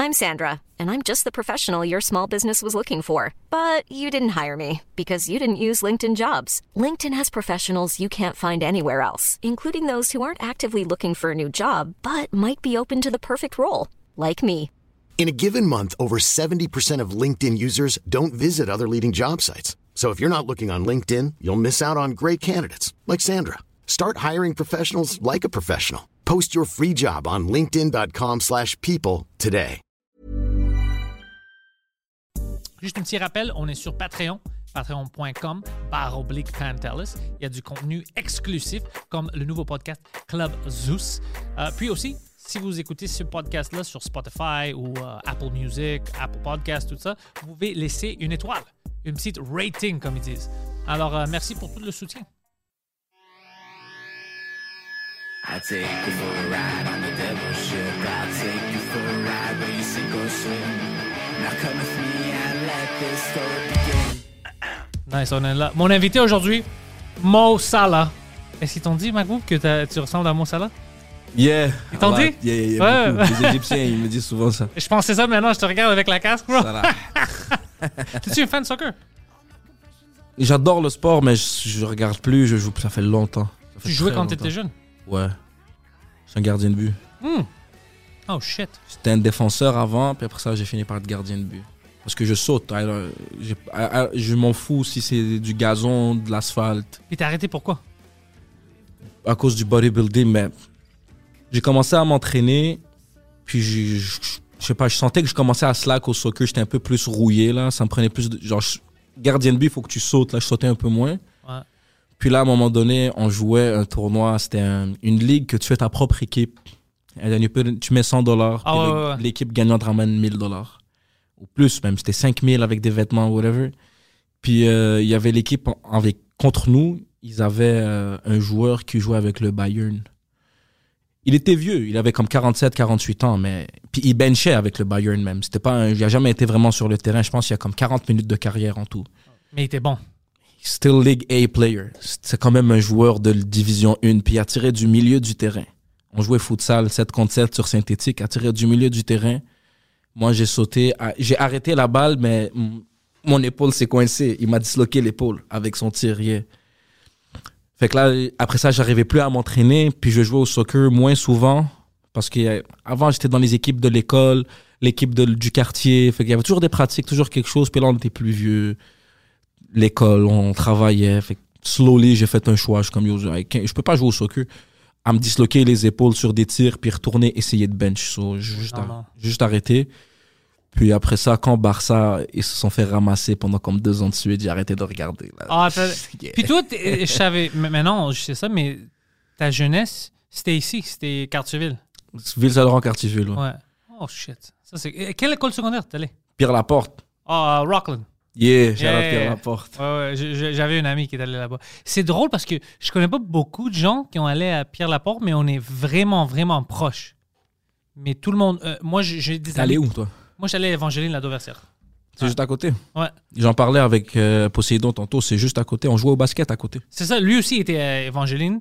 I'm Sandra, and I'm just the professional your small business was looking for. But you didn't hire me because you didn't use LinkedIn Jobs. LinkedIn has professionals you can't find anywhere else, including those who aren't actively looking for a new job, but might be open to the perfect role, like me. In a given month, over 70% of LinkedIn users don't visit other leading job sites. So if you're not looking on LinkedIn, you'll miss out on great candidates like Sandra. Start hiring professionals like a professional. Post your free job on linkedin.com/people today. Juste un petit rappel, on est sur Patreon, patreon.com/PanTellis. Il y a du contenu exclusif comme le nouveau podcast Club Zeus. Puis aussi, si vous écoutez ce podcast-là sur Spotify ou Apple Music, Apple Podcast, tout ça, vous pouvez laisser une étoile, une petite rating, comme ils disent. Alors, merci pour tout le soutien. I take you for a ride on the devil's ship. I'll take you for a ride where you sink or swim. Now come with me and let this story begin. Nice, on est là. Mon invité aujourd'hui, Mo Salah. Est-ce qu'ils t'ont dit, Magou, que tu ressembles à Mo Salah? Yeah. Ils t'ont dit? Yeah, ouais. Beaucoup. Les Égyptiens, ils me disent souvent ça. Je pensais ça maintenant, je te regarde avec la casque, bro. Salah. T'es-tu un fan de soccer? J'adore le sport, mais je regarde plus, je joue, ça fait longtemps. Tu jouais quand t'étais jeune? Ouais. Je suis un gardien de but. Oh shit. J'étais un défenseur avant, puis après ça, j'ai fini par être gardien de but. Parce que je saute. Alors, je m'en fous si c'est du gazon, de l'asphalte. Puis t'as arrêté pourquoi? À cause du bodybuilding, mais j'ai commencé à m'entraîner, puis je sais pas, je sentais que je commençais à slack au soccer, j'étais un peu plus rouillé, là. Ça me prenait plus de... Genre, gardien de but, il faut que tu sautes, là. Je sautais un peu moins. Ouais. Puis là, à un moment donné, on jouait un tournoi. C'était une ligue que tu fais ta propre équipe. Tu mets $100. Ouais. L'équipe gagnante ramène $1,000. Ou plus même. C'était 5,000 avec des vêtements, whatever. Puis il y avait l'équipe contre nous. Ils avaient un joueur qui jouait avec le Bayern. Il était vieux. Il avait comme 47, 48 ans. Mais puis il benchait avec le Bayern même. Il n'a jamais été vraiment sur le terrain. Je pense qu'il y a comme 40 minutes de carrière en tout. Mais il était bon. Still League A player. C'est quand même un joueur de Division 1. Puis il a tiré du milieu du terrain. On jouait futsal 7 contre 7 sur synthétique. Il a tiré du milieu du terrain. Moi, j'ai sauté. J'ai arrêté la balle, mais mon épaule s'est coincée. Il m'a disloqué l'épaule avec son tir. Yeah. Fait que là, après ça, j'arrivais plus à m'entraîner. Puis je jouais au soccer moins souvent. Parce qu'avant, j'étais dans les équipes de l'école, l'équipe du quartier. Fait qu'il y avait toujours des pratiques, toujours quelque chose. Puis là, on était plus vieux. L'école, on travaillait. Fait que slowly, j'ai fait un choix. Je suis comme, je peux pas jouer au soccer à me disloquer les épaules sur des tirs puis retourner essayer de bench. So, j'ai juste arrêté. Puis après ça, quand Barça, ils se sont fait ramasser pendant comme 2 ans de suite, j'ai arrêté de regarder. Là. Ah, puis toi, je savais, maintenant, je sais ça, mais ta jeunesse, c'était ici, c'était Cartierville. Ville-Saint-Laurent, Cartierville. Ouais. Oh shit. Ça, c'est... Quelle école secondaire t'es allé? Pierre-Laporte. Ah, Rockland. Yeah, j'ai allé à Pierre-Laporte. Ouais, j'avais une amie qui est allée là-bas. C'est drôle parce que je connais pas beaucoup de gens qui ont allé à Pierre-Laporte, mais on est vraiment, vraiment proches. Mais tout le monde... moi, j'ai des amis... T'es allé où, toi? Moi, j'allais à Evangeline, la Dauversière. C'est juste à côté? Ouais. J'en parlais avec Poséidon tantôt, c'est juste à côté. On jouait au basket à côté. C'est ça, lui aussi était à Evangeline.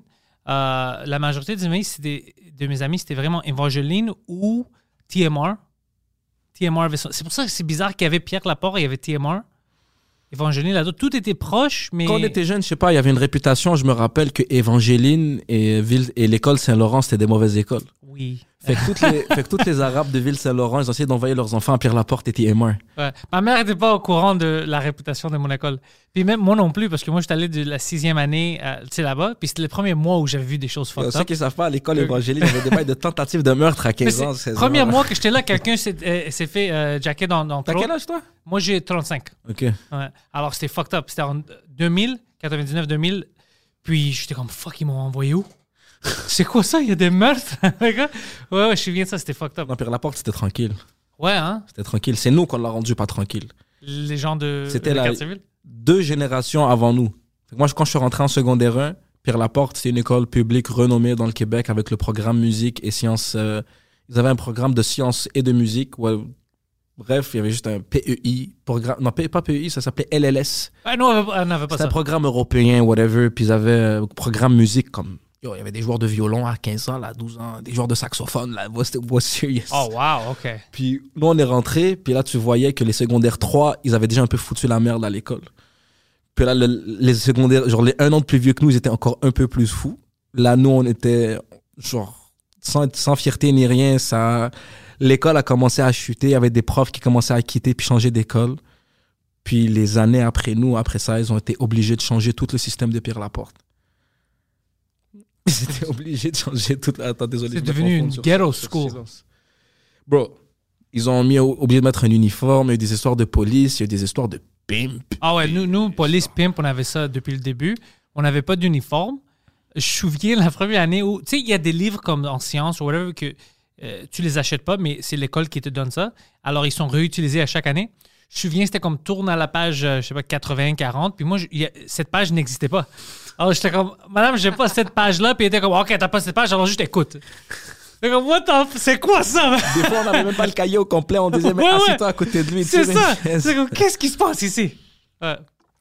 La majorité de mes amis, c'était vraiment Evangeline ou TMR. C'est pour ça que c'est bizarre qu'il y avait Pierre-Laporte et il y avait TMR. Evangeline, là, tout était proche, mais... Quand on était jeune, je sais pas, il y avait une réputation. Je me rappelle que Evangeline et l'école Saint-Laurent, c'était des mauvaises écoles. Oui. Fait que toutes les Arabes de Ville-Saint-Laurent, ils ont essayé d'envoyer leurs enfants à Pierre-Laporte et TMR. Ouais. Ma mère n'était pas au courant de la réputation de mon école. Puis même moi non plus, parce que moi, j'étais allé de la 6e année là-bas. Puis c'était le premier mois où j'avais vu des choses fucked up. Ceux qui ne savent pas, à l'école Evangeline, il y avait des bails de tentatives de meurtre à 15 ans, 16 ans. Premier mois que j'étais là, quelqu'un s'est fait jacker dans le T'as throat. quel âge, toi? Moi, j'ai 35. OK. Ouais. Alors, c'était fucked up. C'était en 2000, 99-2000. Puis j'étais comme, fuck, ils m'ont envoyé où? C'est quoi ça? Il y a des meurtres? ouais, je me souviens de ça, c'était fucked up. Non, Pierre-Laporte, c'était tranquille. Ouais, hein? C'était tranquille. C'est nous qu'on l'a rendu pas tranquille. Les gens de Cartierville? 2 générations avant nous. Moi, quand je suis rentré en secondaire 1, Pierre-Laporte, c'est une école publique renommée dans le Québec avec le programme musique et sciences. Ils avaient un programme de sciences et de musique. Ouais. Bref, il y avait juste un PEI. Non, pas PEI, ça s'appelait LLS. Ah non, on n'avait pas ça. C'était un programme européen, whatever. Puis ils avaient un programme musique comme Yo, il y avait des joueurs de violon à 15 ans, là, 12 ans, des joueurs de saxophone, là, was serious. Oh, wow, OK. Puis nous, on est rentrés, puis là, tu voyais que les secondaires 3, ils avaient déjà un peu foutu la merde à l'école. Puis là, les secondaires, genre les 1 an de plus vieux que nous, ils étaient encore un peu plus fous. Là, nous, on était, genre, sans fierté ni rien, ça... L'école a commencé à chuter, il y avait des profs qui commençaient à quitter puis changer d'école. Puis les années après nous, après ça, ils ont été obligés de changer tout le système de Pierre Laporte. Ils étaient obligés de changer toute la... Attends, désolé. C'est devenu une ghetto school. Bro, ils ont oublié de mettre un uniforme, il y a eu des histoires de police, il y a eu des histoires de pimp. Ah ouais, nous, police pimp, on avait ça depuis le début. On n'avait pas d'uniforme. Je me souviens la première année où... Tu sais, il y a des livres comme en sciences ou whatever que tu les achètes pas, mais c'est l'école qui te donne ça. Alors, ils sont réutilisés à chaque année. Je me souviens, c'était comme tourne à la page, je sais pas, 80, 40. Puis moi, cette page n'existait pas. Alors, j'étais comme, madame, j'ai pas cette page-là. Puis elle était comme, OK, t'as pas cette page, alors juste écoute. J'étais comme, c'est quoi ça? Man? Des fois, on n'avait même pas le cahier au complet. On disait, mais assieds-toi à côté de lui. C'est ça. C'est comme, qu'est-ce qui se passe ici? Ouais.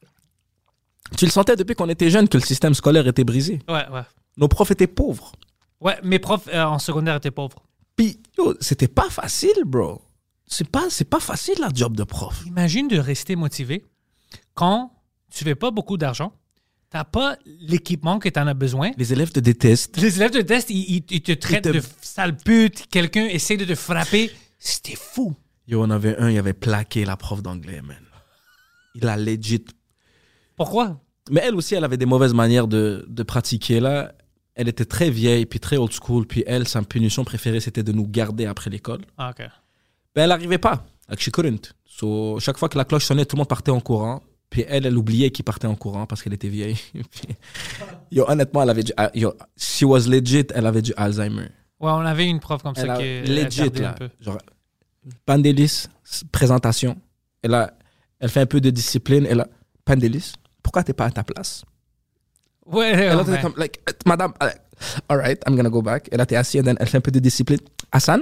Tu le sentais depuis qu'on était jeunes que le système scolaire était brisé. Ouais. Nos profs étaient pauvres. Ouais, mes profs en secondaire étaient pauvres. Puis, yo, c'était pas facile, bro. C'est pas facile, la job de prof. Imagine de rester motivé quand tu fais pas beaucoup d'argent, t'as pas l'équipement que t'en as besoin. Les élèves te détestent. Les élèves te détestent, ils te traitent de sale pute. Quelqu'un essaie de te frapper. C'était fou. Yo, on avait il avait plaqué la prof d'anglais, man. Il a legit... Pourquoi? Mais elle aussi, elle avait des mauvaises manières de pratiquer, là. Elle était très vieille, puis très old school. Puis elle, sa punition préférée, c'était de nous garder après l'école. Ah, OK. Ben, elle n'arrivait pas. Like, she couldn't. So, chaque fois que la cloche sonnait, tout le monde partait en courant. Puis elle oubliait qu'il partait en courant parce qu'elle était vieille. Puis, yo, honnêtement, elle avait she was legit, elle avait du Alzheimer. Ouais, on avait une prof comme ça qui legit, là. Un peu. Genre, Pandélis, présentation. Elle fait un peu de discipline. Elle a, Pandélis, pourquoi t'es pas à ta place? Ouais, elle a comme, like, madame, all right, I'm gonna go back. Et là, t'es assis, et elle fait un peu de discipline. Hassan?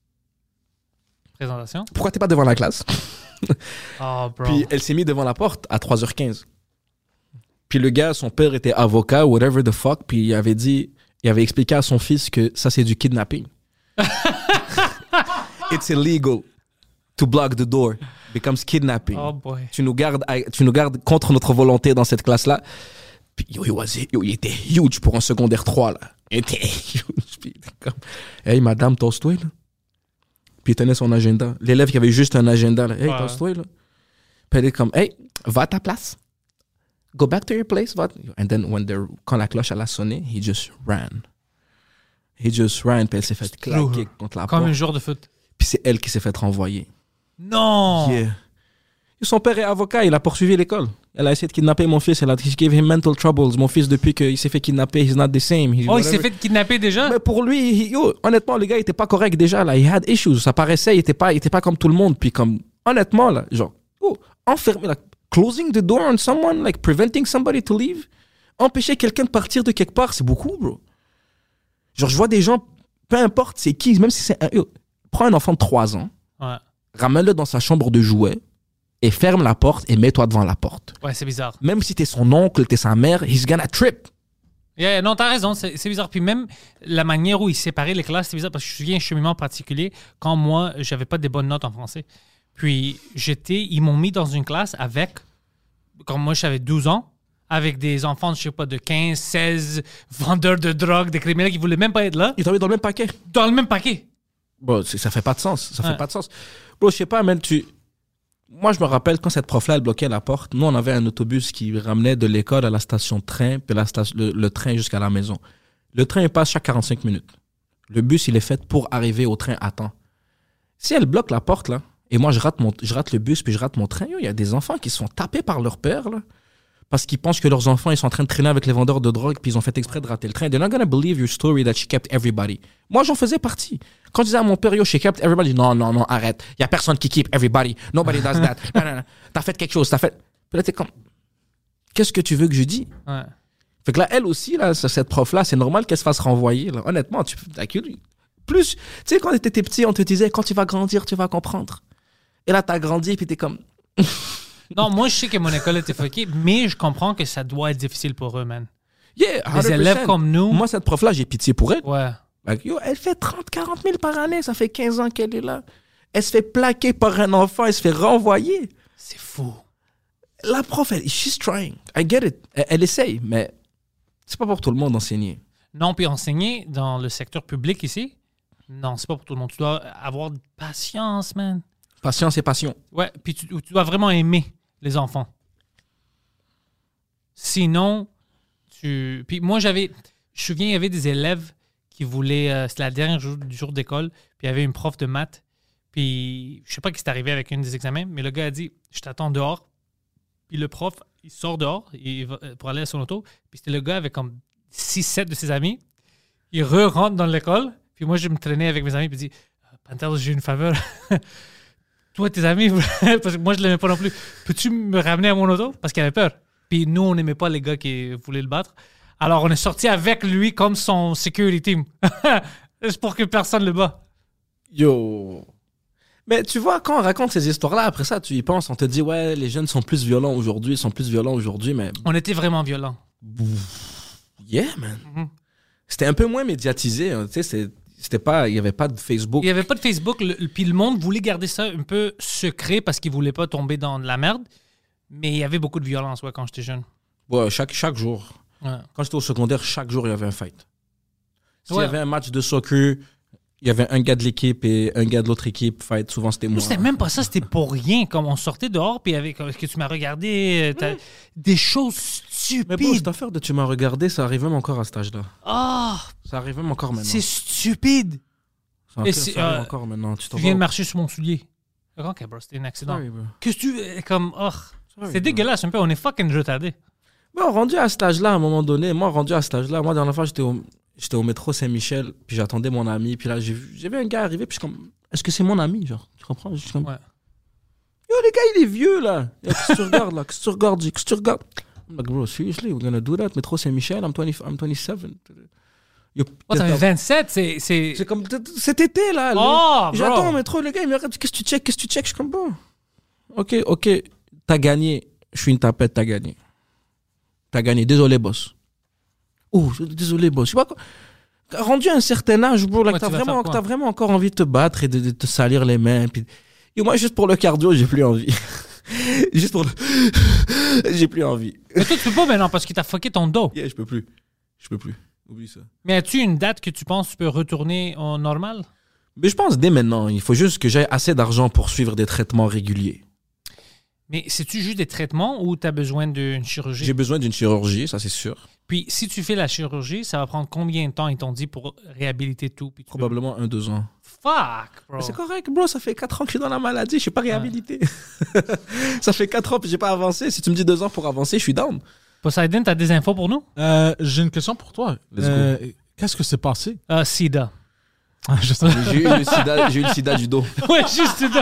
Présentation. Pourquoi t'es pas devant la classe? Oh, bro. Puis elle s'est mise devant la porte à 3h15. Puis le gars, son père était avocat, whatever the fuck, puis il avait expliqué à son fils que ça, c'est du kidnapping. It's illegal to block the door. Becomes kidnapping. Oh boy. Tu nous gardes contre notre volonté dans cette classe-là. Puis il était huge pour un secondaire 3, là. Il était huge. Puis il était comme, hey, madame, tosse-toi, là. Puis il tenait son agenda. L'élève qui avait juste un agenda, là. Hey, tosse-toi, là. Puis elle est comme, hey, va à ta place. Go back to your place. And then, quand la cloche, elle a sonné, he just ran. Puis elle s'est fait claquer contre la porte. Comme un jour de foot. Puis c'est elle qui s'est fait renvoyer. Non! Yeah. Son père est avocat, il a poursuivi l'école. Elle a essayé de kidnapper mon fils. She gave him mental troubles. Mon fils, depuis qu'il s'est fait kidnapper, he's not the same. Il s'est fait kidnapper déjà? Mais pour lui, honnêtement, le gars, il était pas correct déjà. Là. He had issues. Ça paraissait, il était pas comme tout le monde. Puis comme, honnêtement, là, genre, enfermer, like, closing the door on someone, like, preventing somebody to leave. Empêcher quelqu'un de partir de quelque part, c'est beaucoup, bro. Genre, je vois des gens, peu importe c'est qui, même si c'est un... prends un enfant de 3 ans, ramène-le dans sa chambre de jouets, et ferme la porte et mets-toi devant la porte. Ouais, c'est bizarre. Même si t'es son oncle, t'es sa mère, he's gonna trip. Yeah, non, t'as raison, c'est bizarre. Puis même la manière où il séparait les classes, c'est bizarre parce que je me souviens un cheminement particulier quand moi, j'avais pas des bonnes notes en français. Puis ils m'ont mis dans une classe avec, quand moi j'avais 12 ans, avec des enfants, je sais pas, de 15, 16, vendeurs de drogue, des criminels qui voulaient même pas être là. Ils t'ont mis dans le même paquet. Dans le même paquet. Bon, ça fait pas de sens. Ça fait pas de sens. Bro, je sais pas, man, moi, je me rappelle quand cette prof-là, elle bloquait la porte. Nous, on avait un autobus qui ramenait de l'école à la station de train, puis le train jusqu'à la maison. Le train, il passe chaque 45 minutes. Le bus, il est fait pour arriver au train à temps. Si elle bloque la porte, là, et moi, je rate le bus, puis je rate mon train, il y a des enfants qui se font taper par leur père, là, parce qu'ils pensent que leurs enfants, ils sont en train de traîner avec les vendeurs de drogue, puis ils ont fait exprès de rater le train. They're not gonna believe your story that she kept everybody. Moi, j'en faisais partie. Quand je disais à mon père, yo, she kept everybody, non, arrête. Il y a personne qui keep everybody. Nobody does that. Non. T'as fait quelque chose, Puis là, t'es comme, qu'est-ce que tu veux que je dise? Ouais. Fait que là, elle aussi, là, cette prof-là, c'est normal qu'elle se fasse renvoyer, là. Honnêtement, plus, tu sais, quand t'étais petit, on te disait, quand tu vas grandir, tu vas comprendre. Et là, t'as grandi, puis t'es comme... Non, moi, je sais que mon école était fuckée, mais je comprends que ça doit être difficile pour eux, man. Yeah, 100%. Les élèves comme nous. Moi, cette prof-là, j'ai pitié pour elle. Ouais. Like, yo, elle fait 30-40 000 par année. Ça fait 15 ans qu'elle est là. Elle se fait plaquer par un enfant. Elle se fait renvoyer. C'est fou. La prof, she's trying. I get it. Elle essaye, mais c'est pas pour tout le monde d'enseigner. Non, puis enseigner dans le secteur public ici, non, c'est pas pour tout le monde. Tu dois avoir de patience, man. Patience et passion. Ouais, puis tu dois vraiment aimer les enfants. Sinon, Puis moi, je me souviens, il y avait des élèves qui voulaient... c'était la dernière jour d'école, puis il y avait une prof de maths, puis je sais pas ce qui s'est arrivé avec un des examens, mais le gars a dit, je t'attends dehors. Puis le prof, il sort dehors pour aller à son auto, puis c'était le gars avec comme 6-7 de ses amis. Il rentre dans l'école, puis moi, je me traînais avec mes amis, puis il dit, Panther, j'ai une faveur. Toi, tes amis, parce que moi, je l'aimais pas non plus. Peux-tu me ramener à mon auto? Parce qu'il avait peur. Puis nous, on n'aimait pas les gars qui voulaient le battre. Alors, on est sorti avec lui comme son security team. C'est pour que personne le bat. Yo. Mais tu vois, quand on raconte ces histoires-là, après ça, tu y penses, on te dit, ouais, les jeunes sont plus violents aujourd'hui, mais... On était vraiment violents. Yeah, man. Mm-hmm. C'était un peu moins médiatisé, hein, tu sais, c'était pas... Il n'y avait pas de Facebook. Il n'y avait pas de Facebook, puis le monde voulait garder ça un peu secret parce qu'il ne voulait pas tomber dans de la merde. Mais il y avait beaucoup de violence, ouais, quand j'étais jeune. Ouais, chaque jour. Ouais. Quand j'étais au secondaire, chaque jour, il y avait un fight. S'il y avait un match de soccer, il y avait un gars de l'équipe et un gars de l'autre équipe fight. Souvent, c'était moi. C'était même pas ça, c'était pour rien. Comme on sortait dehors, puis avec est-ce que tu m'as regardé? Des choses stupides. Mais bon, cette affaire de tu m'as regardé, ça arrive même encore à cet âge-là. Ah! Ça arrive même encore maintenant. C'est stupide. Ça arrive encore maintenant. Tu viens de marcher sur mon soulier. Ok, bro, c'était un accident. Sorry, bro. Qu'est-ce que tu... Comme... Oh, c'est dégueulasse un peu. On est fucking retardés. Bon, rendu à cet âge-là, à un moment donné, moi, dernière fois, j'étais au métro Saint-Michel, puis j'attendais mon ami, puis là, j'ai vu un gars arriver, puis je suis comme, est-ce que c'est mon ami, genre, tu comprends? Je suis comme, ouais. Yo, les gars, il est vieux, là. Qu'est-ce que tu regardes, là? Qu'est-ce que tu regardes? I'm like, bro, seriously, we're gonna do that? Métro Saint-Michel, I'm 27. Yo, t'avais 27, c'est comme cet été, là. Oh, j'attends au métro, le gars, il me regarde, qu'est-ce que tu check? Je suis comme, bon. Ok, t'as gagné. Je suis une tapette, t'as gagné. Désolé, boss. Oh, désolé, boss. Je sais pas quoi. Rendu à un certain âge, bro, là, t'as vraiment encore envie de te battre et de te salir les mains. Puis... Et moi, juste pour le cardio, j'ai plus envie. J'ai plus envie. Mais toi, tu peux pas maintenant parce qu'il t'a fucké ton dos. Yeah, je peux plus. Oublie ça. Mais as-tu une date que tu penses que tu peux retourner au normal? Mais je pense dès maintenant. Il faut juste que j'aie assez d'argent pour suivre des traitements réguliers. Mais c'est-tu juste des traitements ou tu as besoin d'une chirurgie? J'ai besoin d'une chirurgie, ça c'est sûr. Puis si tu fais la chirurgie, ça va prendre combien de temps, ils t'ont dit, pour réhabiliter tout? Puis probablement 1-2 ans. Fuck, bro. Mais c'est correct, bro, ça fait 4 ans que je suis dans la maladie, je ne suis pas réhabilité. Ça fait 4 ans que je n'ai pas avancé. Si tu me dis 2 ans pour avancer, je suis down. Poseidon, tu as des infos pour nous? J'ai une question pour toi. Qu'est-ce que s'est passé? Sida. J'ai eu le sida du dos. Ouais, juste du dos.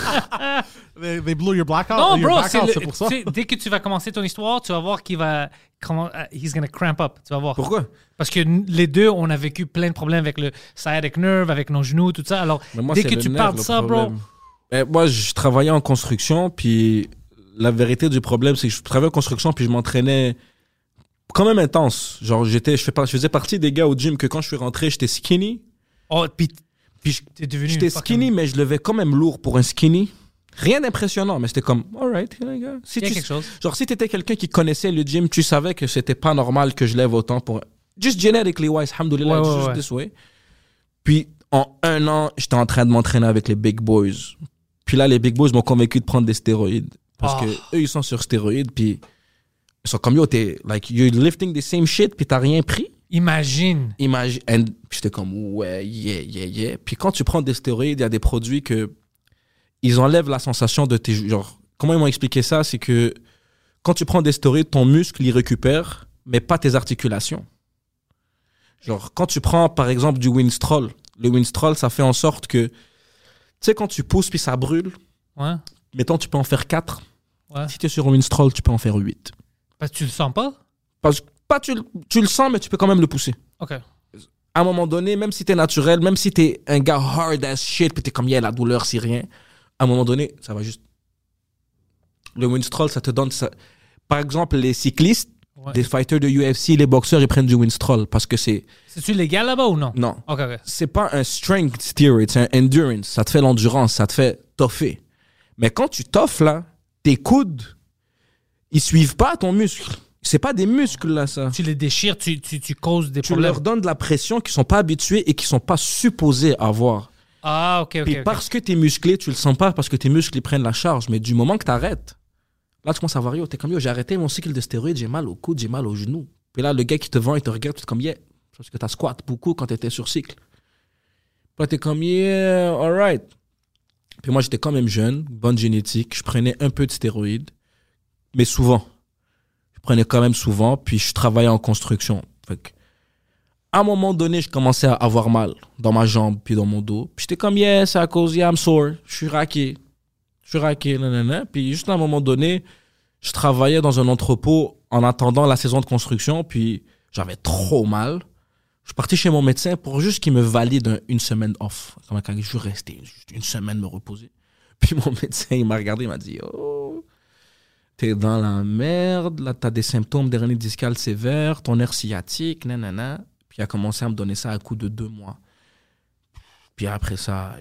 They blew your blackout? Non, your bro, blackout, c'est pour ça? Dès que tu vas commencer ton histoire, tu vas voir qu'il va... he's gonna cramp up, tu vas voir. Pourquoi? Parce que les deux, on a vécu plein de problèmes avec le sciatic nerve, avec nos genoux, tout ça. Alors, moi, dès que tu parles de ça, bro... Moi, je travaillais en construction, puis la vérité du problème, c'est que je travaillais en construction, puis je m'entraînais quand même intense. Genre, je faisais partie des gars au gym que quand je suis rentré, j'étais skinny. Oh, puis t'es devenu... J'étais skinny, mais je levais quand même lourd pour un skinny. Rien d'impressionnant, mais c'était comme, alright, les gars. Il y a quelque chose. Genre, si t'étais quelqu'un qui connaissait le gym, tu savais que c'était pas normal que je lève autant pour... Just genetically wise, alhamdoulilah, just this way. Puis, en 1 an, j'étais en train de m'entraîner avec les big boys. Puis là, les big boys m'ont convaincu de prendre des stéroïdes. Parce que eux, ils sont sur stéroïdes, puis ils sont comme, yo, you're lifting the same shit, puis t'as rien pris. Imagine. Puis j'étais comme, ouais, yeah. Puis quand tu prends des stéroïdes, il y a des produits que ils enlèvent la sensation de tes... Genre, comment ils m'ont expliqué ça? C'est que quand tu prends des stéroïdes, ton muscle, il récupère, mais pas tes articulations. Genre, quand tu prends, par exemple, du Winstrol, le Winstrol, ça fait en sorte que, tu sais, quand tu pousses, puis ça brûle, mettons, tu peux en faire 4. Ouais. Si tu es sur un Winstrol, tu peux en faire 8. Parce que tu le sens pas? Parce que tu le sens, mais tu peux quand même le pousser. OK. À un moment donné, même si t'es naturel, même si t'es un gars hard as shit, puis t'es comme, la douleur, c'est rien, à un moment donné, ça va juste... Le Winstrol, ça te donne... ça. Par exemple, les cyclistes, Ouais. Des fighters de UFC, les boxeurs, ils prennent du Winstrol parce que c'est... C'est-tu légal là-bas ou non? Non. OK. C'est pas un strength steroid, c'est un endurance. Ça te fait l'endurance, ça te fait toffer. Mais quand tu toffes, là, tes coudes, ils suivent pas ton muscle. C'est pas des muscles, là, ça. Tu les déchires, tu causes des Tu problèmes. leur donnes de la pression qu'ils sont pas habitués et qu'ils sont pas supposés avoir. Ah, OK. Puis parce que t'es musclé, tu le sens pas parce que tes muscles, ils prennent la charge. Mais du moment que t'arrêtes, là, tu commences à voir, t'es comme, j'ai arrêté mon cycle de stéroïdes, j'ai mal au coude, j'ai mal au genou. Puis là, le gars qui te vend, il te regarde, tu es comme, parce que t'as squat beaucoup quand t'étais sur cycle. Puis là, t'es comme, alright. Puis moi, j'étais quand même jeune, bonne génétique, je prenais un peu de stéroïdes, mais souvent. Je prenais quand même souvent, puis je travaillais en construction. Fait que, à un moment donné, je commençais à avoir mal dans ma jambe puis dans mon dos. Puis j'étais comme, c'est à cause, I'm sore, je suis raqué, nanana. Puis juste à un moment donné, je travaillais dans un entrepôt en attendant la saison de construction, puis j'avais trop mal. Je suis parti chez mon médecin pour juste qu'il me valide une semaine off. Comme quand je suis resté juste une semaine me reposer. Puis mon médecin, il m'a regardé, il m'a dit, t'es dans la merde, là, t'as des symptômes d'hernie discale sévère, ton nerf sciatique, nanana. Puis il a commencé à me donner ça à coup de 2 mois. Puis après ça,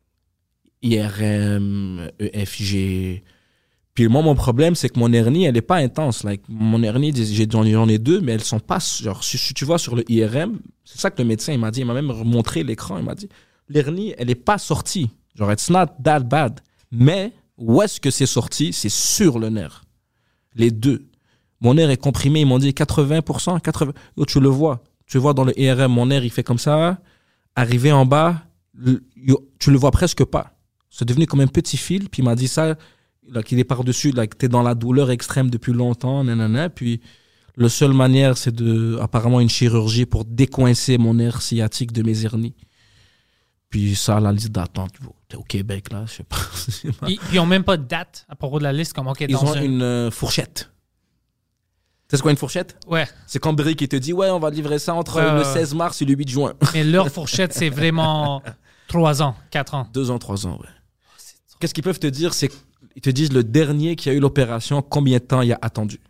IRM, EFG. Puis moi, mon problème, c'est que mon hernie, elle n'est pas intense. Like, mon hernie, j'en ai 2, mais elles sont pas... Genre, si tu vois sur le IRM, c'est ça que le médecin, il m'a dit. Il m'a même montré l'écran. Il m'a dit, l'hernie, elle n'est pas sortie. Genre, it's not that bad. Mais où est-ce que c'est sorti? C'est sur le nerf. Les 2. Mon nerf est comprimé. Ils m'ont dit 80%, 80%. Tu le vois. Tu vois dans le IRM, mon nerf, il fait comme ça. Arrivé en bas, tu le vois presque pas. C'est devenu comme un petit fil. Puis il m'a dit ça... Là, qu'il est par-dessus, là, que t'es dans la douleur extrême depuis longtemps, nanana. Puis, la seule manière, c'est apparemment une chirurgie pour décoincer mon nerf sciatique de mes hernies. Puis, ça, la liste d'attente, t'es au Québec, là, je sais pas. Ils n'ont même pas de date à propos de la liste, comme, OK, ils ont une fourchette. Tu sais c'est quoi une fourchette? Ouais. C'est quand Berry qui te dit, on va livrer ça entre le 16 mars et le 8 juin. Mais leur fourchette, c'est vraiment 3 ans, 4 ans. 2 ans, 3 ans, ouais. Qu'est-ce qu'ils peuvent te dire, c'est ils te disent le dernier qui a eu l'opération, combien de temps il a attendu.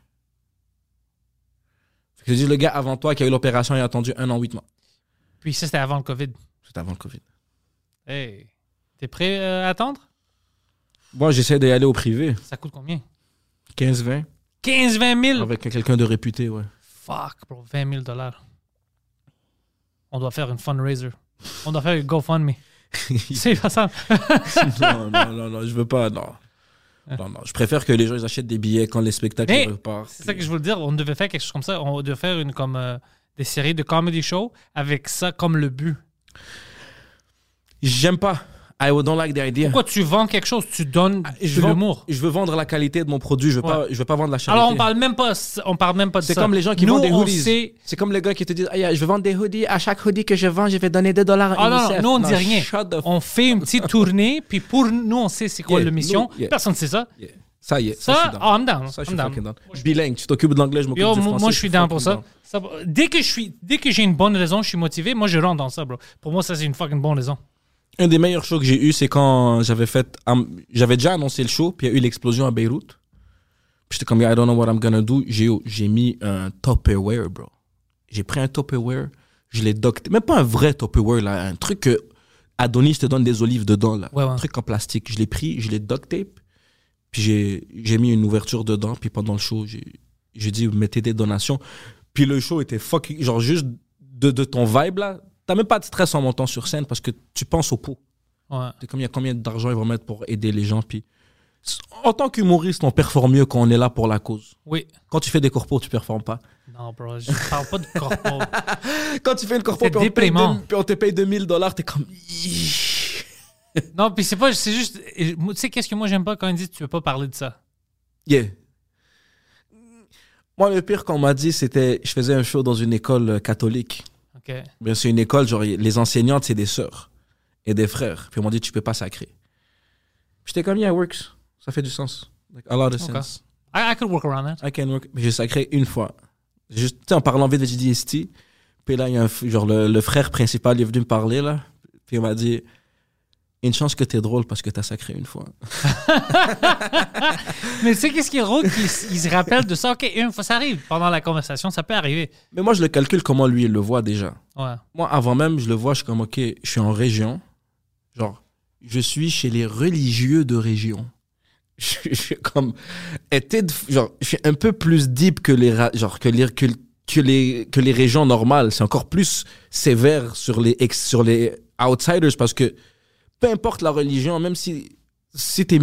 Ils te disent le gars avant toi qui a eu l'opération, il a attendu 1 an, 8 mois. Puis ça, c'était avant le COVID. C'était avant le COVID. Hey, t'es prêt à attendre? Moi, j'essaie d'y aller au privé. Ça coûte combien? 15-20. 15-20 000? Avec quelqu'un de réputé, ouais. Fuck, bro, 20 000 $. On doit faire une fundraiser. On doit faire une GoFundMe. C'est pas ça. non, je veux pas, non. Non, je préfère que les gens ils achètent des billets quand les spectacles repartent. C'est ça que je veux dire. On devait faire quelque chose comme ça. On devait faire des séries de comedy show avec ça comme le but. J'aime pas. I don't like the idea. Pourquoi tu vends quelque chose? Tu donnes de l'humour. Je veux vendre la qualité de mon produit. Je veux pas vendre la charité. Alors, on parle même pas de ça. C'est comme les gens qui vendent des hoodies. C'est comme les gars qui te disent, je vais vendre des hoodies. À chaque hoodie que je vends, je vais donner $2 à UNICEF. Non, nous, on dit rien. On fait une petite tournée, puis pour nous, on sait c'est quoi la mission. Personne ne sait ça. Ça y est, ça, je suis down. I'm down. Ça, je suis fucking down. Bilingue, tu t'occupes de l'anglais, je m'occupe du français. Moi, je suis down pour ça. Dès que j'ai une bonne raison, je suis motivé, moi, je rentre dans ça, bro. Pour moi, ça, c'est une fucking bonne raison. Un des meilleurs shows que j'ai eu, c'est quand j'avais déjà annoncé le show, puis il y a eu l'explosion à Beyrouth. Puis j'étais comme, I don't know what I'm gonna do. J'ai mis un Tupperware, bro. J'ai pris un Tupperware, je l'ai duct. Même pas un vrai Tupperware, là. Un truc que Adonis te donne des olives dedans, là. Ouais. Un truc en plastique. Je l'ai pris, je l'ai duct tape, puis j'ai mis une ouverture dedans, puis pendant le show, j'ai dit, mettez des donations. Puis le show était fucking, genre juste de ton vibe, là. T'as même pas de stress en montant sur scène parce que tu penses au pot. Ouais. C'est comme il y a combien d'argent ils vont mettre pour aider les gens. Puis en tant qu'humoriste, on performe mieux quand on est là pour la cause. Oui. Quand tu fais des corpos, tu performes pas. Non, bro, je parle pas de corpo. Quand tu fais une corpo, puis on te paye $2,000, t'es comme. Non, puis c'est juste. Tu sais, qu'est-ce que moi j'aime pas quand ils disent tu veux pas parler de ça? Yeah. Moi, le pire qu'on m'a dit, c'était. Je faisais un show dans une école catholique. Okay. Bien, c'est une école, genre, les enseignantes, c'est des sœurs et des frères. Puis ils m'ont dit, tu peux pas sacrer. J'étais comme, yeah, works. Ça fait du sens. Like, a lot of sense. I could work around that. I can work. Mais j'ai sacré une fois. Juste, tu sais, en parlant vite, j'ai dit ST. Puis là, il y a genre, le frère principal, il est venu me parler, là. Puis il m'a dit, Une chance que t'es drôle parce que t'as sacré une fois. Mais tu sais, qu'est-ce qui est drôle? Qu'il se rappelle de ça. OK, une fois, ça arrive. Pendant la conversation, ça peut arriver. Mais moi, je le calcule comment lui, il le voit déjà. Ouais. Moi, avant même, je le vois, je suis comme, OK, je suis en région. Genre, je suis chez les religieux de région. Je suis comme... genre, je suis un peu plus deep que les régions normales. C'est encore plus sévère sur les outsiders parce que peu importe la religion, même si t'es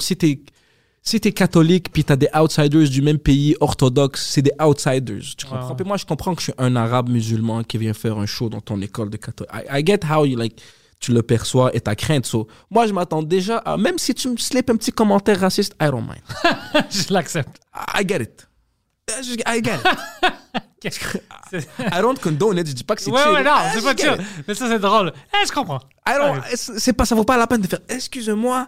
si t'es catholique puis t'as des outsiders du même pays orthodoxe, c'est des outsiders. Tu comprends? Ouais. Puis moi, je comprends que je suis un arabe musulman qui vient faire un show dans ton école de catholique. I get how tu le perçois et ta crainte. So, moi, je m'attends déjà à, même si tu me slips un petit commentaire raciste, I don't mind. Je l'accepte. I get it. I get it. I don't condone it. Je dis pas que c'est chill. Ouais, non, c'est pas I get chill. it. Mais ça, c'est drôle. Je comprends. Ça vaut pas la peine de faire excuse-moi.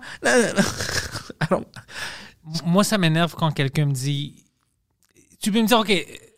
Non. Moi, ça m'énerve quand quelqu'un me dit... Tu peux me dire, OK,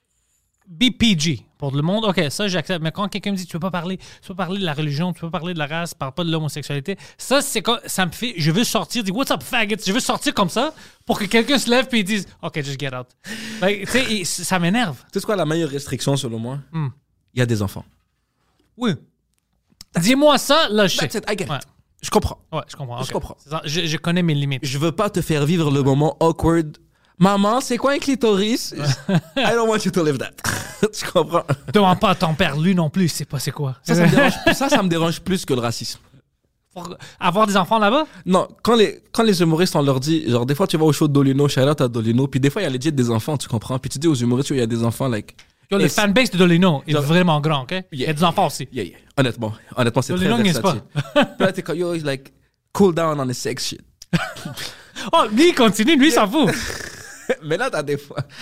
be PG pour le monde. OK, ça, j'accepte. Mais quand quelqu'un me dit, tu peux pas parler de la religion, tu peux pas parler de la race, parle pas de l'homosexualité, ça, c'est quand ça me fait... Je veux sortir, dis, what's up, faggot? Je veux sortir comme ça pour que quelqu'un se lève et dise, OK, just get out. Like, tu sais, ça m'énerve. Tu sais quoi, la meilleure restriction, selon moi? Il y a des enfants. Oui. Dis-moi ça, là, je sais. That's it, I get it. Ouais. Je comprends. Ouais, je comprends. Je OK. comprends. C'est ça. Je connais mes limites. Je veux pas te faire vivre le moment awkward. Maman, c'est quoi un clitoris? I don't want you to live that. Tu comprends? Demande pas à ton père, lui non plus, c'est pas c'est quoi. Ça me dérange plus que le racisme. Pour avoir des enfants là-bas? Non, quand les humoristes, on leur dit, genre, des fois, tu vas au show de Dolino, shout-out à Dolino, puis des fois, il y a legit des enfants, tu comprends? Puis tu dis aux humoristes, il y a des enfants, like... Yo, le fanbase de Dolino est vraiment grand, OK? Il y a des enfants aussi. Yeah. Honnêtement, c'est Dolino très n'est-ce versatile. Puis là, t'es comme, yo, he's like, cool down on the sex shit. Oh, lui, il continue, lui, il s'en fout. Mais là, t'as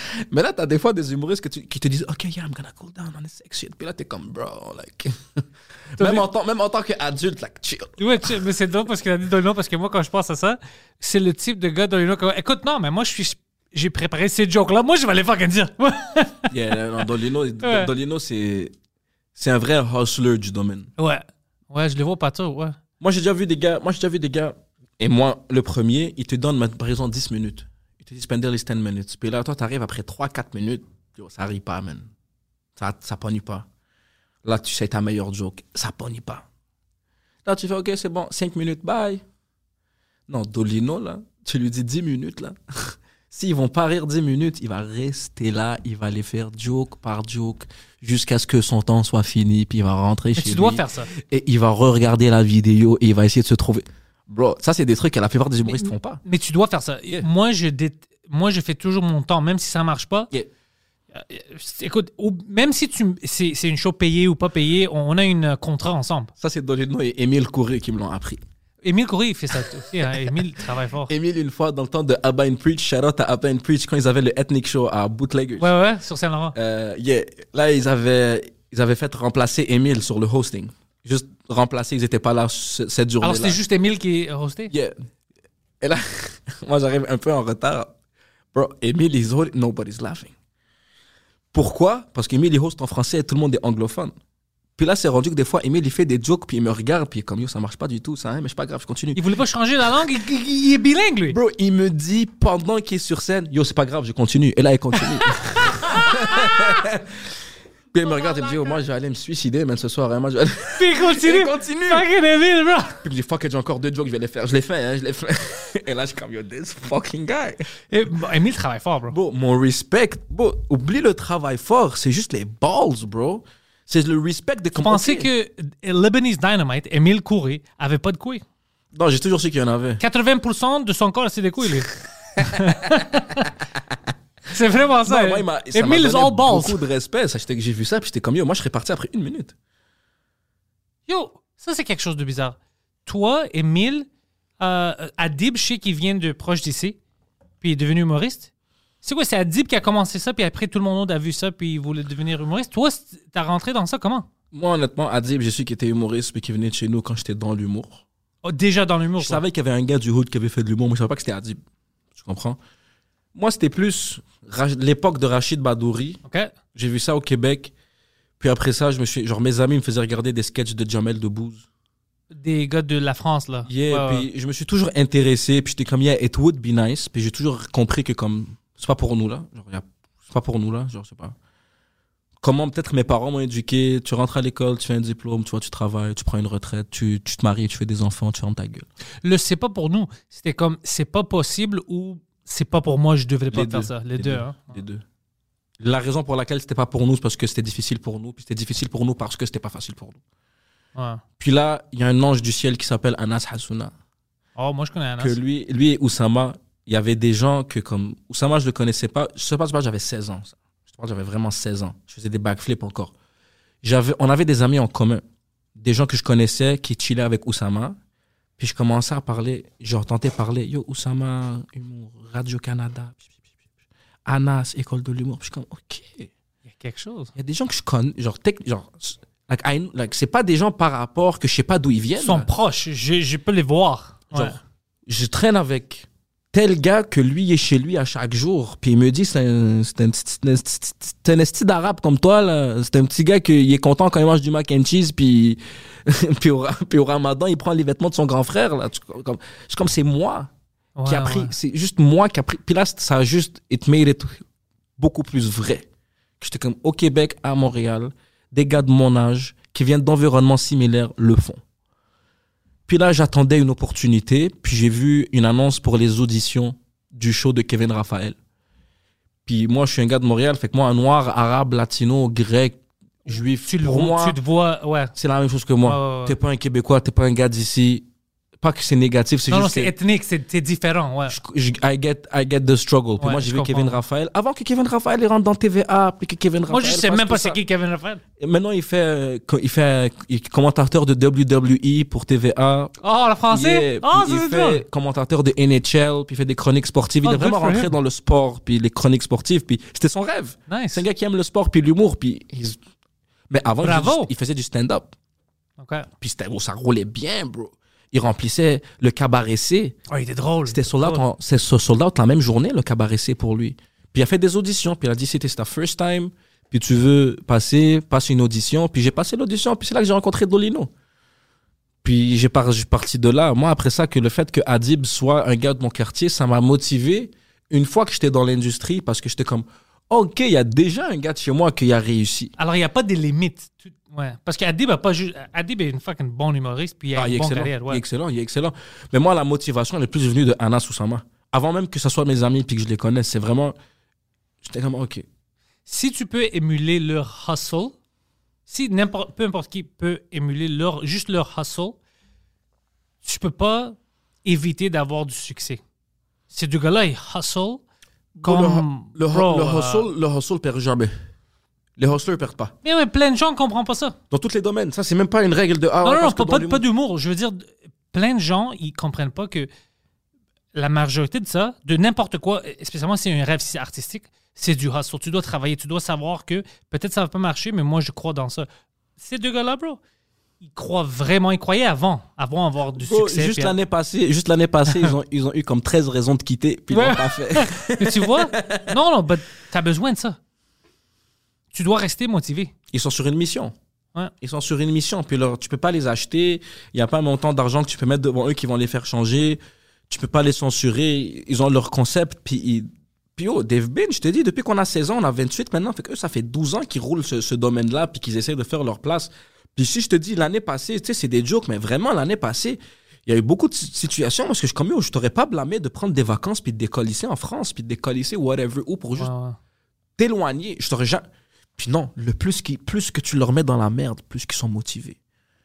des fois des humoristes qui te disent, OK, yeah, I'm gonna cool down on the sex shit. Puis là, t'es comme, bro, like... même en tant qu'adulte, like, chill. Ouais, mais c'est drôle parce qu'il a dit Dolino, parce que moi, quand je pense à ça, c'est le type de gars Dolino qui... Écoute, non, mais moi, j'ai préparé ces jokes-là. Moi, je vais les fucking dire. Yeah, non, Dolino, c'est un vrai hustler du domaine. Ouais, je les vois pas trop, ouais. Moi, j'ai déjà vu des gars, et moi, le premier, il te donne, par exemple, 10 minutes. Il te dit, spend at least 10 minutes. Puis là, toi, t'arrives après 3-4 minutes, yo, ça rit pas, man. Ça pogne pas. Là, tu sais ta meilleure joke. Ça pogne pas. Là, tu fais, OK, c'est bon, 5 minutes, bye. Non, Dolino, là, tu lui dis 10 minutes, là. S'ils vont pas rire 10 minutes, il va rester là, il va les faire joke par joke jusqu'à ce que son temps soit fini, puis il va rentrer chez lui. Tu dois faire ça. Et il va re-regarder la vidéo et il va essayer de se trouver. Bro, ça, c'est des trucs que la plupart des humoristes font pas. Mais tu dois faire ça. Yeah. Moi, je fais toujours mon temps, même si ça marche pas. Yeah. Écoute, même si c'est une show payée ou pas payée, on a un contrat ensemble. Ça, c'est Dolino et Émile Coury qui me l'ont appris. Émile Coury, il fait ça aussi. Hein. Émile travaille fort. Émile, une fois, dans le temps de Abba and Preach, shout out à Abba and Preach, quand ils avaient le Ethnic Show à Bootleggers. Ouais, sur Saint-Laurent. Là, ils avaient fait remplacer Émile sur le hosting. Juste remplacer, ils n'étaient pas là cette journée-là. Alors, c'était juste Émile qui est hosté? Yeah. Et là, moi, j'arrive un peu en retard. Bro, Émile, he's holding, nobody's laughing. Pourquoi? Parce qu'Émile, il host en français et tout le monde est anglophone. Puis là, c'est rendu que des fois, Émile, il fait des jokes, puis il me regarde, puis il est comme, yo, ça marche pas du tout, ça, hein, mais c'est pas grave, je continue. Il voulait pas changer la langue, il est bilingue, lui. Bro, il me dit, pendant qu'il est sur scène, yo, c'est pas grave, je continue. Et là, il continue. Puis il me regarde et me dit, oh, moi, je vais aller me suicider, même ce soir, hein, moi, je vais aller... Puis il continue. Fucking Émile, bro. Puis il me dit, fuck it, j'ai encore 2 jokes, je vais les faire. Je l'ai fait. Et là, je suis comme, yo, this fucking guy. Émile travaille fort, bro. Bro, mon respect, bro, oublie le travail fort, c'est juste les balls, bro. C'est le respect de... Vous pensez que Lebanese Dynamite, Émile Coury, avait pas de couilles? Non, j'ai toujours su qu'il y en avait. 80% de son corps, c'est des couilles, lui. C'est vraiment ça. Non, moi, ça Émile is all balls. Beaucoup de respect. J'ai vu ça, puis j'étais comme, yo, moi, je serais parti après 1 minute. Yo, ça, c'est quelque chose de bizarre. Toi, Émile, Adib, je sais qu'il vient de proche d'ici, puis il est devenu humoriste. C'est quoi, c'est Adib qui a commencé ça, puis après, tout le monde a vu ça, puis il voulait devenir humoriste. Toi, t'as rentré dans ça comment? Moi, honnêtement, Adib, j'ai su qu'il était humoriste, puis qu'il venait de chez nous quand j'étais dans l'humour. Oh, déjà dans l'humour, Je savais qu'il y avait un gars du hood qui avait fait de l'humour, mais je savais pas que c'était Adib. Tu comprends? Moi, c'était plus l'époque de Rachid Badouri. OK. J'ai vu ça au Québec. Puis après ça, mes amis me faisaient regarder des sketchs de Jamel Debbouze. des gars de la France, là. Yeah, puis je me suis toujours intéressé, puis j'étais comme, yeah, it would be nice, puis j'ai toujours compris que comme, c'est pas pour nous, là. Genre, c'est pas pour nous, là. Genre, je sais pas. Comment peut-être mes parents m'ont éduqué, tu rentres à l'école, tu fais un diplôme, tu vois, tu travailles, tu prends une retraite, tu te maries, tu fais des enfants, tu fermes ta gueule. Le c'est pas pour nous, c'était comme, c'est pas possible ou c'est pas pour moi, je devrais pas faire ça. Les deux, hein. Les deux. La raison pour laquelle c'était pas pour nous, c'est parce que c'était difficile pour nous, puis c'était difficile pour nous parce que c'était pas facile pour nous. Ouais. Puis là, il y a un ange du ciel qui s'appelle Anas Hassouna. Oh, moi je connais Anas. Que lui et Oussama, il y avait des gens que comme... Oussama, je le connaissais pas. Je sais pas, j'avais 16 ans. J'avais vraiment 16 ans. Je faisais des backflips encore. On avait des amis en commun. Des gens que je connaissais qui chillaient avec Oussama. Puis je commençais à parler. J'entendais parler. Yo, Oussama, humour, Radio-Canada. Anas, école de l'humour. Puis je suis comme, OK. Il y a quelque chose. Il y a des gens que je connais. C'est pas des gens par rapport que je sais pas d'où ils viennent. Ils sont proches. Je peux les voir. Genre, je traîne avec tel gars que lui est chez lui à chaque jour, puis il me dit c'est un esti d'arabe comme toi là, c'est un petit gars qui est content quand il mange du mac and cheese, puis puis au Ramadan il prend les vêtements de son grand frère là. Comme c'est moi qui a pris, c'est juste moi qui a pris. Puis là ça a juste it made it beaucoup plus vrai. J'étais comme au Québec, à Montréal, des gars de mon âge qui viennent d'environnements similaires le font. Puis là, j'attendais une opportunité, puis j'ai vu une annonce pour les auditions du show de Kevin Raphaël. Puis moi, je suis un gars de Montréal, fait que moi, un noir, arabe, latino, grec, juif, tu te vois, ouais. C'est la même chose que moi. T'es pas un Québécois, t'es pas un gars d'ici. Pas que c'est négatif, c'est juste... Non, c'est ethnique, c'est différent, ouais. I get the struggle. Puis moi, j'ai vu Kevin Raphaël. Avant que Kevin Raphaël rentre dans TVA, puis que Kevin Raphaël... Moi, je sais même pas c'est qui Kevin Raphaël. Maintenant, il est commentateur de WWE pour TVA. Oh, le français? Il fait commentateur de NHL, puis il fait des chroniques sportives. Il est vraiment rentré dans le sport, puis les chroniques sportives, puis c'était son rêve. Nice. C'est un gars qui aime le sport, puis l'humour, puis... Mais avant, il faisait du stand-up. Okay. Puis ça roulait bien, bro. Il remplissait le Cabaret C. Oh, il était drôle. C'était sold out la même journée, le Cabaret C pour lui. Puis il a fait des auditions. Puis il a dit, c'était ta first time. Puis tu veux passe une audition. Puis j'ai passé l'audition. Puis c'est là que j'ai rencontré Dolino. Puis j'ai parti de là. Moi, après ça, que le fait que Adib soit un gars de mon quartier, ça m'a motivé une fois que j'étais dans l'industrie. Parce que j'étais comme, OK, il y a déjà un gars de chez moi qui a réussi. Alors, il n'y a pas de limites. Ouais. Parce qu'Adib est une fucking bonne humoriste, puis il a une bonne carrière. Ouais. Il est excellent. Mais moi, la motivation, elle est plus venue de Anas Oussama. Avant même que ce soit mes amis puis que je les connaisse, c'est vraiment... J'étais comme, OK. Si tu peux émuler leur hustle, peu importe qui peut émuler juste leur hustle, tu peux pas éviter d'avoir du succès. Ces deux gars-là, ils hustle comme... Le hustle perd jamais. Les hustlers perdent pas. Mais ouais, plein de gens ne comprennent pas ça. Dans tous les domaines. Ça, c'est même pas une règle de... pas d'humour. Je veux dire, plein de gens, ils comprennent pas que la majorité de ça, de n'importe quoi, spécialement si c'est un rêve artistique, c'est du hustle. Tu dois travailler, tu dois savoir que peut-être ça va pas marcher, mais moi, je crois dans ça. Ces deux gars-là, bro, ils croyaient avant avoir du succès. Juste l'année passée, ils ont eu comme 13 raisons de quitter, puis ils l'ont pas fait. Mais tu vois? Non, t'as besoin de ça. Tu dois rester motivé. Ils sont sur une mission. Ouais. Ils sont sur une mission. Puis tu peux pas les acheter. Il n'y a pas un montant d'argent que tu peux mettre devant eux qui vont les faire changer. Tu peux pas les censurer. Ils ont leur concept. Puis Dave Bin, je te dis, depuis qu'on a 16 ans, on a 28 maintenant. Fait que eux, ça fait 12 ans qu'ils roulent ce domaine-là puis qu'ils essaient de faire leur place. Puis si je te dis, l'année passée, tu sais, c'est des jokes, mais vraiment, l'année passée, il y a eu beaucoup de situations parce que je t'aurais pas blâmé de prendre des vacances puis de décollisser en France puis de décollisser whatever ou pour juste t'éloigner. Je t'aurais jamais... Puis non, plus que tu leur mets dans la merde, plus qu'ils sont motivés.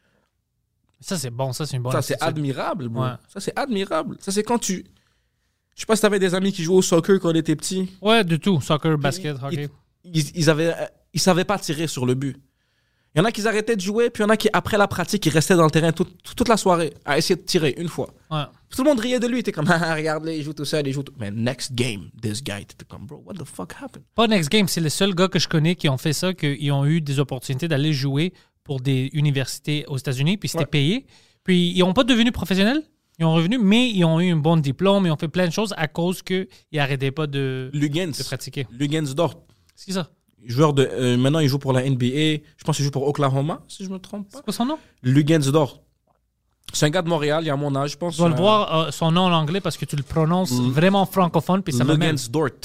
Ça, c'est bon. Ça, c'est une bonne attitude. C'est admirable, bro. Ouais. Ça, c'est admirable. Ça, c'est quand tu... Je sais pas si t'avais des amis qui jouaient au soccer quand on était petits. Ouais, du tout. Soccer, basket, hockey. Ils savaient pas tirer sur le but. Il y en a qui arrêtaient de jouer, puis il y en a qui, après la pratique, ils restaient dans le terrain toute la soirée à essayer de tirer une fois. Ouais. Tout le monde riait de lui. Il était comme, regarde-le, il joue tout seul, Mais next game, this guy, t'étais comme, bro, what the fuck happened? Pas next game, c'est le seul gars que je connais qui ont fait ça, qui ont eu des opportunités d'aller jouer pour des universités aux États-Unis, puis c'était payé. Puis ils n'ont pas devenu professionnels, ils ont revenu, mais ils ont eu un bon diplôme, ils ont fait plein de choses à cause qu'ils n'arrêtaient pas de pratiquer. Lugansdorf. C'est ça? Joueur de... maintenant, il joue pour la NBA. Je pense qu'il joue pour Oklahoma, si je me trompe pas. C'est quoi son nom? Lugansdorf. C'est un gars de Montréal, il a mon âge, je pense. Je dois le voir son nom en anglais parce que tu le prononces vraiment francophone. Puis ça m'amène. Lugens Dort.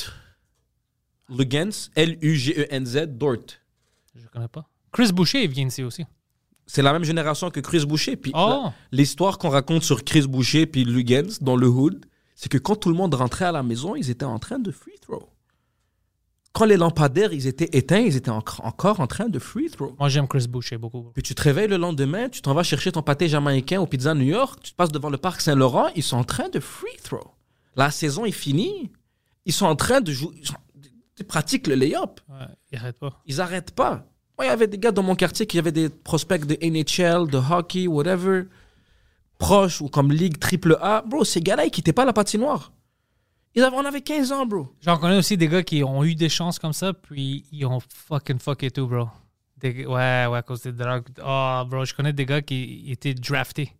Lugens, Lugenz Dort. Je connais pas. Chris Boucher, il vient ici aussi. C'est la même génération que Chris Boucher. Puis l'histoire qu'on raconte sur Chris Boucher puis Lugens dans le hood, c'est que quand tout le monde rentrait à la maison, ils étaient en train de free throw. Quand les lampadaires ils étaient éteints, ils étaient encore en train de free throw. Moi, j'aime Chris Boucher beaucoup. Puis tu te réveilles le lendemain, tu t'en vas chercher ton pâté jamaïcain au Pizza New York, tu te passes devant le parc Saint-Laurent, ils sont en train de free throw. La saison est finie. Ils sont en train de jouer. Ils pratiquent le lay-up. Ouais, ils n'arrêtent pas. Ils n'arrêtent pas. Moi, il y avait des gars dans mon quartier qui avaient des prospects de NHL, de hockey, whatever, proches ou comme Ligue AAA. Bro, ces gars-là, ils quittaient pas la patinoire. On avait 15 ans, bro. J'en connais aussi des gars qui ont eu des chances comme ça, puis ils ont fucké tout, bro. Ouais, à cause des drogues. Oh, bro, je connais des gars qui étaient draftés.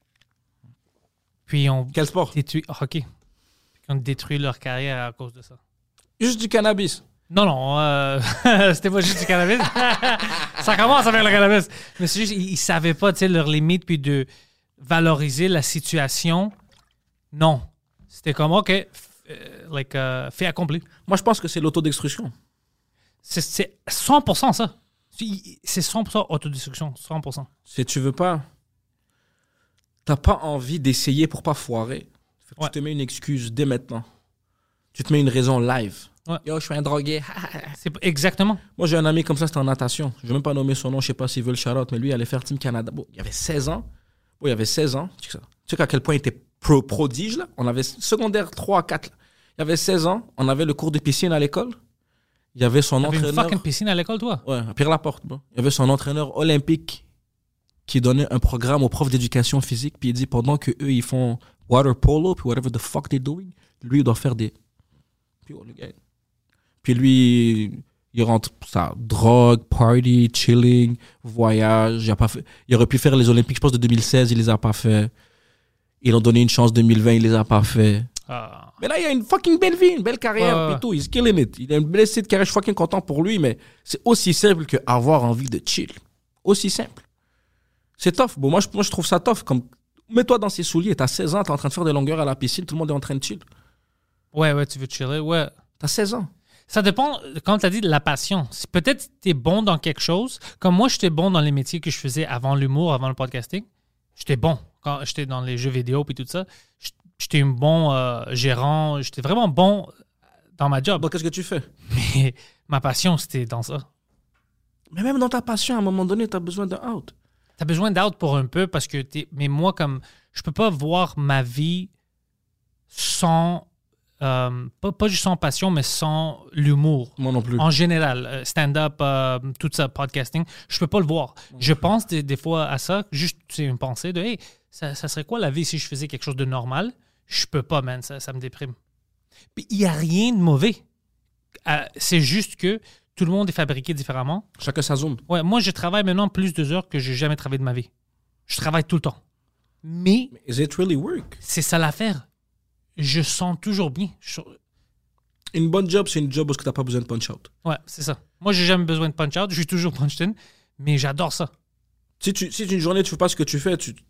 Puis ils ont... Quel sport? Détruit, hockey. Puis ils ont détruit leur carrière à cause de ça. Juste du cannabis? Non, c'était pas juste du cannabis. Ça commence avec le cannabis. Mais c'est juste, ils savaient pas, tu sais, leurs limites, puis de valoriser la situation. Non. C'était comme, OK, fait accompli. Moi, je pense que c'est l'autodestruction. C'est 100% ça. C'est 100% autodestruction, 100%. Si tu veux pas... T'as pas envie d'essayer pour pas foirer. Tu te mets une excuse dès maintenant. Tu te mets une raison live. Ouais. Yo, je suis un drogué. C'est exactement. Moi, j'ai un ami comme ça, c'était en natation. Je vais même pas nommer son nom, je sais pas s'il veut le shout-out, mais lui, il allait faire Team Canada. Bon, il avait 16 ans. Tu sais à quel point il était prodige, là. On avait secondaire 3 à 4. Là. Il avait 16 ans. On avait le cours de piscine à l'école. Il y avait son entraîneur. Tu avais une fucking piscine à l'école, toi? Ouais, à Pierre-Laporte. Bon. Il y avait son entraîneur olympique qui donnait un programme aux profs d'éducation physique. Puis il dit, pendant qu'eux, ils font water polo, puis whatever the fuck they're doing, lui, il doit faire des... Puis lui, il rentre ça, drogue, party, chilling, voyage. Il aurait pu faire les Olympiques, je pense, de 2016, il les a pas fait. Ils ont donné une chance 2020, il les a pas fait. Ah. Mais là, il a une fucking belle vie, une belle carrière, et tout. He's killing it. Il a une belle carrière, je suis fucking content pour lui, mais c'est aussi simple qu'avoir envie de chill. Aussi simple. C'est tough. Bon, moi, je trouve ça tough. Comme, mets-toi dans ses souliers, t'as 16 ans, t'es en train de faire des longueurs à la piscine, tout le monde est en train de chill. Ouais, tu veux chiller, ouais. T'as 16 ans. Ça dépend, comme tu as dit, de la passion. Peut-être tu es bon dans quelque chose. Comme moi, j'étais bon dans les métiers que je faisais avant l'humour, avant le podcasting. J'étais bon. Quand j'étais dans les jeux vidéo et tout ça, j'étais un bon gérant. J'étais vraiment bon dans ma job. Bon, qu'est-ce que tu fais? Mais ma passion, c'était dans ça. Mais même dans ta passion, à un moment donné, tu as besoin d'un out. Tu as besoin d'out pour un peu parce que mais moi, comme je peux pas voir ma vie sans... pas juste sans passion, mais sans l'humour. Moi non plus. En général, stand-up, tout ça, podcasting, je peux pas le voir. Je pense des fois à ça, juste c'est une pensée de hey, ça serait quoi la vie si je faisais quelque chose de normal? Je peux pas, man, ça me déprime. Puis il n'y a rien de mauvais. C'est juste que tout le monde est fabriqué différemment. Chacun sa zone. Ouais, moi, je travaille maintenant plus d'2 heures que j'ai jamais travaillé de ma vie. Je travaille tout le temps. Mais is it really work? C'est ça l'affaire. Je sens toujours bien. Une bonne job, c'est une job où tu n'as pas besoin de punch-out. Ouais, c'est ça. Moi, j'ai jamais besoin de punch-out. Je suis toujours punched-in, mais j'adore ça. Si une journée, tu ne fais pas ce que tu fais, tu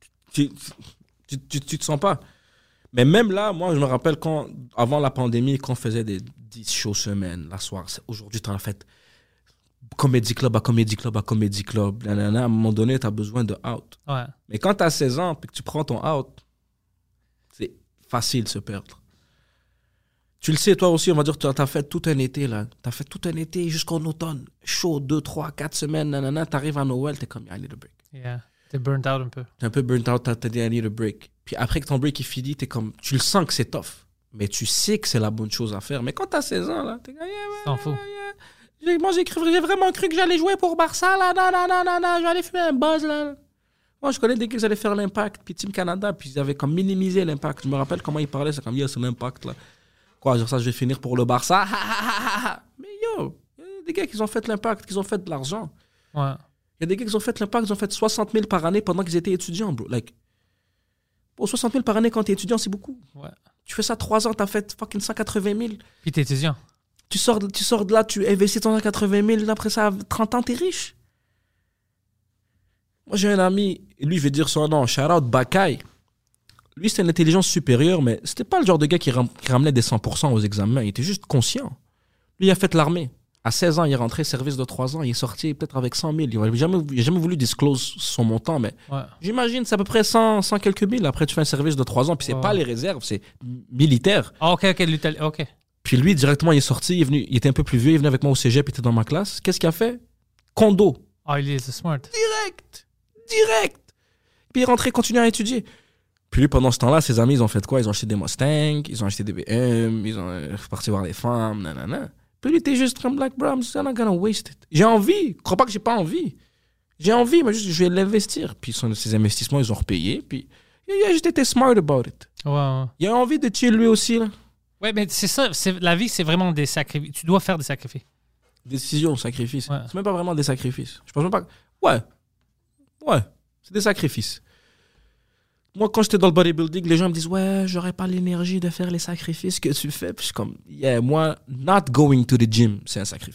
te sens pas. Mais même là, moi, je me rappelle avant la pandémie, quand on faisait des 10 shows semaine, la soirée, aujourd'hui, tu en as fait comédie club à comédie club à comédie club. À un moment donné, tu as besoin de out. Ouais. Mais quand tu as 16 ans et que tu prends ton out, c'est facile de se perdre. Tu le sais, toi aussi, on va dire, tu as fait tout un été, là. Tu as fait tout un été jusqu'en automne. Chaud, 2, 3, 4 semaines, tu arrives à Noël, tu es comme, I need a break. Yeah. Tu es burnt out un peu. Tu es un peu burnt out, tu as dit, I need a break. Puis après que ton break est fini, tu es comme, tu le sens que c'est tough. Mais tu sais que c'est la bonne chose à faire. Mais quand tu as 16 ans, là, tu es comme, t'en fous. Moi, j'ai vraiment cru que j'allais jouer pour Barça, là. Non, j'allais fumer un buzz, là. Moi, je connais des gars qui allaient faire l'Impact, puis Team Canada, puis ils avaient comme minimisé l'Impact. Je me rappelle comment ils parlaient, c'est comme, yo, c'est l'Impact, là. Quoi, genre ça, je vais finir pour le Barça. Mais yo, il y a des gars qui ont fait l'Impact, qui ont fait de l'argent. Ouais. Il y a des gars qui ont fait l'impact, ils ont fait 60 000 par année pendant qu'ils étaient étudiants, bro. Like, pour 60 000 par année quand t'es étudiant, c'est beaucoup. Ouais. Tu fais ça 3 ans, t'as fait fucking 180 000. Puis t'es étudiant. Tu sors de là, tu investis ton 180 000, après ça, à 30 ans, t'es riche. Moi, j'ai un ami, et lui, je vais dire son nom, shout-out Bakai. Lui, c'était une intelligence supérieure, mais c'était pas le genre de gars qui ramenait des 100% aux examens. Il était juste conscient. Lui, il a fait l'armée. À 16 ans, il est rentré, service de 3 ans. Il est sorti peut-être avec 100 000. Il n'a jamais voulu disclose son montant, mais j'imagine c'est à peu près 100 quelques mille. Après, tu fais un service de 3 ans, puis c'est pas les réserves, c'est militaire. Ah, ok. Puis lui, directement, il est sorti. Il était un peu plus vieux. Il venait avec moi au cégep, il était dans ma classe. Qu'est-ce qu'il a fait? Condo. Ah, il est smart. Direct. Puis il est rentré, continué à étudier. Puis lui, pendant ce temps-là, ses amis, ils ont fait quoi? Ils ont acheté des Mustangs, ils ont acheté des BM, ils ont parti voir les femmes, nanana. Puis lui, t'es juste comme like, bro, I'm not gonna waste it. J'ai envie. Crois pas que j'ai pas envie. J'ai envie, mais juste, je vais l'investir. Puis ces investissements, ils ont repayé. Puis il a juste été smart about it. Ouais. Il a envie de chill lui aussi, là. Ouais, mais c'est ça. La vie, c'est vraiment des sacrifices. Tu dois faire des sacrifices. Décision, sacrifice. Ouais. C'est même pas vraiment des sacrifices. Je pense même pas. Ouais. C'est des sacrifices. Moi, quand j'étais dans le bodybuilding, les gens me disent « Ouais, j'aurais pas l'énergie de faire les sacrifices que tu fais. » Puis je suis comme « Yeah, moi, not going to the gym, c'est un sacrifice. »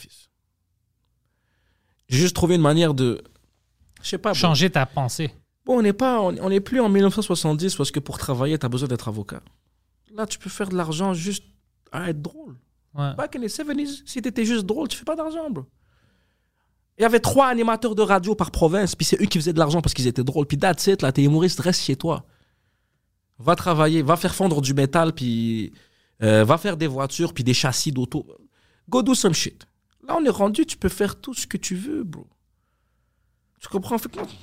J'ai juste trouvé une manière de... Je sais pas. Changer ta pensée. Bon, on n'est plus en 1970 parce que pour travailler, tu as besoin d'être avocat. Là, tu peux faire de l'argent juste à être drôle. Ouais. Back in the 70s, si tu étais juste drôle, tu fais pas d'argent, bro. Il y avait 3 animateurs de radio par province, puis c'est eux qui faisaient de l'argent parce qu'ils étaient drôles. Puis that's it, là, t'es humoriste, reste chez toi. Va travailler, va faire fondre du métal, puis va faire des voitures, puis des châssis d'auto. Go do some shit. Là, on est rendu, tu peux faire tout ce que tu veux, bro. Tu comprends? Fait que non.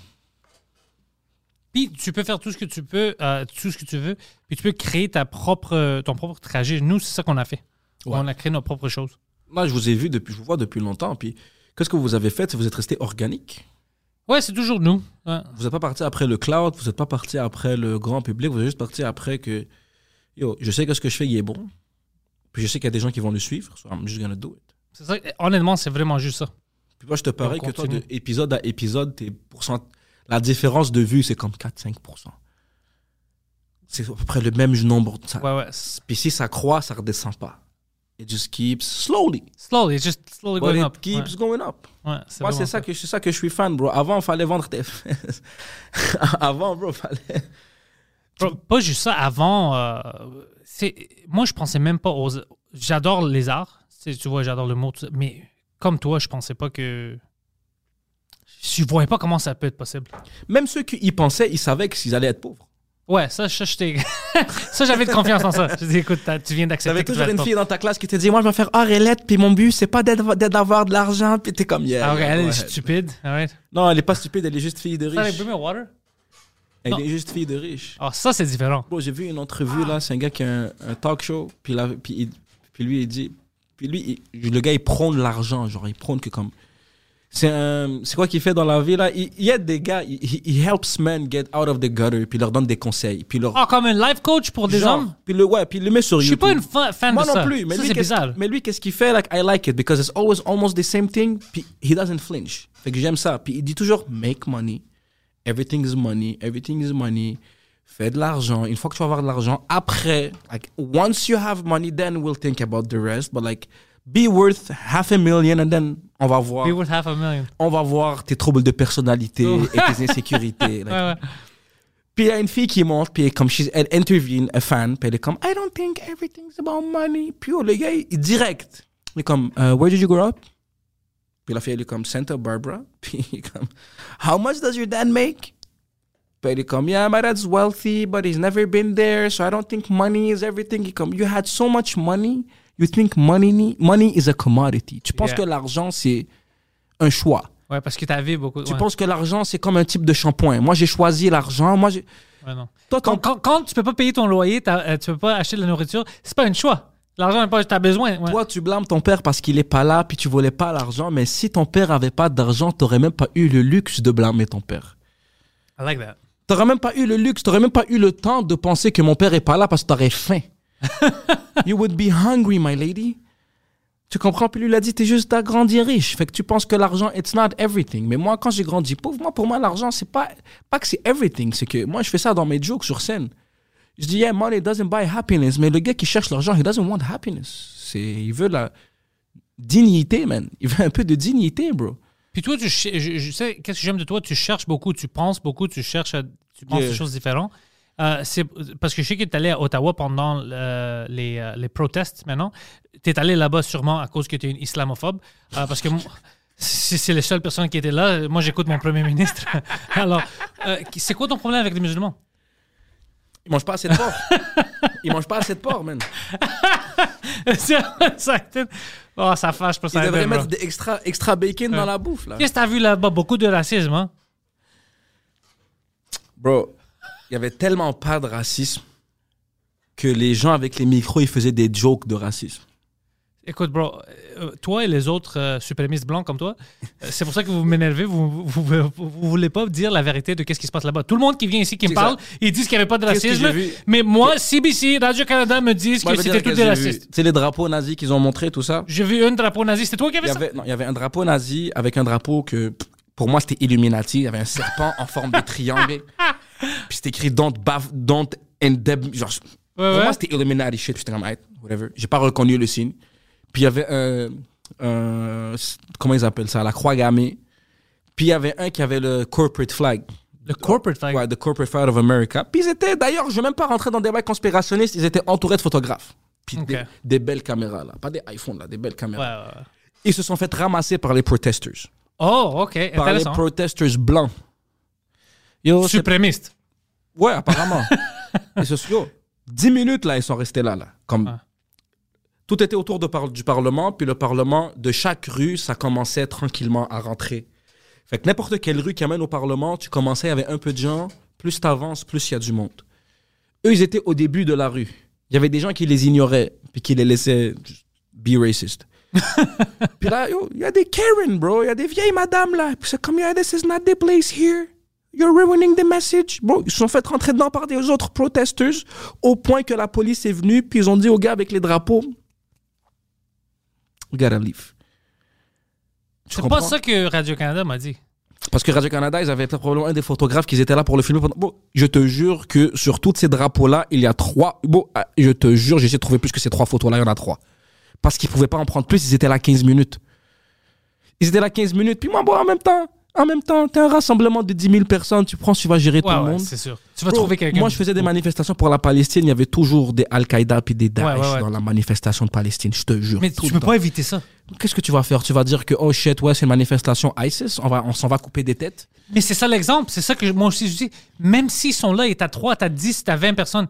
Puis tu peux faire tout ce que tu veux, puis tu peux créer ton propre trajet. Nous, c'est ça qu'on a fait. Ouais. On a créé nos propres choses. Moi, je vous vois depuis longtemps, puis qu'est-ce que vous avez fait? Vous êtes resté organique? Ouais, c'est toujours nous. Ouais. Vous n'êtes pas parti après le cloud, vous n'êtes pas parti après le grand public, vous êtes juste parti après que yo, je sais que ce que je fais, il est bon. Puis je sais qu'il y a des gens qui vont nous suivre, so I'm just gonna do it. C'est ça, honnêtement, c'est vraiment juste ça. Puis moi, je te parie que toi, de épisode à épisode, la différence de vue, c'est comme 4-5%. C'est à peu près le même nombre. Ouais. Puis si ça croît, ça ne redescend pas. It just keeps slowly. Just slowly going up. It keeps going up. Ouais, moi, c'est ça que je suis fan, bro. Avant, il fallait vendre tes fesses. Avant, bro, fallait... Bro, pas juste ça. Avant, moi, je pensais même pas aux... J'adore les arts. Tu vois, j'adore le mot. Mais comme toi, je pensais pas que... Je voyais pas comment ça peut être possible. Même ceux qui y pensaient, ils savaient qu'ils allaient être pauvres. Ouais, ça j'avais de confiance en ça. Je dis, écoute, tu viens d'accepter. T'avais toujours une fille dans ta classe qui te dit, moi, je vais faire art et lettres, puis mon but, c'est pas d'avoir de l'argent, puis t'es comme, yeah. Ah, ok, elle est stupide. Right. Non, elle est pas stupide, elle est juste fille de riche. Ça, elle est water? Elle est juste fille de riche. Ah, ça, c'est différent. Bon, j'ai vu une entrevue, là, c'est un gars qui a un talk show, puis lui, il dit, le gars, il prône l'argent, genre, il prône que comme... C'est quoi qu'il fait dans la vie, là? Il y a des gars, il helps men get out of the gutter, puis il leur donne des conseils. Puis comme un life coach pour des hommes? Puis il le met sur YouTube. Je suis pas une fan Moi de ça. Moi non plus. Mais ça, lui, c'est bizarre. Mais lui, qu'est-ce qu'il fait? Like, I like it, because it's always almost the same thing, puis he doesn't flinch. Fait que j'aime ça. Puis il dit toujours, make money. Everything is money. Everything is money. Fais de l'argent. Une fois que tu vas avoir de l'argent, après, like, once you have money, then we'll think about the rest. But like, be worth $500,000 and then on va voir. Be worth $500,000. On va voir tes troubles de personnalité et tes insécurités. Like. Ouais. Puis il y a une fille qui monte, puis elle interview un fan, puis elle est comme, I don't think everything's about money. Puis le gars, il direct. Il est comme, where did you grow up? Puis la fille, elle est comme, Santa Barbara. Puis il est comme, how much does your dad make? Puis elle est comme, yeah, my dad's wealthy, but he's never been there, so I don't think money is everything. Il est comme, you had so much money. You think money is a commodity. Tu penses que l'argent, c'est un choix. Ouais, parce que t'as vu beaucoup... Tu penses que l'argent, c'est comme un type de shampoing. Moi, j'ai choisi l'argent. Ouais, non. Toi, quand tu peux pas payer ton loyer, tu peux pas acheter de la nourriture, c'est pas un choix. L'argent n'est pas... T'as besoin. Ouais. Toi, tu blâmes ton père parce qu'il est pas là, puis tu volais pas l'argent. Mais si ton père avait pas d'argent, t'aurais même pas eu le luxe de blâmer ton père. I like that. T'aurais même pas eu le luxe, t'aurais même pas eu le temps de penser que mon père est pas là parce que t'aurais faim. You would be hungry, my lady. Tu comprends? Puis lui, il a dit, t'es juste à grandir riche. Fait que tu penses que l'argent, it's not everything. Mais moi, quand j'ai grandi pauvre, pour moi, l'argent, c'est pas que c'est everything. C'est que moi, je fais ça dans mes jokes sur scène. Je dis, yeah, money doesn't buy happiness. Mais le gars qui cherche l'argent, he doesn't want happiness. Il veut la dignité, man. Il veut un peu de dignité, bro. Puis toi, je sais, qu'est-ce que j'aime de toi? Tu cherches beaucoup, tu penses beaucoup, tu penses des choses différentes. C'est parce que je sais que tu es allé à Ottawa pendant les protestes maintenant. Tu es allé là-bas sûrement à cause que tu es une islamophobe. Parce que c'est les seules personnes qui étaient là. Moi, j'écoute mon premier ministre. Alors, c'est quoi ton problème avec les musulmans? Ils mangent pas assez de porc. Ils mangent pas assez de porc, man. Oh, ça fâche pour ça. Ils devraient mettre des extra bacon dans la bouffe, là. Qu'est-ce que t'as vu là-bas? Beaucoup de racisme, hein? Bro, il y avait tellement pas de racisme que les gens avec les micros, ils faisaient des jokes de racisme. Écoute, bro, toi et les autres suprémistes blancs comme toi, c'est pour ça que vous m'énervez. Vous voulez pas dire la vérité de qu'est-ce qui se passe là-bas. Tout le monde qui vient ici, qui me parle, ils disent qu'il n'y avait pas de racisme. Mais moi, CBC, Radio-Canada me disent que c'était tout des racistes. C'est les drapeaux nazis qu'ils ont montrés, tout ça. J'ai vu un drapeau nazi. C'était toi qui avais ça? Non, il y avait un drapeau nazi avec un drapeau que, pour moi, c'était Illuminati. Il y avait un serpent en forme de triangle. Puis c'était écrit Don't Endeb. Genre, pour moi, c'était Illuminati shit. J'étais comme, whatever. J'ai pas reconnu le signe. Puis il y avait comment ils appellent ça? La croix gammée. Puis il y avait un qui avait le corporate flag. Le corporate flag? Ouais, the corporate flag of America. Puis ils étaient, d'ailleurs, je ne vais même pas rentrer dans des débats conspirationnistes, ils étaient entourés de photographes. Puis des belles caméras, là. Pas des iPhones, là, des belles caméras. Ouais. Ils se sont fait ramasser par les protesters. Oh, OK. Intéressant. Par les protesters blancs. Suprémistes. Ouais, apparemment. Et 10 minutes, là, ils sont restés là. Comme... Tout était autour du Parlement, puis le Parlement, de chaque rue, ça commençait tranquillement à rentrer. Fait que n'importe quelle rue qui amène au Parlement, tu commençais, il y avait un peu de gens, plus t'avances, plus il y a du monde. Eux, ils étaient au début de la rue. Il y avait des gens qui les ignoraient, puis qui les laissaient be racist. Puis là, il y a des Karen, bro, il y a des vieilles madames là. Puis c'est comme, this is not the place here. You're ruining the message. Bro, ils se sont fait rentrer dedans par des autres protesters, au point que la police est venue, puis ils ont dit aux gars avec les drapeaux, we gotta leave. C'est pas ça que Radio-Canada m'a dit. Parce que Radio-Canada, ils avaient probablement un des photographes qui étaient là pour le filmer. Bon, je te jure que sur tous ces drapeaux-là, il y a 3. Bon, je te jure, j'ai essayé de trouver plus que ces 3 photos-là, il y en a 3. Parce qu'ils pouvaient pas en prendre plus, ils étaient là 15 minutes. Ils étaient là 15 minutes. Puis moi, bon, en même temps, t'es un rassemblement de 10 000 personnes, tu vas gérer tout le monde. C'est sûr. Tu vas trouver quelqu'un. Moi, je faisais des manifestations pour la Palestine, il y avait toujours des Al-Qaïda puis des Daesh dans la manifestation de Palestine, je te jure. Mais tu peux pas éviter ça. Qu'est-ce que tu vas faire? Tu vas dire que, oh shit, ouais, c'est une manifestation ISIS, on s'en va couper des têtes? Mais c'est ça l'exemple, c'est ça que moi aussi je dis. Même s'ils sont là et t'as 3, t'as 10, t'as 20 personnes,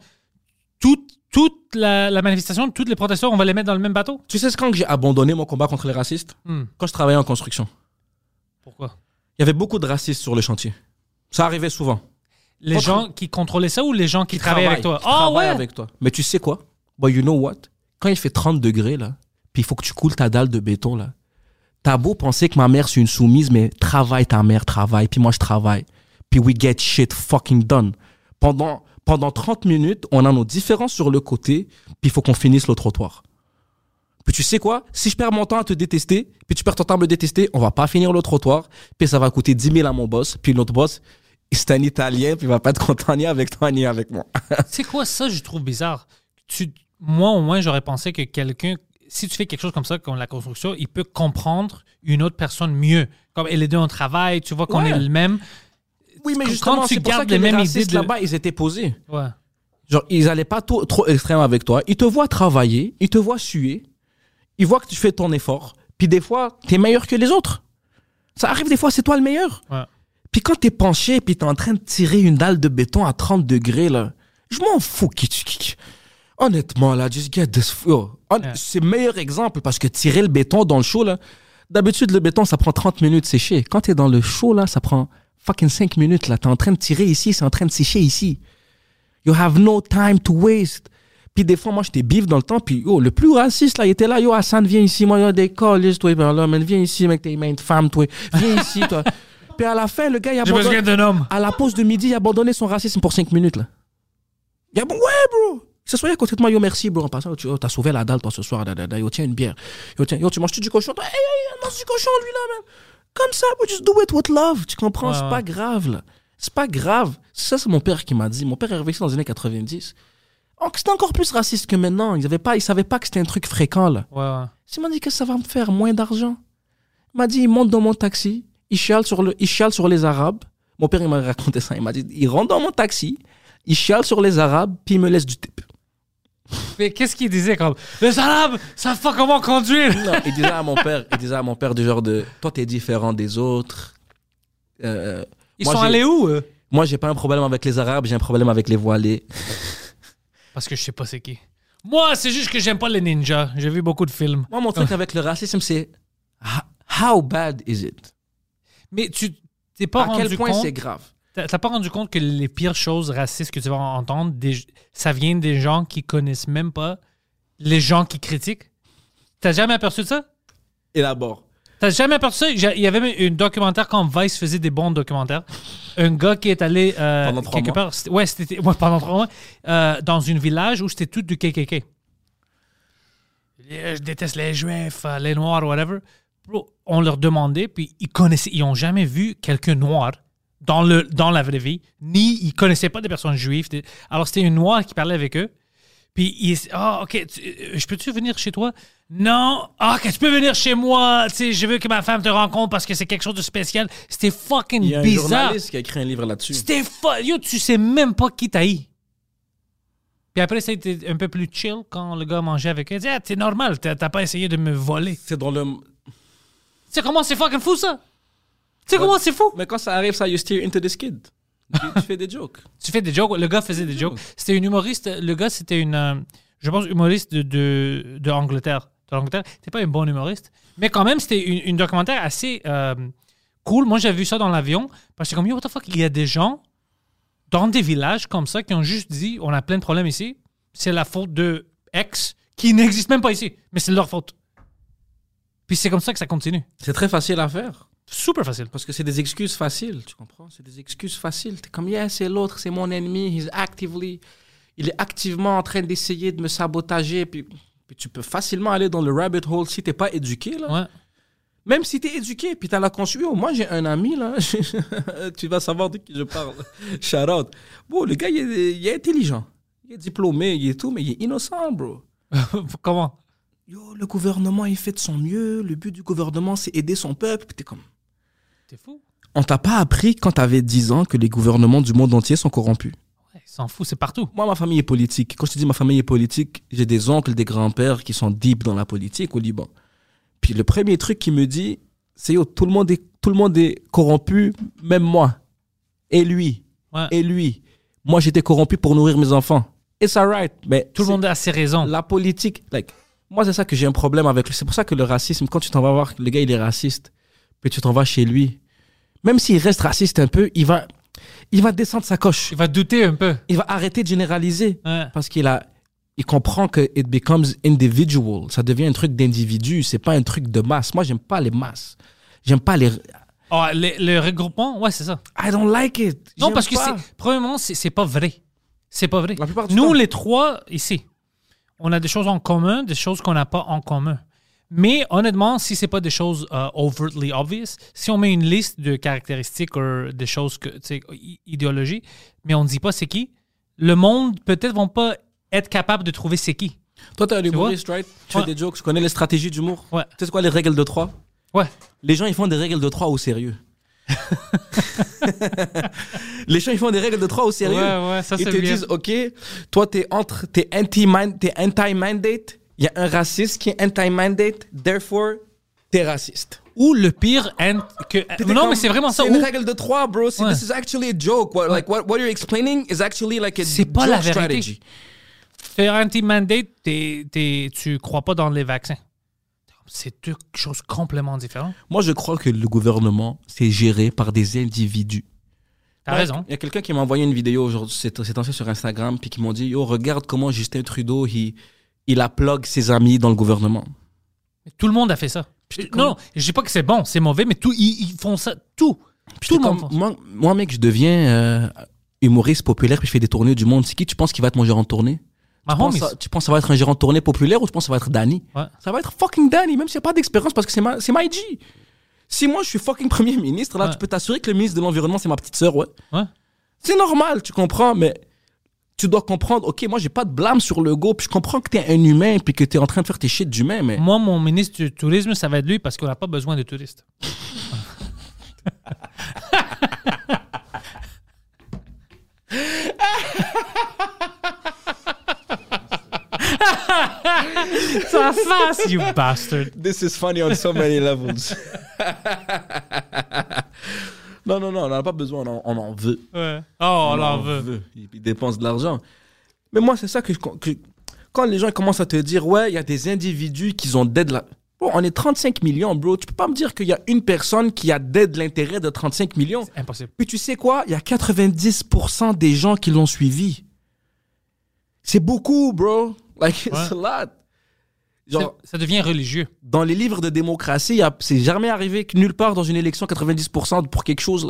toute la manifestation, toutes les protestants, on va les mettre dans le même bateau? Tu sais, c'est quand j'ai abandonné mon combat contre les racistes? Quand je travaillais en construction. Pourquoi? Il y avait beaucoup de racistes sur le chantier. Ça arrivait souvent. Les gens qui contrôlaient ça ou les gens qui travaillaient avec toi? Avec toi. Mais tu sais quoi? But you know what? Quand il fait 30 degrés, là, puis il faut que tu coules ta dalle de béton, là, t'as beau penser que ma mère, c'est une soumise, mais travaille, ta mère travaille, puis moi, je travaille. Puis we get shit fucking done. Pendant 30 minutes, on a nos différences sur le côté, puis il faut qu'on finisse le trottoir. Puis tu sais quoi? Si je perds mon temps à te détester, puis tu perds ton temps à me détester, on va pas finir le trottoir, puis ça va coûter 10 000 à mon boss, puis l'autre boss, c'est un Italien, puis il va pas être content ni avec toi, ni avec moi. C'est quoi ça, je trouve bizarre? Moi, au moins, j'aurais pensé que quelqu'un, si tu fais quelque chose comme ça, comme la construction, il peut comprendre une autre personne mieux. Comme les deux, on travaille, tu vois qu'on est le même. Oui, mais justement, c'est pour ça que les racistes là-bas, ils étaient posés. Ouais. Genre, ils allaient pas trop extrêmes avec toi. Ils te voient travailler, ils te voient suer. Ils voient que tu fais ton effort, puis des fois, t'es meilleur que les autres. Ça arrive des fois, c'est toi le meilleur. Ouais. Puis quand t'es penché, puis t'es en train de tirer une dalle de béton à 30 degrés, là, je m'en fous. Honnêtement, là, just get this... C'est le meilleur exemple, parce que tirer le béton dans le chaud, là, d'habitude, le béton, ça prend 30 minutes sécher. Quand t'es dans le chaud, là, ça prend fucking 5 minutes, là. T'es en train de tirer ici, c'est en train de sécher ici. You have no time to waste. Puis des fois, moi, j'étais bif dans le temps. Puis, le plus raciste, là, il était là. Yo, Hassan, viens ici. Moi, il y a des colis, toi, ben là, mais viens ici, mec, t'es une femme, toi. Viens ici, toi. Puis à la fin, le gars, il a abandonné. J'ai besoin d'un homme. À la pause de midi, il a abandonné son racisme pour 5 minutes, là. Ouais, bro. Ce soir, à côté de moi, yo, merci, bro. En passant, t'as sauvé la dalle, toi, ce soir. Yo, tiens une bière. Yo, tu manges-tu du cochon? Toi, hey, mange du cochon, lui, là, man. Comme ça, bro, just do it with love. Tu comprends? C'est pas grave, là. C'est pas grave. Ça, c'est mon père qui m'a dit. Mon père est arrivé ici dans les années 90. C'était encore plus raciste que maintenant. Ils savaient pas que c'était un truc fréquent, là. Ouais. Il m'a dit que ça va me faire moins d'argent. Il m'a dit, il monte dans mon taxi, il chiale sur les Arabes. Mon père, il m'a raconté ça. Il m'a dit, il rentre dans mon taxi, il chiale sur les Arabes, puis il me laisse du tip. Mais qu'est-ce qu'il disait comme les Arabes savent pas comment conduire? Non, il disait à mon père du genre de, toi, t'es différent des autres. Ils sont allés où, eux? Moi, j'ai pas un problème avec les Arabes, j'ai un problème avec les voilés. Parce que je sais pas c'est qui. Moi, c'est juste que j'aime pas les ninjas. J'ai vu beaucoup de films. Moi, mon truc avec le racisme, c'est how bad is it? Mais tu t'es pas rendu compte... À quel point c'est grave? T'as pas rendu compte que les pires choses racistes que tu vas entendre, ça vient des gens qui connaissent même pas les gens qui critiquent? T'as jamais aperçu de ça? Élabore. T'as jamais aperçu ça? Il y avait un documentaire quand Vice faisait des bons documentaires. Un gars qui est allé pendant 3 quelque mois. part... C'était pendant 3 mois. Dans un village où c'était tout du KKK. Je déteste les Juifs, les Noirs, whatever. Bro, on leur demandait, puis ils ont jamais vu quelqu'un noir dans la vraie vie, ni ils connaissaient pas des personnes juives. Alors, c'était un noir qui parlait avec eux. Puis, OK, je peux-tu venir chez toi? Non. OK, tu peux venir chez moi. Tu sais, je veux que ma femme te rencontre parce que c'est quelque chose de spécial. C'était fucking bizarre. Il y a un journaliste qui a écrit un livre là-dessus. C'était Yo, tu sais même pas qui t'haït. Puis après, ça a été un peu plus chill quand le gars mangeait avec eux. Il dit, c'est normal, t'as pas essayé de me voler. C'est dans le... Tu sais comment c'est fucking fou, ça? Tu sais comment c'est fou? Mais quand ça arrive, ça, you steer into this kid. Tu fais des jokes. Tu fais des jokes. Le gars faisait des jokes. C'était un humoriste. Le gars, c'était je pense, humoriste de Angleterre. De l'Angleterre. C'était pas un bon humoriste. Mais quand même, c'était une documentaire assez cool. Moi, j'avais vu ça dans l'avion. Parce que j'étais comme, yo, what the fuck? Il y a des gens dans des villages comme ça qui ont juste dit, on a plein de problèmes ici. C'est la faute de X qui n'existe même pas ici. Mais c'est leur faute. Puis c'est comme ça que ça continue. C'est très facile à faire. Super facile. Parce que c'est des excuses faciles, tu comprends? C'est des excuses faciles. T'es comme, yeah, c'est l'autre, c'est mon ennemi. Il est activement en train d'essayer de me sabotager. Puis tu peux facilement aller dans le rabbit hole si t'es pas éduqué, là. Ouais. Même si t'es éduqué, puis t'as la conscience. Moi, j'ai un ami, là. Tu vas savoir de qui je parle. Shout out. Bon, le gars, il est intelligent. Il est diplômé, il est tout, mais il est innocent, bro. Comment? Yo, le gouvernement, il fait de son mieux. Le but du gouvernement, c'est aider son peuple. Puis t'es comme... T'es fou. On t'a pas appris quand t'avais 10 ans que les gouvernements du monde entier sont corrompus. Ouais, ils s'en foutent, c'est partout. Moi, ma famille est politique. Quand je te dis ma famille est politique, j'ai des oncles, des grands-pères qui sont deep dans la politique au Liban. Puis le premier truc qu'il me dit, c'est yo, tout le monde est corrompu, même moi. Et lui. Ouais. Et lui. Moi, j'étais corrompu pour nourrir mes enfants. It's alright. Mais tout le monde a ses raisons. La politique, moi, c'est ça que j'ai un problème avec. C'est pour ça que le racisme, quand tu t'en vas voir, le gars, il est raciste, puis tu t'en vas chez lui, même s'il reste raciste un peu, il va descendre sa coche. Il va douter un peu. Il va arrêter de généraliser. Ouais. Parce il comprend que it becomes individual. Ça devient un truc d'individu. C'est pas un truc de masse. Moi, j'aime pas les masses. J'aime pas les... Oh, le regroupement, ouais, c'est ça. I don't like it. Non, J'aime parce que pas. Premièrement, c'est pas vrai. C'est pas vrai. La plupart du Nous, temps. les trois, ici, on a des choses en commun, des choses qu'on n'a pas en commun. Mais honnêtement, si c'est pas des choses overtly obvious, si on met une liste de caractéristiques ou des choses, idéologie, mais on ne dit pas c'est qui, le monde peut-être vont pas être capable de trouver c'est qui. Toi, t'es un humoriste, right? Tu fais des jokes, tu connais les stratégies d'humour. Ouais. Tu sais c'est quoi les règles de 3? Ouais. Les gens, ils font des règles de 3 au sérieux. Les gens, ils font des règles de 3 au sérieux. Ouais, ça, ils c'est te bien. disent, OK, toi, t'es anti-mandate. Il y a un raciste qui est anti-mandate, therefore, t'es raciste. Ou le pire, non, mais c'est vraiment ça. C'est une règle de 3, bro. Ouais. This is actually a joke. What you're explaining is actually like a C'est pas joke la vérité. strategy. Faire anti-mandate, tu crois pas dans les vaccins. C'est deux choses complètement différentes. Moi, je crois que le gouvernement, c'est géré par des individus. T'as raison. Il y a quelqu'un qui m'a envoyé une vidéo aujourd'hui, c'est lancé sur Instagram, puis qui m'ont dit, yo, regarde comment Justin Trudeau, il applug ses amis dans le gouvernement. Tout le monde a fait ça. Non, je dis pas que c'est bon, c'est mauvais, mais ils font ça, tout. Tout le monde fait ça. Moi, mec, je deviens humoriste populaire, puis je fais des tournées du monde. C'est qui tu penses qui va être mon gérant de tournée? Tu penses que ça va être un gérant de tournée populaire ou tu penses que ça va être Danny? Ouais. Ça va être fucking Danny, même s'il n'y a pas d'expérience, parce que c'est my G. Si moi, je suis fucking premier ministre, là, tu peux t'assurer que le ministre de l'Environnement, c'est ma petite sœur, ouais. C'est normal, tu comprends, mais tu dois comprendre, OK, moi, j'ai pas de blâme sur le go, puis je comprends que t'es un humain, puis que t'es en train de faire tes shit d'humain, mais... Moi, mon ministre du tourisme, ça va être lui, parce qu'on n'a pas besoin de touristes. Sa face, you bastard. This is funny on so many levels. Non, on n'en a pas besoin, on en veut. Ouais. Oh, on en veut. Ils dépensent de l'argent. Mais moi, c'est ça que quand les gens commencent à te dire, ouais, il y a des individus qui ont d'aide là. Bon, on est 35 millions, bro. Tu peux pas me dire qu'il y a une personne qui a d'aide l'intérêt de 35 millions. C'est impossible. Puis tu sais quoi? Il y a 90% des gens qui l'ont suivi. C'est beaucoup, bro. Like, it's a lot. Genre, ça devient religieux. Dans les livres de démocratie, c'est jamais arrivé que nulle part dans une élection 90% pour quelque chose.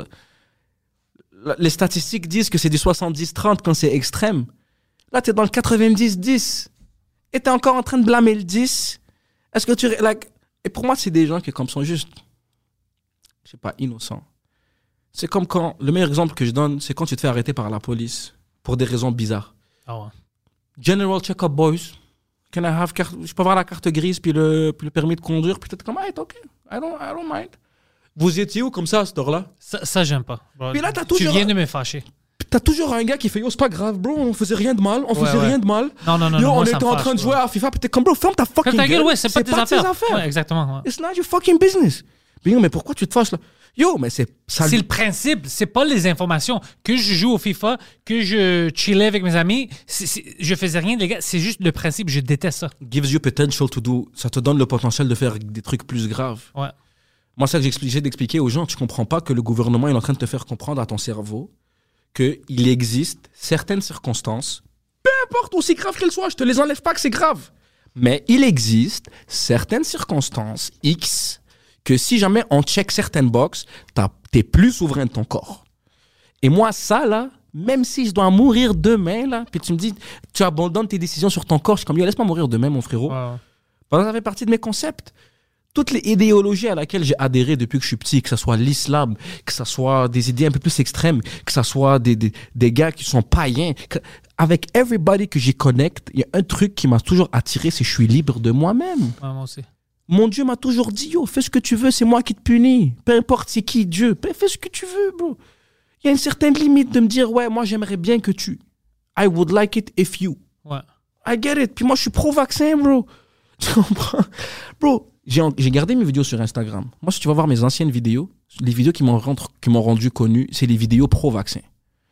Là. Les statistiques disent que c'est du 70-30 quand c'est extrême. Là, t'es dans le 90-10. Et t'es encore en train de blâmer le 10. Est-ce que tu... Et pour moi, c'est des gens qui comme sont juste... Je sais pas, innocents. C'est comme quand... Le meilleur exemple que je donne, c'est quand tu te fais arrêter par la police pour des raisons bizarres. Ah ouais. General check-up, boys. Can I have je peux avoir la carte grise puis le permis de conduire. Puis peut-être comme, ah, OK, I don't mind. Vous étiez où comme ça à cette heure-là? Ça j'aime pas. Bro. Puis là, tu viens de me fâcher. T'as toujours un gars qui fait, yo, c'est pas grave, bro, on faisait rien de mal, rien de mal. Non, yo, on moi, était en train de jouer à FIFA, puis t'es comme, bro, ferme ta fucking gueule. Ouais, c'est pas tes affaires. Ouais, exactement. Ouais. It's not your fucking business. Mais pourquoi tu te fâches là? Yo, mais c'est le principe, c'est pas les informations. Que je joue au FIFA, que je chillais avec mes amis, je faisais rien de légal, c'est juste le principe, je déteste ça. Gives you potential to do, ça te donne le potentiel de faire des trucs plus graves. Ouais. Moi, ça que j'essaie d'expliquer aux gens, tu comprends pas que le gouvernement est en train de te faire comprendre à ton cerveau qu'il existe certaines circonstances, peu importe aussi graves qu'elles soient, je te les enlève pas que c'est grave, mais il existe certaines circonstances X que si jamais on check certaines boxes, t'es plus souverain de ton corps. Et moi, ça, là, même si je dois mourir demain, là, puis tu me dis, tu abandonnes tes décisions sur ton corps, je suis comme, yo, laisse-moi mourir demain, mon frérot. Wow. Parce que ça fait partie de mes concepts. Toutes les idéologies à laquelle j'ai adhéré depuis que je suis petit, que ce soit l'islam, que ce soit des idées un peu plus extrêmes, que ce soit des gars qui sont païens, avec everybody que j'y connecte, il y a un truc qui m'a toujours attiré, c'est que je suis libre de moi-même. Ouais, moi aussi. Mon Dieu m'a toujours dit, yo, fais ce que tu veux, c'est moi qui te punis. Peu importe c'est qui Dieu, fais ce que tu veux, bro. Il y a une certaine limite de me dire, ouais, moi j'aimerais bien que tu... I would like it if you. Ouais. I get it. Puis moi je suis pro-vaccin, bro. Tu comprends? Bro, j'ai gardé mes vidéos sur Instagram. Moi, si tu vas voir mes anciennes vidéos, les vidéos qui m'ont rendu connu, c'est les vidéos pro-vaccin.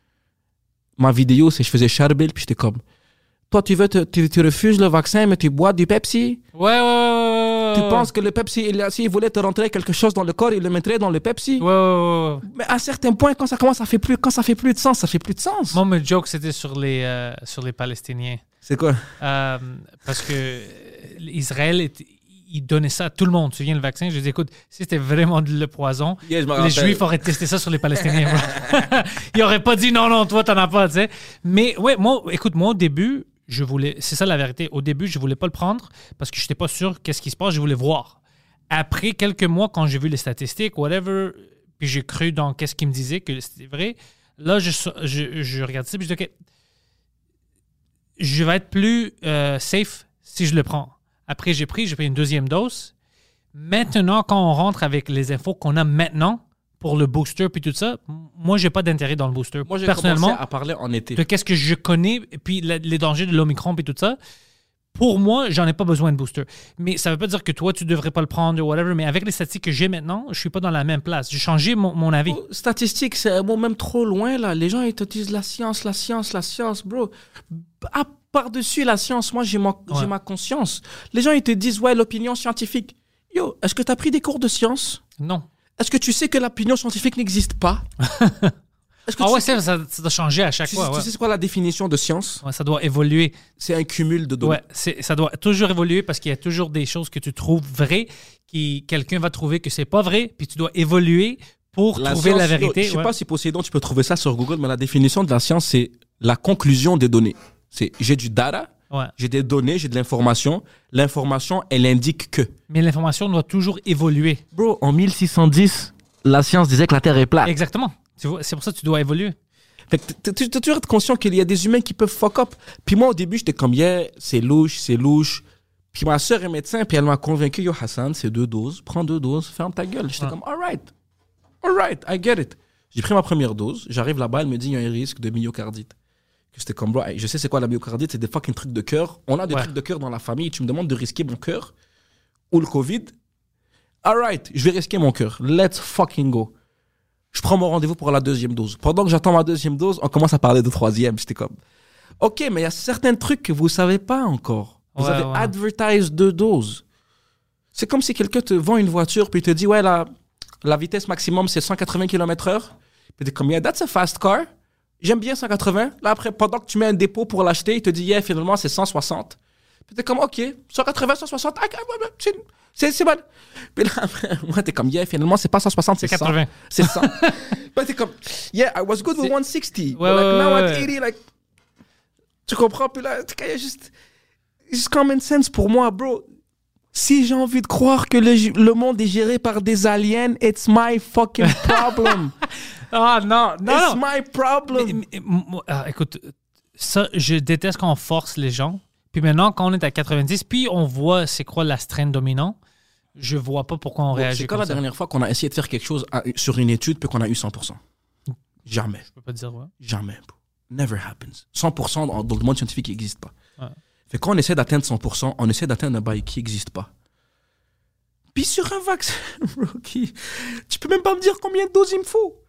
Ma vidéo, c'est je faisais charbel, puis j'étais comme, toi, tu refuses le vaccin, mais tu bois du Pepsi? Ouais. Tu penses que le Pepsi, s'il voulait te rentrer quelque chose dans le corps, il le mettrait dans le Pepsi? Ouais. Mais à un certain point, quand ça fait plus de sens, ça fait plus de sens. Moi, mon joke, c'était sur les Palestiniens. C'est quoi? Parce que Israël, il donnait ça à tout le monde. Tu viens le vaccin? Je dis, écoute, si c'était vraiment le poison, les Juifs auraient testé ça sur les Palestiniens. Ils n'auraient pas dit, non, toi, t'en as pas, tu sais. Mais ouais, moi, au début, c'est ça la vérité. Au début, je voulais pas le prendre parce que je n'étais pas sûr qu'est-ce qui se passe. Je voulais voir. Après quelques mois, quand j'ai vu les statistiques, whatever, puis j'ai cru dans qu'est-ce qu'ils me disaient, que c'était vrai, là, je regarde ça, puis je dis, OK, je vais être plus safe si je le prends. Après, j'ai pris une deuxième dose. Maintenant, quand on rentre avec les infos qu'on a maintenant pour le booster puis tout ça, moi, j'ai pas d'intérêt dans le booster. Moi, j'ai personnellement commencé à parler en été. De qu'est-ce que je connais et puis les dangers de l'Omicron puis tout ça. Pour moi, j'en ai pas besoin de booster. Mais ça veut pas dire que toi, tu devrais pas le prendre ou whatever. Mais avec les statistiques que j'ai maintenant, je suis pas dans la même place. J'ai changé mon avis. Statistiques, c'est un mot même trop loin, là. Les gens, ils te disent la science, bro. Par-dessus la science, moi, j'ai ma conscience. Les gens, ils te disent, ouais, l'opinion scientifique. Yo, est-ce que tu as pris des cours de science? Non. Est-ce que tu sais que l'opinion scientifique n'existe pas? Ça doit changer à chaque fois. Tu sais c'est quoi la définition de science? Ouais, ça doit évoluer. C'est un cumul de données. Ouais, ça doit toujours évoluer parce qu'il y a toujours des choses que tu trouves vraies, quelqu'un va trouver que c'est pas vrai, puis tu dois évoluer pour trouver la vérité. Je sais pas si Poséidon, tu peux trouver ça sur Google, mais la définition de la science, c'est la conclusion des données. J'ai du data, j'ai des données, j'ai de l'information. L'information, elle indique que. Mais l'information doit toujours évoluer. Bro, en 1610, la science disait que la Terre est plate. Exactement. Tu vois, c'est pour ça que tu dois évoluer. Fait que tu dois toujours être conscient qu'il y a des humains qui peuvent fuck up. Puis moi, au début, j'étais comme, c'est louche. Puis ma soeur est médecin, puis elle m'a convaincu, yo Hassan, c'est 2 doses, prends 2 doses, ferme ta gueule. J'étais comme, all right. All right, I get it. J'ai pris ma première dose. J'arrive là-bas, elle me dit il y a un risque de myocardite. J'étais comme, bro, je sais c'est quoi la myocardite, c'est des fucking trucs de cœur. On a des trucs de cœur dans la famille. Tu me demandes de risquer mon cœur ou le Covid. All right, je vais risquer mon cœur. Let's fucking go. Je prends mon rendez-vous pour la 2e dose. Pendant que j'attends ma 2e dose, on commence à parler de 3e. J'étais comme, OK, mais il y a certains trucs que vous savez pas encore. Vous avez advertise 2 doses. C'est comme si quelqu'un te vend une voiture puis il te dit, ouais, la vitesse maximum, c'est 180 km/h. Puis t'es comme, yeah, that's a fast car. J'aime bien 180. Là, après, pendant que tu mets un dépôt pour l'acheter, il te dit, yeah, finalement, c'est 160. Puis t'es comme, OK, 180, 160, c'est bon. Puis là, après, moi, t'es comme, yeah, finalement, c'est pas 160, c'est 80. 100. C'est 100. Puis t'es comme, yeah, I was good with 160. Ouais, like, now ouais. at 80, like, tu comprends? Puis là, il y a juste common sense pour moi, bro. Si j'ai envie de croire que le monde est géré par des aliens, it's my fucking problem. Ah non. It's my problem. Écoute, ça, je déteste quand on force les gens. Puis maintenant, quand on est à 90, puis on voit c'est quoi la strain dominant, je vois pas pourquoi on réagit C'est quand comme la ça. dernière fois qu'on a essayé de faire quelque chose sur une étude puis qu'on a eu 100%? Jamais. Je peux pas te dire ouais. Jamais. Never happens. 100% dans le monde scientifique qui n'existe pas. Ouais. Fait quand on essaie d'atteindre 100%, on essaie d'atteindre un bail qui n'existe pas. Puis sur un vaccin, Rocky, tu peux même pas me dire combien de doses il me faut.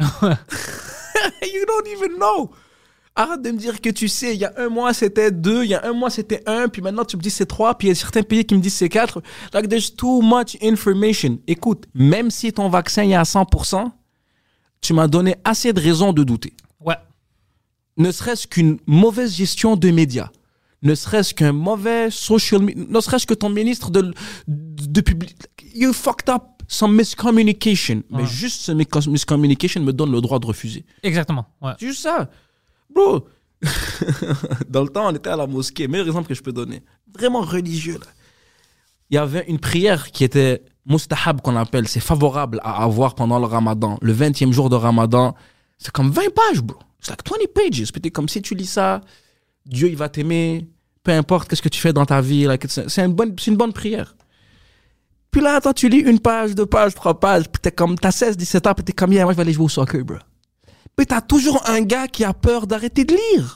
You don't even know. Arrête de me dire que tu sais, il y a un mois c'était 2, il y a un mois c'était 1, puis maintenant tu me dis c'est 3, puis il y a certains pays qui me disent c'est 4. Like there's too much information. Écoute, même si ton vaccin est à 100%, tu m'as donné assez de raisons de douter. Ouais. Ne serait-ce qu'une mauvaise gestion de médias, ne serait-ce qu'un mauvais social media, ne serait-ce que ton ministre de public. You fucked up some miscommunication. Mais juste ce miscommunication me donne le droit de refuser. Exactement. Ouais. C'est juste ça. Bro, dans le temps, on était à la mosquée. Meilleur exemple que je peux donner. Vraiment religieux, là. Il y avait une prière qui était mustahab, qu'on appelle. C'est favorable à avoir pendant le ramadan. Le 20e jour de ramadan. C'est comme 20 pages, bro. C'est like 20 pages. Puis t'es comme, si tu lis ça, Dieu, il va t'aimer. Peu importe qu'est-ce que tu fais dans ta vie. Like, c'est une bonne prière. Puis là, attends, tu lis 1 page, 2 pages, 3 pages. Puis t'es comme, t'as 16, 17 ans. Puis t'es comme, yeah, moi, je vais aller jouer au soccer, bro. Mais t'as toujours un gars qui a peur d'arrêter de lire.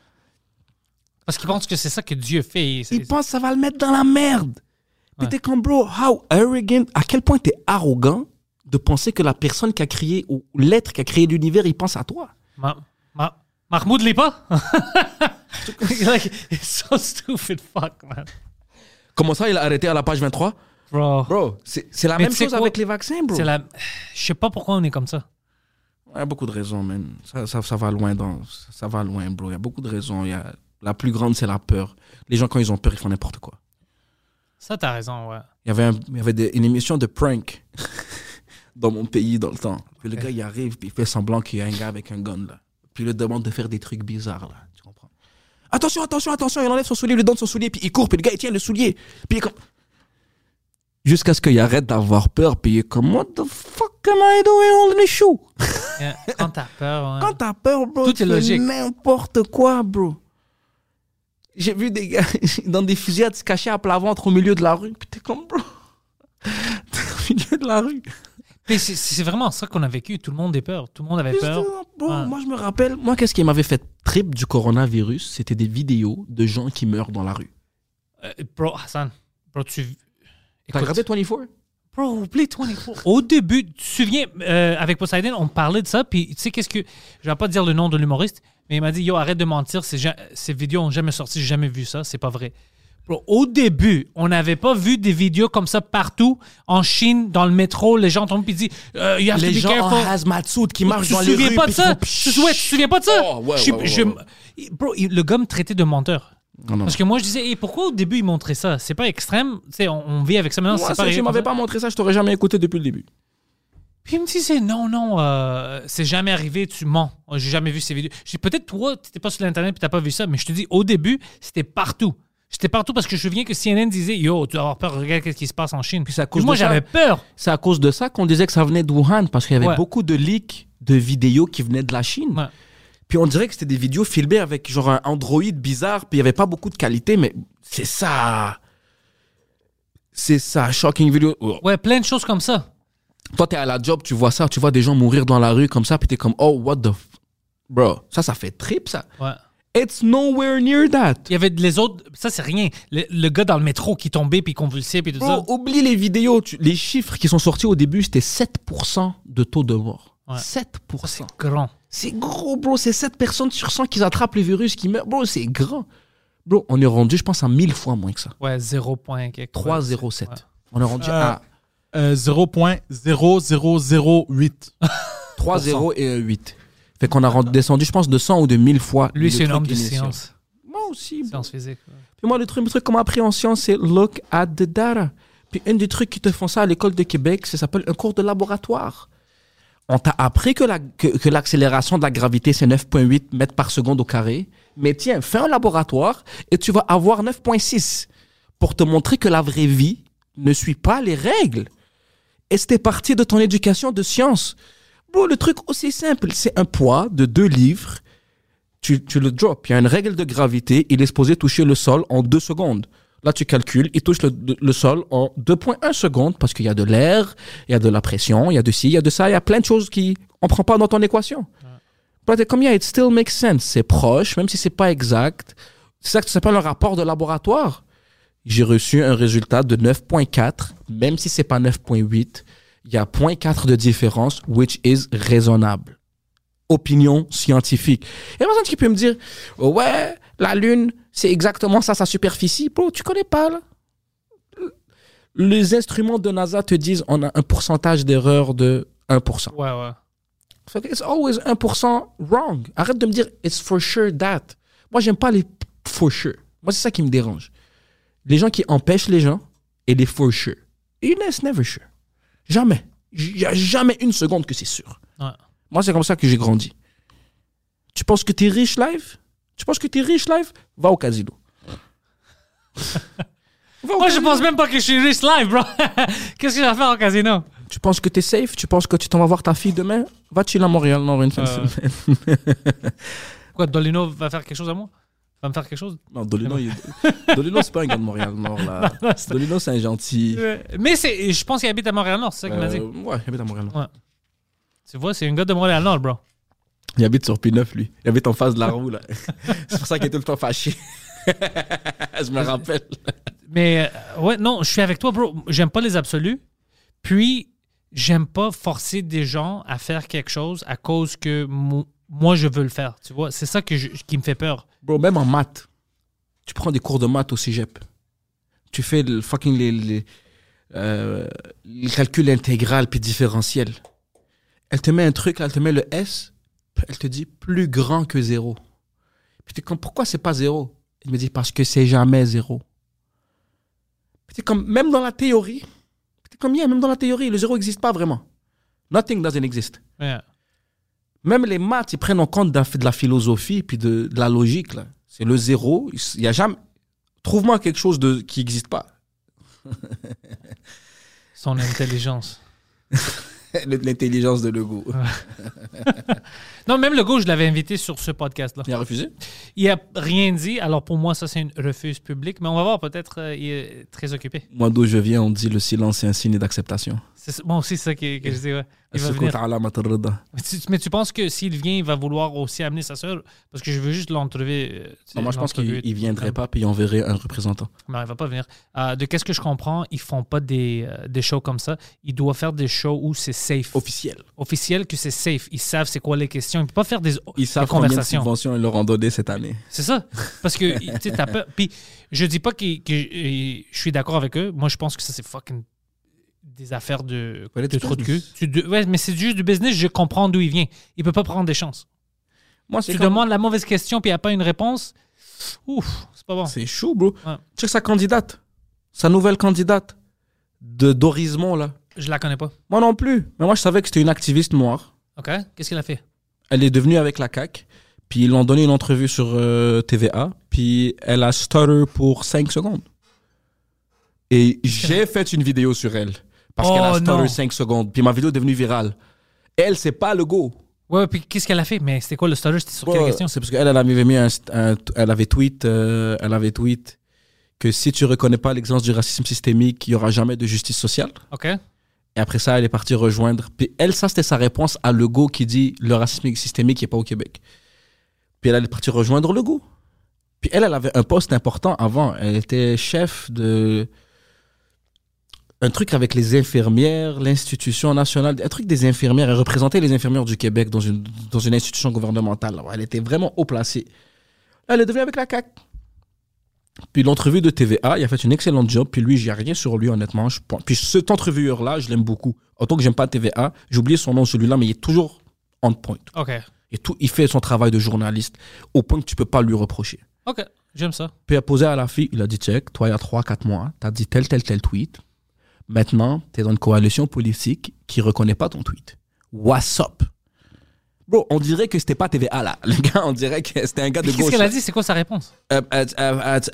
Parce qu'il pense que c'est ça que Dieu fait. Il pense que ça va le mettre dans la merde. Puis t'es comme, bro, how arrogant, à quel point t'es arrogant de penser que la personne qui a créé, ou l'être qui a créé l'univers, il pense à toi. Mahmoud lit pas? Like, it's so stupid, fuck, man. Comment ça, il a arrêté à la page 23? Bro, c'est la même chose avec les vaccins, bro. Je sais pas pourquoi on est comme ça. Il y a beaucoup de raisons, man. Ça va loin, ça va loin, bro. Il y a beaucoup de raisons. La plus grande, c'est la peur. Les gens, quand ils ont peur, ils font n'importe quoi. Ça, t'as raison, ouais. Il y avait une émission de prank dans mon pays, dans le temps. Puis le gars, il arrive, puis il fait semblant qu'il y a un gars avec un gun, là. Puis il lui demande de faire des trucs bizarres, là. Tu comprends? Attention, il enlève son soulier, il lui donne son soulier, puis il court, puis le gars, il tient le soulier. Puis il est comme... Jusqu'à ce qu'il arrête d'avoir peur, puis il est comme, what the fuck am I doing holding a shoe? Yeah. Quand t'as peur, ouais. Quand t'as peur, bro, tout est logique. N'importe quoi, bro. J'ai vu des gars dans des fusillades se cacher à plat ventre au milieu de la rue. Puis t'es comme, bro, t'es au milieu de la rue. Mais c'est vraiment ça qu'on a vécu. Tout le monde a peur. Tout le monde avait peur. Bon, moi, je me rappelle, qu'est-ce qui m'avait fait trip du coronavirus? C'était des vidéos de gens qui meurent dans la rue. Bro, Hassan, bro, T'as regardé 24? Bro, oublie 24. Au début, tu te souviens, avec Poseidon, on parlait de ça, puis tu sais qu'est-ce que... Je vais pas te dire le nom de l'humoriste, mais il m'a dit, yo, arrête de mentir, ces vidéos ont jamais sorti, j'ai jamais vu ça, c'est pas vrai. Bro, au début, on n'avait pas vu des vidéos comme ça partout. En Chine, dans le métro, les gens tombent et disent, les gens en hazmat suit qui marchent dans les rues. Tu te souviens pas de ça? Oh, ouais. Bro, le gars me traitait de menteur. Non. Parce que moi, je disais, pourquoi au début, il montrait ça? C'est pas extrême. Tu sais, on vit avec ça maintenant. Moi, c'est pas si tu m'avais pas montré ça, je t'aurais jamais écouté depuis le début. Puis il me disait, non, c'est jamais arrivé, tu mens. J'ai jamais vu ces vidéos. Je dis, peut-être toi, t'étais pas sur l'Internet puis t'as pas vu ça, mais je te dis, au début, c'était partout. J'étais partout parce que je me souviens que CNN disait, yo, tu dois avoir peur, regarde ce qui se passe en Chine. Puis moi, j'avais peur. C'est à cause de ça qu'on disait que ça venait de Wuhan, parce qu'il y avait beaucoup de leaks de vidéos qui venaient de la Chine. Ouais. Puis on dirait que c'était des vidéos filmées avec genre un Android bizarre, puis il n'y avait pas beaucoup de qualité, mais c'est ça. C'est ça, shocking video. Ouais, plein de choses comme ça. Toi, t'es à la job, tu vois ça, tu vois des gens mourir dans la rue comme ça, puis t'es comme, oh, what the... Bro, ça fait trip, ça. Ouais. It's nowhere near that. Il y avait les autres... Ça, c'est rien. Le gars dans le métro qui tombait puis convulsait puis tout ça. Oublie les vidéos. Les chiffres qui sont sortis au début, c'était 7% de taux de mort. Ouais. 7%. Ça, c'est grand. C'est gros, bro. C'est 7 personnes sur 100 qui attrapent le virus, qui meurent. Bro, c'est grand. Bro, on est rendu, je pense, à 1000 fois moins que ça. Ouais, 0,307. 3,07. Ouais. On est rendu à 0.0008. 3,0 et 8. Fait qu'on a descendu, je pense, de 100 ou de 1000 fois. Lui, c'est un homme de science. Moi aussi. Bro. Science physique. Ouais. Puis moi, le truc qu'on m'a appris en science, c'est look at the data. Puis un des trucs qui te font ça à l'école de Québec, ça s'appelle un cours de laboratoire. On t'a appris que l'accélération de la gravité, c'est 9,8 mètres par seconde au carré. Mais tiens, fais un laboratoire et tu vas avoir 9,6 pour te montrer que la vraie vie ne suit pas les règles. Et c'était parti de ton éducation de science. Bon, le truc aussi simple, c'est un poids de 2 livres. Tu le drops. Il y a une règle de gravité. Il est supposé toucher le sol en 2 secondes. Là, tu calcules, il touche le sol en 2,1 secondes parce qu'il y a de l'air, il y a de la pression, il y a de ci, il y a de ça, il y a plein de choses qu'on ne prend pas dans ton équation. But comme it still makes sense. C'est proche, même si ce n'est pas exact. C'est ça que ça s'appelle un rapport de laboratoire. J'ai reçu un résultat de 9,4, même si ce n'est pas 9,8. Il y a 0,4 de différence, which is raisonnable. Opinion scientifique. Il y a personne qui peut me dire, ouais, la Lune, c'est exactement ça, sa superficie. Bro, tu connais pas, là. Les instruments de NASA te disent, on a un pourcentage d'erreur de 1%. Ouais, ouais. So it's always 1% wrong. Arrête de me dire, it's for sure that. Moi, j'aime pas les for sure. Moi, c'est ça qui me dérange. Les gens qui empêchent les gens et les for sure. It's never sure. Jamais. Il n'y a jamais une seconde que c'est sûr. Ouais. Moi, c'est comme ça que j'ai grandi. Tu penses que t'es riche live? Va au casino. Moi, je pense même pas que je suis riche live, bro. Qu'est-ce que j'ai à faire au casino? Tu penses que t'es safe? Tu penses que tu t'en vas voir ta fille demain? Va chiller à Montréal, non, une fin de semaine. Quoi, Dolino va faire quelque chose à moi? Va me faire quelque chose? Non, Dolino, Dolino, c'est pas un gars de Montréal-Nord, là. Dolino, c'est un gentil. Mais je pense qu'il habite à Montréal-Nord, c'est ça qu'il m'a dit? Ouais, il habite à Montréal-Nord. Ouais. Tu vois, c'est un gars de Montréal-Nord, bro. Il habite sur P9, lui. Il habite en face de la roue, là. C'est pour ça qu'il est tout le temps fâché. Je me rappelle. Mais, ouais, non, je suis avec toi, bro. J'aime pas les absolus. Puis, j'aime pas forcer des gens à faire quelque chose à cause que moi, je veux le faire. Tu vois, c'est ça qui me fait peur. Bro, même en maths, tu prends des cours de maths au cégep. Tu fais le fucking le calcul intégral puis différentiel. Elle te met un truc, elle te met le S, elle te dit plus grand que 0. Puis t'es comme, pourquoi c'est pas 0? Elle me dit, parce que c'est jamais 0. Puis t'es comme, même dans la théorie, même dans la théorie, le 0 n'existe pas vraiment. Nothing doesn't exist. Yeah. Même les maths, ils prennent en compte de la philosophie puis de la logique, là. C'est le 0. Il y a jamais... Trouve-moi quelque chose qui n'existe pas. Son intelligence. L'intelligence de Legault. Non, même Legault, je l'avais invité sur ce podcast-là. Il a refusé? Il a rien dit. Alors pour moi, ça, c'est une refuse publique. Mais on va voir, peut-être, il est très occupé. Moi, d'où je viens, on dit le silence est un signe d'acceptation. Moi aussi, c'est ça que je dis, ouais. Il va venir. Mais tu penses que s'il vient, il va vouloir aussi amener sa sœur? Parce que je veux juste l'entrevuer. Moi, je pense qu'il ne viendrait pas, puis il enverrait un représentant. Non, il ne va pas venir. De qu'est-ce que je comprends, ils ne font pas des shows comme ça. Ils doivent faire des shows où c'est safe. Officiel, que c'est safe. Ils savent c'est quoi les questions. Ils ne peuvent pas faire des conversations. Ils savent combien de subventions ils leur ont donné cette année. C'est ça. Parce que, tu sais, t'as peur. Puis, je dis pas que je suis d'accord avec eux. Moi, je pense que ça, c'est fucking des affaires de trou de cul. Ouais, mais c'est juste du business. Je comprends d'où il vient. Il peut pas prendre des chances. Moi, tu demandes la mauvaise question puis il n'y a pas une réponse. Ouf, c'est pas bon. C'est chaud, bro. Ouais. Check sa candidate. Sa nouvelle candidate de Dorismont, là. Je la connais pas. Moi non plus. Mais moi, je savais que c'était une activiste noire. OK. Qu'est-ce qu'elle a fait? Elle est devenue avec la CAQ. Puis ils l'ont donné une entrevue sur TVA. Puis elle a stutter pour 5 secondes. Et j'ai fait une vidéo sur elle. Parce qu'elle a stutter 5 secondes. Puis ma vidéo est devenue virale. Elle, c'est pas Legault. Ouais, puis qu'est-ce qu'elle a fait? Mais c'était quoi le stutter? C'était sur quelle question? C'est parce qu'elle avait mis elle avait tweet que si tu reconnais pas l'existence du racisme systémique, il y aura jamais de justice sociale. OK. Et après ça, elle est partie rejoindre. Puis elle, ça, c'était sa réponse à Legault qui dit le racisme systémique n'est pas au Québec. Puis elle est partie rejoindre Legault. Puis elle avait un poste important avant. Elle était chef de... un truc avec les infirmières, l'institution nationale, un truc des infirmières. Elle représentait les infirmières du Québec dans une institution gouvernementale. Elle était vraiment haut placée. Là, elle est devenue avec la CAQ. Puis l'entrevue de TVA, il a fait une excellente job. Puis lui, j'ai rien sur lui, honnêtement. Puis cet entrevueur-là, je l'aime beaucoup. Autant que j'aime pas TVA, j'ai oublié son nom, celui-là, mais il est toujours on point. OK. Et il fait son travail de journaliste au point que tu peux pas lui reprocher. OK, j'aime ça. Puis il a posé à la fille, il a dit, check, toi, il y a 3-4 mois, t'as dit tel tweet. Maintenant, t'es dans une coalition politique qui reconnaît pas ton tweet. What's up? Bro, on dirait que c'était pas TVA là. Le gars, on dirait que c'était un gars de gauche. Qu'est-ce qu'elle a dit? C'est quoi sa réponse? En fait, c'est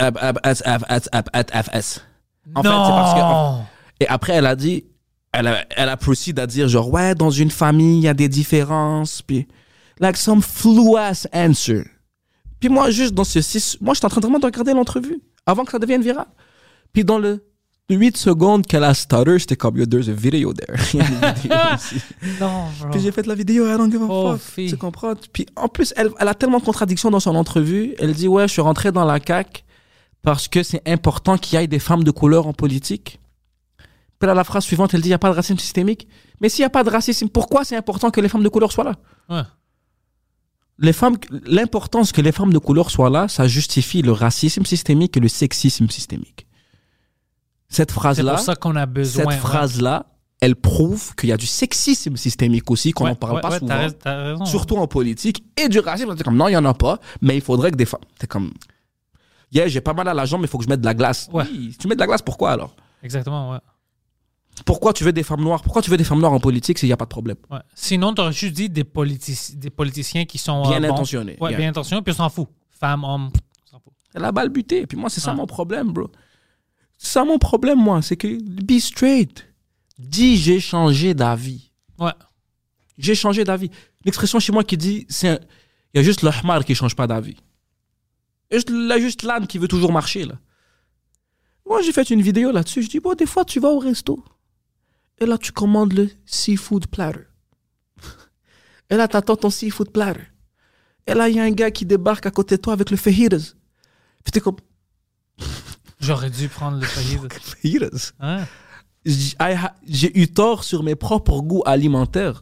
parce que... Et après, elle a dit... Elle a proceed à dire genre, ouais, dans une famille, il y a des différences. Puis, like some flu-ass answer. Puis moi, juste dans ceci... Moi, j'étais en train vraiment de regarder l'entrevue avant que ça devienne viral. Puis dans le 8 secondes qu'elle a stutter, j'étais comme, yo, there's a video there. Il y a une vidéo ici. Non, bro. Puis j'ai fait la vidéo, I don't give a fuck. Tu comprends? Puis en plus, elle a tellement de contradictions dans son entrevue. Elle dit, ouais, je suis rentrée dans la CAQ parce que c'est important qu'il y ait des femmes de couleur en politique. Puis là, la phrase suivante, elle dit, il n'y a pas de racisme systémique. Mais s'il n'y a pas de racisme, pourquoi c'est important que les femmes de couleur soient là? Ouais. L'importance que les femmes de couleur soient là, ça justifie le racisme systémique et le sexisme systémique. Cette phrase-là, c'est pour ça qu'on a besoin. Cette phrase-là, elle prouve qu'il y a du sexisme systémique aussi, qu'on n'en parle pas souvent. T'as raison, surtout en politique. Et du racisme, c'est comme, non, il n'y en a pas, mais il faudrait que des femmes... C'est comme, yeah, j'ai pas mal à la jambe, mais il faut que je mette de la glace. Ouais. Oui, tu mets de la glace, pourquoi alors? Exactement, ouais. Pourquoi tu veux des femmes noires? Pourquoi tu veux des femmes noires en politique s'il n'y a pas de problème? Ouais. Sinon, tu aurais juste dit des politiciens qui sont... bien intentionnés. Ouais, bien intentionnés, puis on s'en fout. Femmes, hommes, on s'en fout. Elle a balbuté. Puis moi, c'est ça mon problème, bro. C'est ça mon problème, moi. C'est que, be straight. Dis, j'ai changé d'avis. Ouais. J'ai changé d'avis. L'expression chez moi qui dit, il y a juste le hmar qui ne change pas d'avis. Il y a juste l'âne qui veut toujours marcher, là. Moi, j'ai fait une vidéo là-dessus. Je dis, bon, des fois, tu vas au resto. Et là, tu commandes le seafood platter. Et là, t'attends ton seafood platter. Et là, il y a un gars qui débarque à côté de toi avec le fajitas. Puis t'es comme... J'aurais dû prendre le fajitas. Hein? J'ai eu tort sur mes propres goûts alimentaires.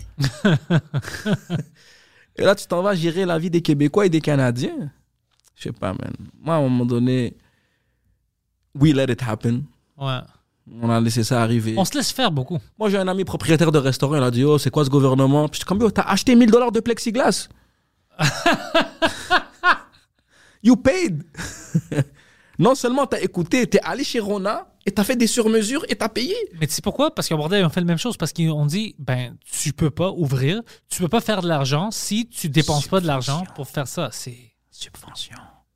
Et là, tu t'en vas gérer la vie des Québécois et des Canadiens. Je sais pas, man. Moi, à un moment donné, we let it happen. Ouais. On a laissé ça arriver. On se laisse faire beaucoup. Moi, j'ai un ami propriétaire de restaurant. Il a dit, oh, c'est quoi ce gouvernement? Puis je suis comme, yo, t'as acheté $1000 de plexiglas. You paid. Non seulement t'as écouté, t'es allé chez Rona et t'as fait des surmesures et t'as payé. Mais tu sais pourquoi? Parce qu'au bordel, on fait la même chose. Parce qu'on dit, ben, tu peux pas ouvrir, tu peux pas faire de l'argent si tu dépenses pas de l'argent pour faire ça. C'est subvention.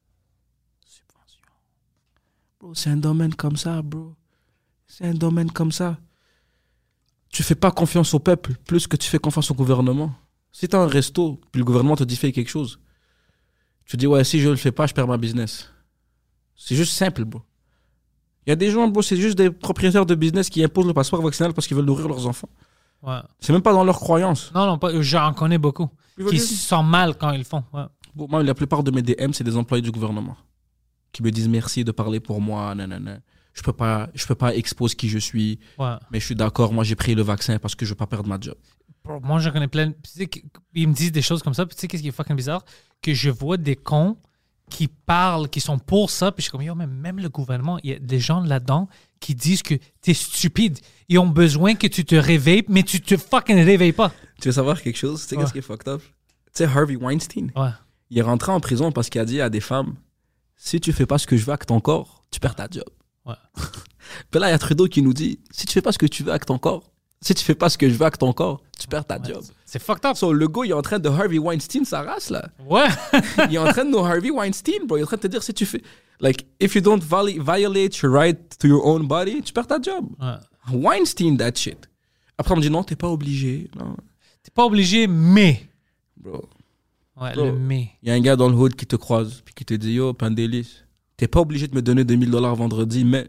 Bro, c'est un domaine comme ça, bro. C'est un domaine comme ça. Tu fais pas confiance au peuple plus que tu fais confiance au gouvernement. Si t'as un resto, puis le gouvernement te dit fais quelque chose, tu dis, ouais, si je le fais pas, je perds ma business. C'est juste simple, bro. Il y a des gens, bro, c'est juste des propriétaires de business qui imposent le passeport vaccinal parce qu'ils veulent nourrir leurs enfants. Ouais. C'est même pas dans leurs croyances. Non, j'en connais beaucoup. Qui se sentent mal quand ils le font. Ouais. Bon, moi, la plupart de mes DM, c'est des employés du gouvernement qui me disent merci de parler pour moi, nanana. Je peux pas exposer qui je suis, mais je suis d'accord, moi, j'ai pris le vaccin parce que je veux pas perdre ma job. Bro, moi, je connais plein... Ils me disent des choses comme ça, puis tu sais qu'est-ce qui est fucking bizarre? Que je vois des cons qui parlent, qui sont pour ça, puis je suis comme, yo, même le gouvernement, il y a des gens là-dedans qui disent que t'es stupide. Ils ont besoin que tu te réveilles, mais tu te fucking réveilles pas. Tu veux savoir quelque chose? Tu sais qu'est-ce qui est fucked up? Tu sais, Harvey Weinstein, il est rentré en prison parce qu'il a dit à des femmes, si tu fais pas ce que je veux avec ton corps, tu perds ta job. Ouais. Puis là, il y a Trudeau qui nous dit, si tu fais pas ce que tu veux avec ton corps, si tu fais pas ce que je veux avec ton corps, tu perds ta job. C'est fucked up. So, le gars, il est en train de Harvey Weinstein sa race, là. Ouais. Il est en train de nous Harvey Weinstein, bro. Il est en train de te dire, si tu fais... Like, if you don't violate your right to your own body, tu perds ta job. Ouais. Weinstein, that shit. Après, on me dit, non, t'es pas obligé. Non. T'es pas obligé, mais... Bro. Ouais, bro, le mais. Il y a un gars dans le hood qui te croise, puis qui te dit, yo, Pandélis, t'es pas obligé de me donner $2000 vendredi, mais...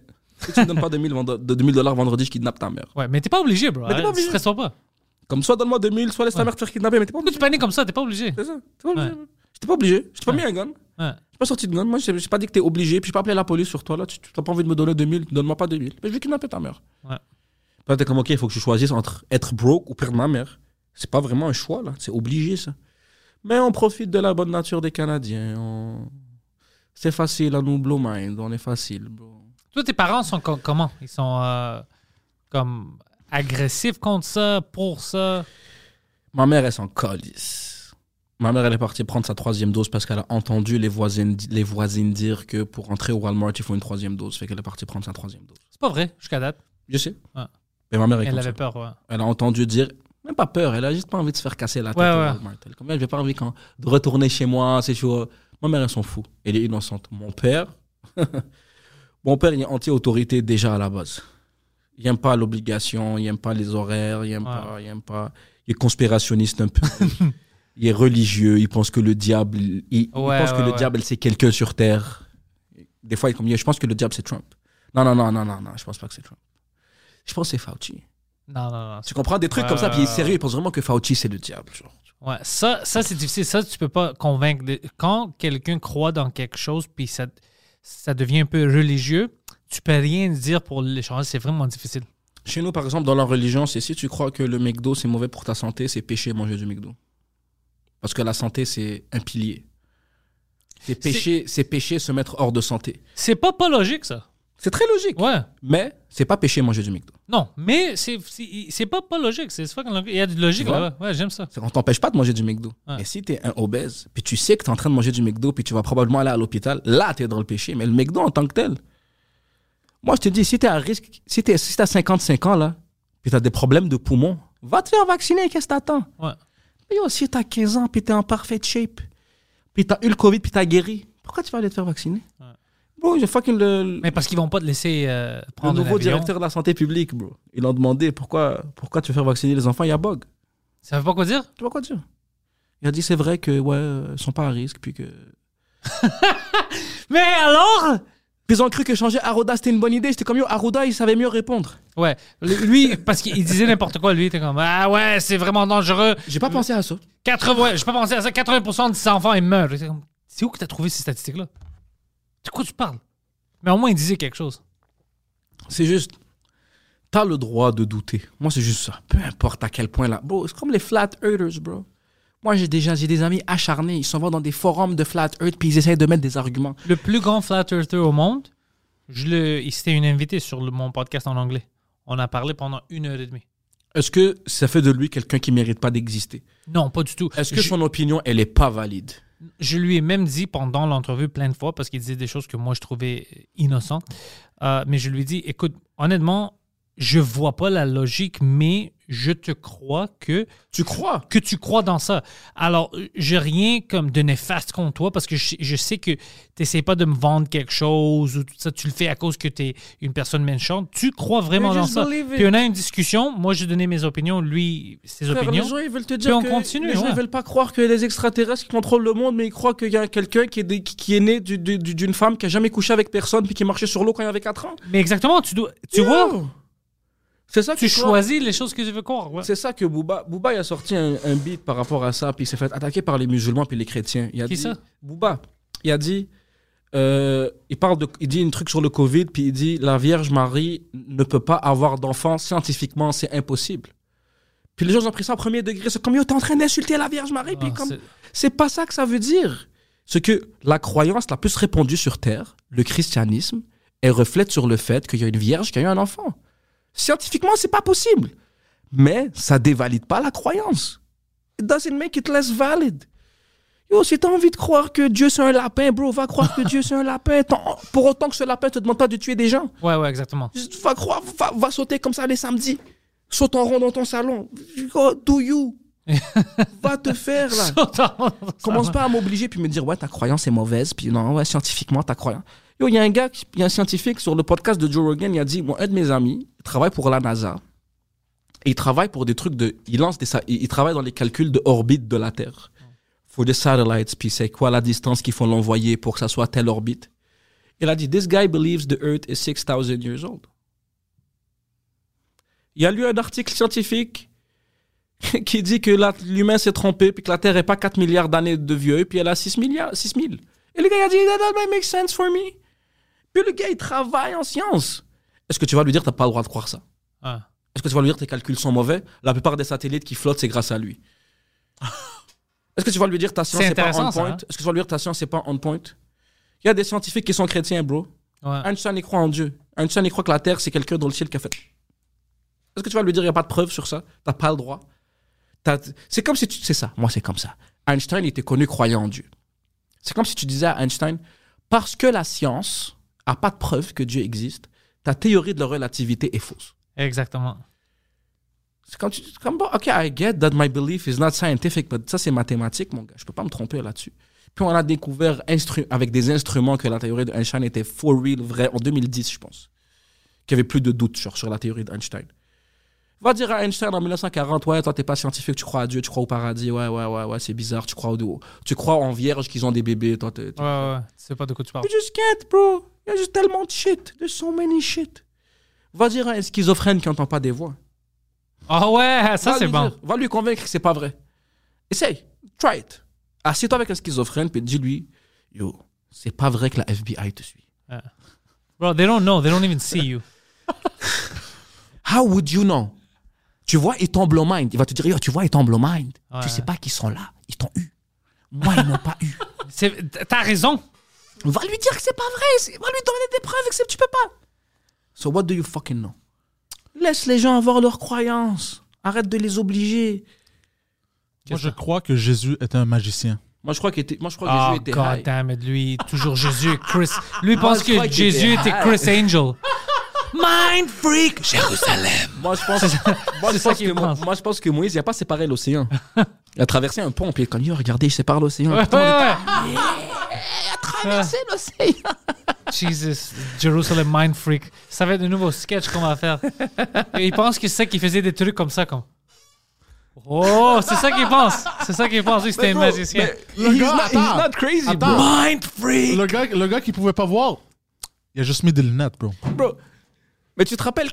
Si tu me donnes pas $2000 vendredi, je kidnappe ta mère. Ouais, mais t'es pas obligé, bro. Mais t'es pas obligé. Stresse-toi pas. Comme soit donne-moi 2000, soit laisse ta mère te faire kidnapper, mais t'es pas Pourquoi obligé. tu paniques comme ça? T'es pas obligé. C'est ça. T'es pas obligé. Ouais. J'étais pas obligé. Je t'ai pas mis un gun. Ouais. J'ai pas sorti de gun. Moi, j'ai pas dit que t'es obligé. Puis j'ai pas appelé la police sur toi. Là, tu t'as pas envie de me donner 2000. Donne-moi pas 2000. Mais je vais kidnapper ta mère. Ouais. Là, t'es comme, ok, il faut que je choisisse entre être broke ou perdre ma mère. C'est pas vraiment un choix, là. C'est obligé, ça. Mais on profite de la bonne nature des Canadiens. C'est facile à nous blow mind. On est facile, bro. Toi, tes parents sont comment? Ils sont comme agressifs contre ça, pour ça? Ma mère, elle s'en calisse. Ma mère, elle est partie prendre sa 3e dose parce qu'elle a entendu les voisines dire que pour entrer au Walmart, il faut une 3e dose. Fait qu'elle est partie prendre sa 3e dose. C'est pas vrai, jusqu'à date. Je sais. Ouais. Mais ma mère est Elle comme avait ça. peur, ouais. Elle a entendu dire, même pas peur, elle a juste pas envie de se faire casser la tête Ouais, au ouais. Walmart. Elle est comme, j'ai pas envie de retourner chez moi, c'est chaud. Ma mère, elle s'en fout. Elle est innocente. Mon père, il est anti-autorité déjà à la base. Il aime pas l'obligation, il aime pas les horaires, il aime pas. Il est conspirationniste un peu. Il est religieux, il pense que le diable, il pense que le diable, c'est quelqu'un sur terre. Des fois, il est comme, je pense que le diable, c'est Trump. Non, je pense pas que c'est Trump. Je pense que c'est Fauci. Non. Tu comprends des trucs comme ça, puis il est sérieux, il pense vraiment que Fauci, c'est le diable. Genre. Ouais, ça c'est difficile. Ça, tu peux pas convaincre. Quand quelqu'un croit dans quelque chose, puis ça devient un peu religieux, tu peux rien dire pour les changer. C'est vraiment difficile. Chez nous, par exemple, dans la religion, c'est si tu crois que le McDo, c'est mauvais pour ta santé, c'est péché manger du McDo. Parce que la santé, c'est un pilier. C'est péché se mettre hors de santé. C'est pas logique, ça. C'est très logique. Ouais. Mais c'est pas péché manger du McDo. Non, mais c'est pas logique. Il y a de logique là-bas. Ouais, j'aime ça. On t'empêche pas de manger du McDo. Ouais. Mais si t'es un obèse, puis tu sais que t'es en train de manger du McDo, puis tu vas probablement aller à l'hôpital, là, t'es dans le péché. Mais le McDo en tant que tel, moi, je te dis, si t'es à risque, si t'as 55 ans, là, puis t'as des problèmes de poumons, va te faire vacciner, qu'est-ce que t'attends? Ouais. Mais si t'as 15 ans, puis t'es en parfaite shape, puis t'as eu le COVID, puis t'as guéri, pourquoi tu vas aller te faire vacciner? Ouais. Bro, j'ai fucking Mais parce qu'ils vont pas te laisser prendre le nouveau l'avion. directeur de la santé publique, bro. Ils l'ont demandé pourquoi tu veux faire vacciner les enfants, il y a bug. Ça veut pas quoi dire? Tu vois quoi dire? Il a dit c'est vrai que ils sont pas à risque, puis que. Mais alors? Puis ils ont cru que changer Arruda c'était une bonne idée. J'étais comme yo, Arruda il savait mieux répondre. Ouais, lui parce qu'il disait n'importe quoi, lui il était comme ah ouais c'est vraiment dangereux. J'ai pas pensé à ça. 80% des enfants ils meurent. C'est où que t'as trouvé ces statistiques là? De quoi tu parles? Mais au moins il disait quelque chose. C'est juste, t'as le droit de douter. Moi c'est juste ça. Peu importe à quel point là, bro, c'est comme les flat earthers, bro. Moi, j'ai des amis acharnés. Ils s'en vont dans des forums de flat earth puis ils essayent de mettre des arguments. Le plus grand flat earther au monde, c'était une invitée sur mon podcast en anglais. On a parlé pendant 1h30. Est-ce que ça fait de lui quelqu'un qui mérite pas d'exister? Non, pas du tout. Est-ce que son opinion, elle est pas valide? Je lui ai même dit pendant l'entrevue plein de fois, parce qu'il disait des choses que moi je trouvais innocentes, mais je lui ai dit, écoute, honnêtement, je vois pas la logique, mais je te crois que... Tu crois? Que tu crois dans ça. Alors, j'ai rien comme de néfaste contre toi parce que je sais que tu n'essaies pas de me vendre quelque chose ou tout ça. Tu le fais à cause que tu es une personne méchante. Tu crois vraiment dans ça. Puis on a une discussion. Moi, j'ai donné mes opinions. Lui, ses opinions. Les gens, ils veulent te puis dire on que continue. Les gens, ils veulent pas croire que les extraterrestres qui contrôlent le monde, mais ils croient qu'il y a quelqu'un qui est né d'une femme qui a jamais couché avec personne puis qui marchait sur l'eau quand il avait 4 ans. Mais exactement. Tu vois? C'est ça tu choisis les choses que tu veux croire. Ouais. C'est ça que Booba il a sorti un beat par rapport à ça, puis il s'est fait attaquer par les musulmans puis les chrétiens. Il a dit, ça? Booba, il a dit, il dit un truc sur le Covid, puis il dit la Vierge Marie ne peut pas avoir d'enfant scientifiquement, c'est impossible. Puis les gens ont pris ça au premier degré, c'est comme yo, t'es en train d'insulter la Vierge Marie, puis comme c'est pas ça que ça veut dire. C'est que la croyance la plus répandue sur terre, le christianisme, elle reflète sur le fait qu'il y a une vierge qui a eu un enfant. Scientifiquement, c'est pas possible. Mais ça dévalide pas la croyance. It doesn't make it less valid. Yo, si t'as envie de croire que Dieu c'est un lapin, bro, va croire que Dieu c'est un lapin. Pour autant que ce lapin te demande pas de tuer des gens. Ouais, exactement. Va sauter comme ça les samedis. Saute en rond dans ton salon. Do you? Va te faire, là. Commence pas à m'obliger puis me dire, ouais, ta croyance est mauvaise. Puis non, ouais, scientifiquement, ta croyance. Yo, il y a un scientifique sur le podcast de Joe Rogan, il a dit, moi, un de mes amis, il travaille pour la NASA. Et il travaille pour des trucs il travaille dans les calculs de orbite de la Terre. For the satellites, puis c'est quoi la distance qu'il faut l'envoyer pour que ça soit telle orbite. Il a dit, this guy believes the earth is 6,000 years old. Il a lu un article scientifique qui dit que l'humain s'est trompé puis que la Terre n'est pas 4 milliards d'années de vieux puis elle a 6 000. Et le gars il a dit, that might make sense for me. Puis le gars, il travaille en sciences. Est-ce que tu vas lui dire que tu n'as pas le droit de croire ça? Est-ce que tu vas lui dire que tes calculs sont mauvais? La plupart des satellites qui flottent, c'est grâce à lui. Est-ce que tu vas lui dire que ta science n'est pas on point? Est-ce que tu vas lui dire que ta science n'est pas on point? Il y a des scientifiques qui sont chrétiens, bro. Ouais. Einstein, il croit en Dieu. Einstein, il croit que la Terre, c'est quelqu'un dans le ciel qui a fait. Est-ce que tu vas lui dire qu'il n'y a pas de preuve sur ça? T'as pas le droit. C'est comme si tu... C'est ça. Moi, c'est comme ça. Einstein, il était connu croyant en Dieu. C'est comme si tu disais à Einstein, parce que la science n'a pas de preuve que Dieu existe, ta théorie de la relativité est fausse. Exactement. C'est comme bon, OK, I get that my belief is not scientific, but ça, c'est mathématique, mon gars. Je peux pas me tromper là-dessus. Puis on a découvert avec des instruments que la théorie d'Einstein était for real, vrai, en 2010, je pense. Qu'il n'y avait plus de doute sur la théorie d'Einstein. Va dire à Einstein en 1940, ouais, toi, t'es pas scientifique, tu crois à Dieu, tu crois au paradis, ouais, c'est bizarre, tu crois en vierges qui ont des bébés, toi, ouais, tu sais pas de quoi tu parles. You just can't, bro. Il y a juste tellement de shit. There's so many shit. Va dire à un schizophrène qui n'entend pas des voix. Ah ouais, ça c'est bon. Va lui convaincre que c'est pas vrai. Essaye, try it. Assieds-toi avec un schizophrène puis dis-lui, yo, c'est pas vrai que la FBI te suit. Bro, they don't know, they don't even see you. How would you know? Tu vois, ils tombent au mind. Il va te dire, yo, tu vois, ils tombent au mind. Ouais. Tu sais pas qu'ils sont là. Ils t'ont eu. Moi, ils m'ont pas eu. T'as raison. Va lui dire que c'est pas vrai. Va lui donner des preuves que tu peux pas. So what do you fucking know? Laisse les gens avoir leurs croyances. Arrête de les obliger. Moi, je crois que Jésus était un magicien. Moi, je crois que Jésus était God damn it, lui, toujours Jésus. Chris. Lui pense que Jésus était Chris Angel. Mind freak, Jérusalem. Moi, je pense que Moïse, il n'a pas séparé l'océan. Il a traversé un pont, puis il est comme, yo, regardez, je sépare l'océan. Ouais. Il a traversé l'océan. Jesus, Jerusalem mind freak. Ça va être de nouveaux sketchs qu'on va faire. Et il pense que c'est ça qu'il faisait des trucs comme ça, comme. Oh, c'est ça qu'il pense. C'est ça qu'il pense. Lui, c'était un magicien. He's not crazy, bro. Mind freak. Le gars qui pouvait pas voir, il a juste mis des lunettes, bro. Mais tu te rappelles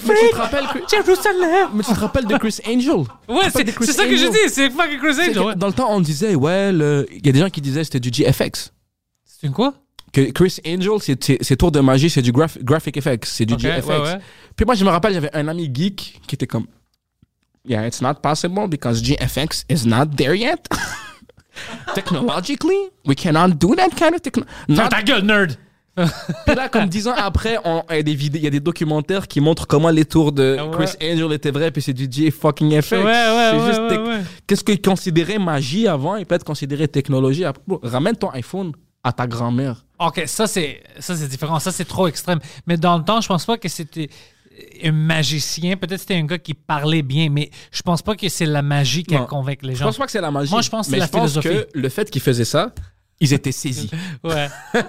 Jerusalem. Mais tu te rappelles de Chris Angel? Ouais, c'est ça que je dis. C'est fucking Chris Angel. Ouais. Dans le temps, on disait, il y a des gens qui disaient que c'était du GFX. C'est une quoi? Que Chris Angel, c'est tour de magie, c'est du graphic effects, c'est du GFX. Ouais. Puis moi, je me rappelle, j'avais un ami geek qui était comme, yeah, it's not possible because GFX is not there yet. Technologically, we cannot do that kind of technology. Ta gueule, nerd! Puis là, comme 10 ans après, il y a des documentaires qui montrent comment les tours de Chris Angel étaient vrais, puis c'est du GFX. Ouais. Qu'est-ce qu'ils considéraient magie avant, il peut être considéré technologie après. Ramène ton iPhone à ta grand-mère. OK, ça c'est différent. Ça, c'est trop extrême. Mais dans le temps, je pense pas que c'était un magicien. Peut-être c'était un gars qui parlait bien, mais je pense pas que c'est la magie qui a convaincu les gens. Je pense pas que c'est la magie. Moi, je pense que c'est la philosophie. Que le fait qu'il faisait ça, ils étaient saisis. Ouais.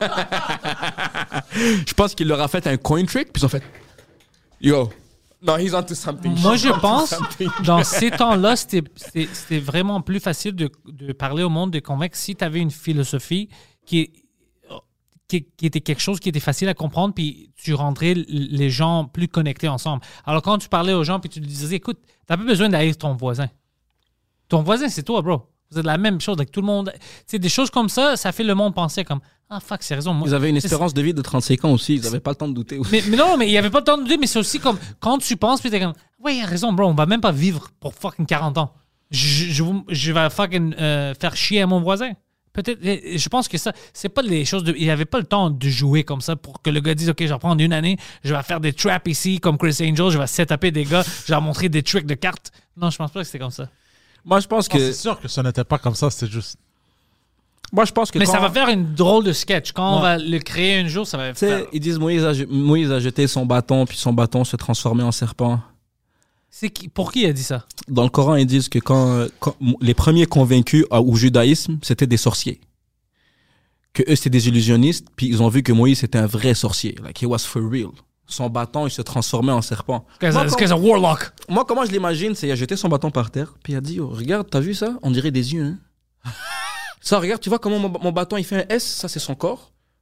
Je pense qu'il leur a fait un coin trick, puis ils ont fait yo, no, he's onto something. Moi, je pense, dans ces temps-là, c'était vraiment plus facile de parler au monde, de convaincre si tu avais une philosophie qui était quelque chose qui était facile à comprendre, puis tu rendrais les gens plus connectés ensemble. Alors, quand tu parlais aux gens, puis tu leur disais, écoute, t'as pas besoin d'aller ton voisin. Ton voisin, c'est toi, bro. Vous êtes la même chose avec tout le monde. C'est des choses comme ça fait le monde penser comme, ah, fuck, c'est raison. Moi, ils avaient une espérance de vie de 35 ans aussi. Ils n'avaient pas le temps de douter aussi. Mais non, mais il n'y avait pas le temps de douter, mais c'est aussi comme, quand tu penses, puis t'es comme, ouais, il a raison, bro, on va même pas vivre pour fucking 40 ans. Je vais fucking faire chier à mon voisin. Peut-être, je pense que ça, c'est pas les choses il avait pas le temps de jouer comme ça pour que le gars dise, OK, je vais prendre une année, je vais faire des traps ici comme Chris Angel, je vais setuper des gars, je vais leur montrer des tricks de cartes. Non, je pense pas que c'était comme ça. Moi, je pense que. C'est sûr que ça n'était pas comme ça, c'était juste. Moi, je pense que. Mais ça va faire une drôle de sketch. Quand on va le créer un jour, ça va faire. Ils disent Moïse a jeté son bâton, puis son bâton se transformait en serpent. Pour qui il a dit ça? Dans le Coran, ils disent que quand les premiers convaincus au judaïsme, c'était des sorciers. Que eux, c'était des illusionnistes, puis ils ont vu que Moïse était un vrai sorcier. Like, he was for real. Son bâton, il se transformait en serpent. C'est un warlock. Moi, comment je l'imagine, c'est qu'il a jeté son bâton par terre, puis il a dit, oh, regarde, t'as vu ça? On dirait des yeux, hein? Ça, regarde, tu vois comment mon bâton, il fait un S? Ça, c'est son corps.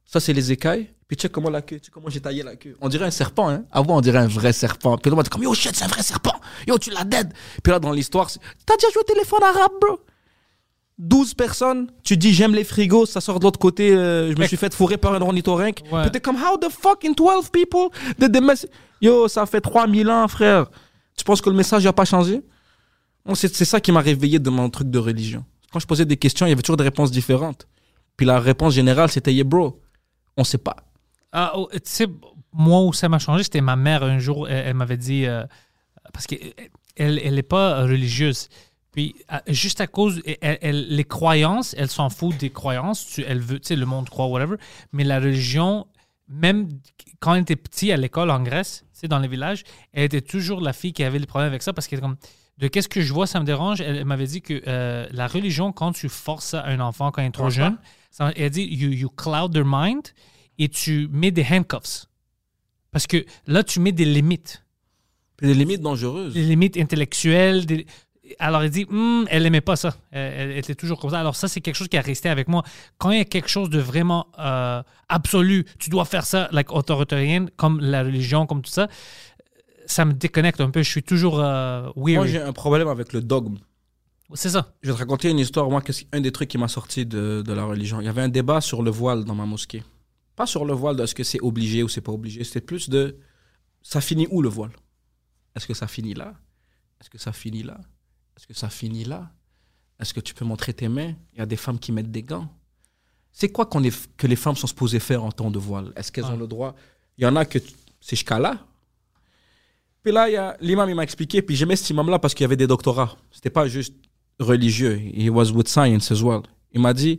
Ça, c'est les écailles. Puis check comment la queue, tu sais comment j'ai taillé la queue. On dirait un serpent, hein. Avant, on dirait un vrai serpent. Puis là, on m'a dit comme, yo, shit, c'est un vrai serpent. Yo, tu l'as dead. Puis là, dans l'histoire, t'as déjà joué au téléphone arabe, bro? 12 personnes, tu dis j'aime les frigos, ça sort de l'autre côté, je me suis fait fourrer par un ornithorynque. Ouais. Puis t'es comme, how the fuck in 12 people did the message? Yo, ça fait 3000 ans, frère. Tu penses que le message n'a pas changé? Bon, c'est ça qui m'a réveillé de mon truc de religion. Quand je posais des questions, il y avait toujours des réponses différentes. Puis la réponse générale, c'était yeah, bro, on sait pas. Tu sais, moi où ça m'a changé, c'était ma mère un jour, elle m'avait dit, parce qu'elle n'est pas religieuse. Puis, juste à cause, les croyances, elle s'en fout des croyances. Elle veut, tu sais, le monde croit, whatever. Mais la religion, même quand elle était petite à l'école en Grèce, tu sais, dans les villages, elle était toujours la fille qui avait des problèmes avec ça parce qu'elle était comme, de qu'est-ce que je vois, ça me dérange. Elle m'avait dit que la religion, quand tu forces ça à un enfant quand il est trop jeune, elle dit, you cloud their mind et tu mets des handcuffs. Parce que là, tu mets des limites. Des limites dangereuses. Des limites intellectuelles, Alors, elle dit, elle n'aimait pas ça. Elle était toujours comme ça. Alors, ça, c'est quelque chose qui a resté avec moi. Quand il y a quelque chose de vraiment absolu, tu dois faire ça, like autoritaire, comme la religion, comme tout ça, ça me déconnecte un peu. Je suis toujours weird. Moi, j'ai un problème avec le dogme. C'est ça. Je vais te raconter une histoire. Moi, un des trucs qui m'a sorti de la religion. Il y avait un débat sur le voile dans ma mosquée. Pas sur le voile de est-ce que c'est obligé ou c'est pas obligé. C'était plus de, ça finit où le voile? Est-ce que ça finit là? Est-ce que ça finit là? Est-ce que ça finit là? Est-ce que tu peux montrer tes mains? Il y a des femmes qui mettent des gants. C'est quoi que les femmes sont supposées faire en temps de voile? Est-ce qu'elles ont le droit? Il y en a que c'est jusqu'à là. Puis là, l'imam, il m'a expliqué, puis j'aimais cet imam-là parce qu'il y avait des doctorats. C'était pas juste religieux. He was with science as well. Il m'a dit,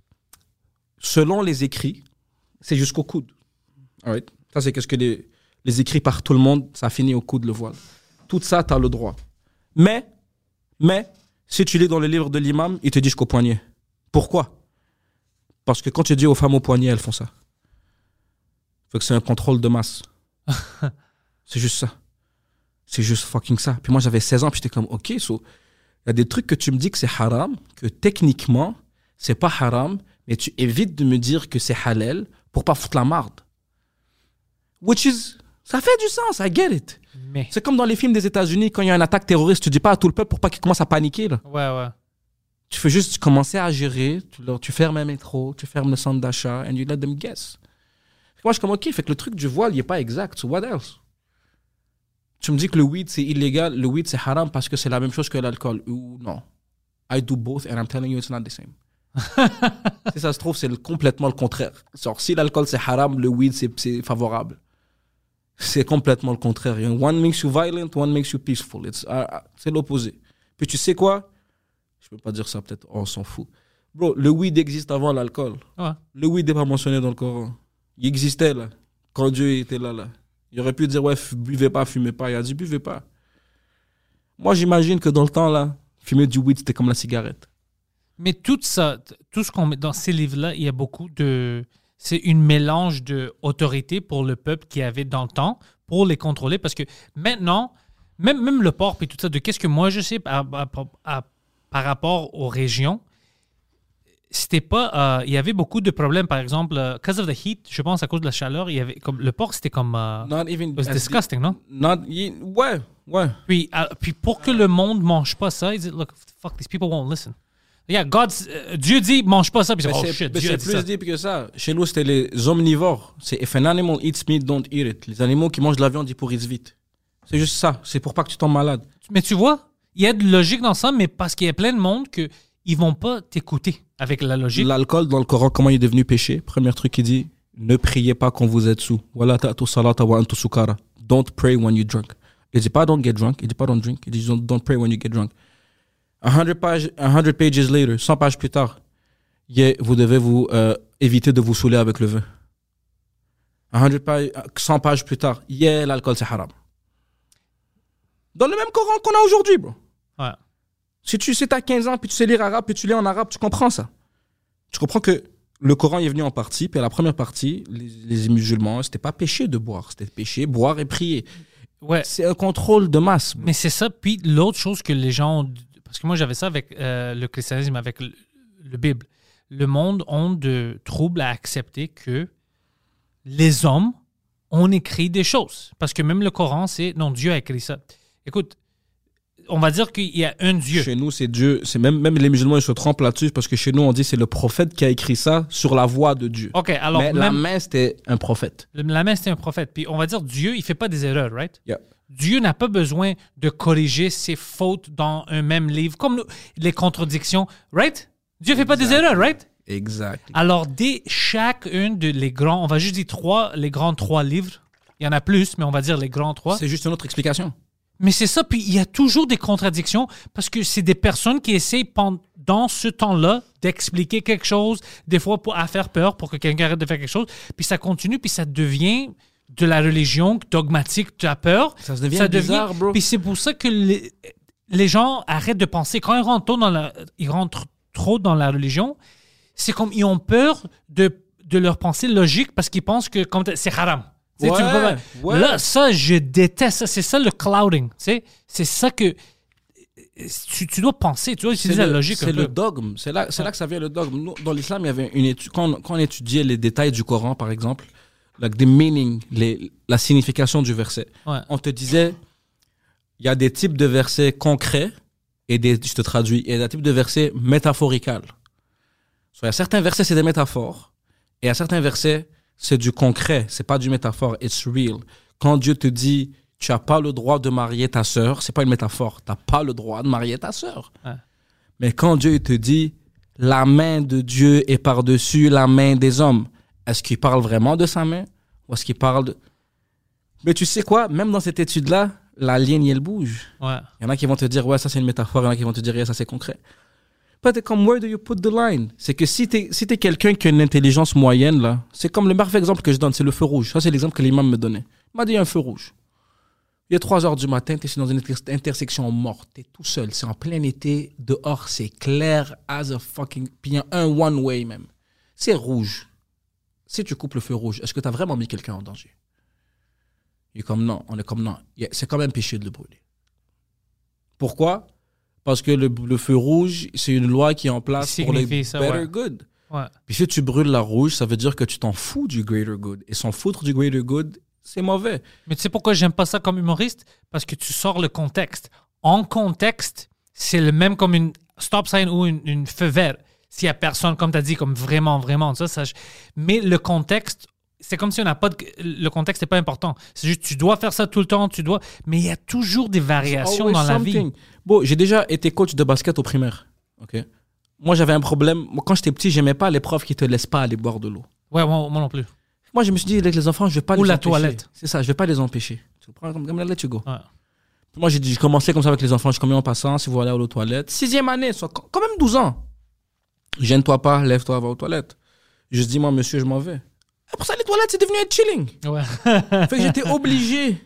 selon les écrits, c'est jusqu'au coude. Right? Ça, c'est qu'est-ce que les écrits par tout le monde, ça finit au coude le voile. Tout ça, tu as le droit. Mais, si tu lis dans le livre de l'imam, il te dit jusqu'au poignet. Pourquoi? Parce que quand tu dis aux femmes au poignet, elles font ça. Fait que c'est un contrôle de masse. C'est juste ça. C'est juste fucking ça. Puis moi, j'avais 16 ans, puis j'étais comme, OK, il y a des trucs que tu me dis que c'est haram, que techniquement, c'est pas haram, mais tu évites de me dire que c'est halal pour pas foutre la marde. Ça fait du sens, I get it. Mais... C'est comme dans les films des États-Unis, quand il y a une attaque terroriste, tu dis pas à tout le peuple pour pas qu'ils commencent à paniquer. Là. Ouais. Tu fais juste commencer à gérer, tu fermes un métro, tu fermes le centre d'achat, and you let them guess. Moi, je suis comme, OK, fait que le truc du voile, il est pas exact. So what else? Tu me dis que le weed, c'est illégal, le weed, c'est haram parce que c'est la même chose que l'alcool. Ou non. I do both and I'm telling you it's not the same. Si ça se trouve, c'est complètement le contraire. Genre, si l'alcool, c'est haram, le weed, c'est favorable. C'est complètement le contraire. One makes you violent, one makes you peaceful. C'est l'opposé. Puis tu sais quoi? Je peux pas dire ça, peut-être, on s'en fout. Bro, le weed existe avant l'alcool. Ouais. Le weed n'est pas mentionné dans le Coran. Il existait là, quand Dieu était là. Il aurait pu dire, ouais, buvez pas, fumez pas. Il a dit, buvez pas. Moi, j'imagine que dans le temps, là, fumer du weed, c'était comme la cigarette. Mais tout ça, tout ce qu'on met dans ces livres-là, il y a beaucoup de... C'est une mélange d'autorité pour le peuple qu'il y avait dans le temps pour les contrôler. Parce que maintenant, même le porc et tout ça, de qu'est-ce que moi je sais par rapport aux régions, c'était pas... il y avait beaucoup de problèmes. Par exemple, because of the heat, je pense à cause de la chaleur, il y avait comme le porc, c'était comme... It's disgusting, non? Ouais. Puis pour que le monde mange pas ça, ils disent, look, fuck, these people won't listen. Yeah, Dieu dit, mange pas ça, puis c'est shit. Mais c'est plus deep que ça. Chez nous, c'était les omnivores. C'est if an animal eats meat, don't eat it. Les animaux qui mangent de la viande, ils pourrissent vite. C'est juste ça. C'est pour pas que tu tombes malade. Mais tu vois, il y a de logique dans ça, mais parce qu'il y a plein de monde que ils vont pas t'écouter avec la logique. L'alcool dans le Coran, comment il est devenu péché? Premier truc qu'il dit, ne priez pas quand vous êtes sous. Wala ta'tu salata wa antu sukara. Don't pray when you're drunk. Il dit pas don't get drunk. Il dit pas don't drink. Il dit don't pray when you get drunk. 100 pages later, 100 pages plus tard, vous devez vous éviter de vous saouler avec le vin. 100 pages plus tard, l'alcool c'est haram. Dans le même Coran qu'on a aujourd'hui, bro. Ouais. Si tu sais, t'as 15 ans, puis tu sais lire arabe, puis tu lis en arabe, tu comprends ça. Tu comprends que le Coran est venu en partie, puis à la première partie, les musulmans, c'était pas péché de boire, c'était péché, boire et prier. Ouais. C'est un contrôle de masse. Bro. Mais c'est ça, puis l'autre chose que les gens ont... Parce que moi, j'avais ça avec le christianisme, avec le Bible. Le monde a de troubles à accepter que les hommes ont écrit des choses. Parce que même le Coran, c'est non, Dieu a écrit ça. Écoute, on va dire qu'il y a un Dieu. Chez nous, c'est Dieu. C'est même les musulmans, ils se trompent là-dessus parce que chez nous, on dit c'est le prophète qui a écrit ça sur la voix de Dieu. OK, alors mais la main, c'était un prophète. La main, c'était un prophète. Puis on va dire Dieu, il fait pas des erreurs, right? Yeah. Dieu n'a pas besoin de corriger ses fautes dans un même livre, comme les contradictions, right? Dieu fait pas des erreurs, right? Exact. Alors, dès chacun de les grands, on va juste dire les grands 3 livres, il y en a plus, mais on va dire les grands 3. C'est juste une autre explication. Mais c'est ça, puis il y a toujours des contradictions parce que c'est des personnes qui essayent pendant ce temps-là d'expliquer quelque chose, des fois à faire peur pour que quelqu'un arrête de faire quelque chose, puis ça continue, puis ça devient de la religion dogmatique, tu as peur. Ça devient bizarre, bro. Puis c'est pour ça que les gens arrêtent de penser. Quand ils rentrent trop dans la religion, c'est comme ils ont peur de leur pensée logique parce qu'ils pensent que c'est haram. Ouais. Là, ça, je déteste ça. C'est ça le clouding. C'est ça que tu dois penser. Tu dois utiliser la logique. C'est le dogme. C'est là que ça vient le dogme. Nous, dans l'islam, il y avait une étude. Quand on étudiait les détails du Coran, par exemple, like the meaning, la signification du verset, on te disait il y a des types de versets concrets et je te traduis, et des types de versets métaphoricaux. Il y a certains versets, c'est des métaphores, et il y a certains versets, c'est du concret, c'est pas du métaphore, it's real. Quand Dieu te dit, tu n'as pas le droit de marier ta sœur, c'est pas une métaphore, tu n'as pas le droit de marier ta sœur. Ouais. Mais quand Dieu te dit, la main de Dieu est par-dessus la main des hommes, est-ce qu'il parle vraiment de sa main, ou est-ce qu'il parle de... Mais tu sais quoi, même dans cette étude-là, la ligne, elle bouge. Ouais. Il y en a qui vont te dire, ouais, ça c'est une métaphore, il y en a qui vont te dire, yeah, ça c'est concret. Peut-être comme, where do you put the line? C'est que si t'es quelqu'un qui a une intelligence moyenne, là, c'est comme le parfait exemple que je donne, c'est le feu rouge. Ça, c'est l'exemple que l'imam me donnait. Il m'a dit, il y a un feu rouge. Il est 3h du matin, t'es dans une intersection morte, t'es tout seul, c'est en plein été, dehors, c'est clair as a fucking... Puis il y a un one-way même. C'est rouge. Si tu coupes le feu rouge, est-ce que t'as vraiment mis quelqu'un en danger? Il est comme non, on est comme non. C'est quand même péché de le brûler. Pourquoi? Parce que le feu rouge, c'est une loi qui est en place pour les better good. Ouais. Puis si tu brûles la rouge, ça veut dire que tu t'en fous du greater good. Et s'en foutre du greater good, c'est mauvais. Mais tu sais pourquoi j'aime pas ça comme humoriste? Parce que tu sors le contexte. En contexte, c'est le même comme une stop sign ou une feu vert. S'il y a personne, comme tu as dit, comme vraiment, ça. Mais le contexte, c'est comme si on n'a pas le contexte n'est pas important. C'est juste tu dois faire ça tout le temps, mais il y a toujours des variations dans la vie. Bon, j'ai déjà été coach de basket au primaire. OK. Moi, j'avais un problème. Moi, quand j'étais petit, j'aimais pas les profs qui te laissent pas aller boire de l'eau. Ouais, moi non plus. Moi, je me suis dit avec les enfants, je vais pas les empêcher. Ou la toilette. C'est ça, je vais pas les empêcher. Tu prends comme let you go. Ouais. Moi, j'ai commencé comme ça avec les enfants. Je commençais en passant, si vous allez aux toilettes. 6e année, soit quand même 12 ans. Gêne-toi pas, lève-toi, va aux toilettes. Je dis, moi, monsieur, je m'en vais. Après ça, les toilettes, c'est devenu un chilling. Ouais. Fait que j'étais obligé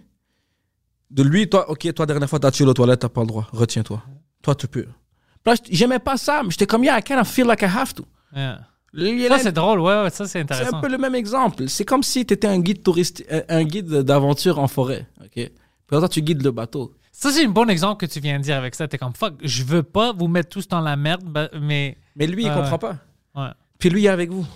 de lui, toi, dernière fois, t'as tué aux toilettes, t'as pas le droit. Retiens-toi. Toi, tu peux. Là, j'aimais pas ça, mais j'étais comme, I kind of feel like I have to. Yeah. Ça, c'est drôle, ouais, ça, c'est intéressant. C'est un peu le même exemple. C'est comme si t'étais un guide touriste, un guide d'aventure en forêt. OK? Puis toi, tu guides le bateau. Ça, c'est un bon exemple que tu viens de dire avec ça. T'es comme, fuck, je veux pas vous mettre tous dans la merde, mais... Mais lui, il comprend pas. Ouais. Puis lui, il est avec vous.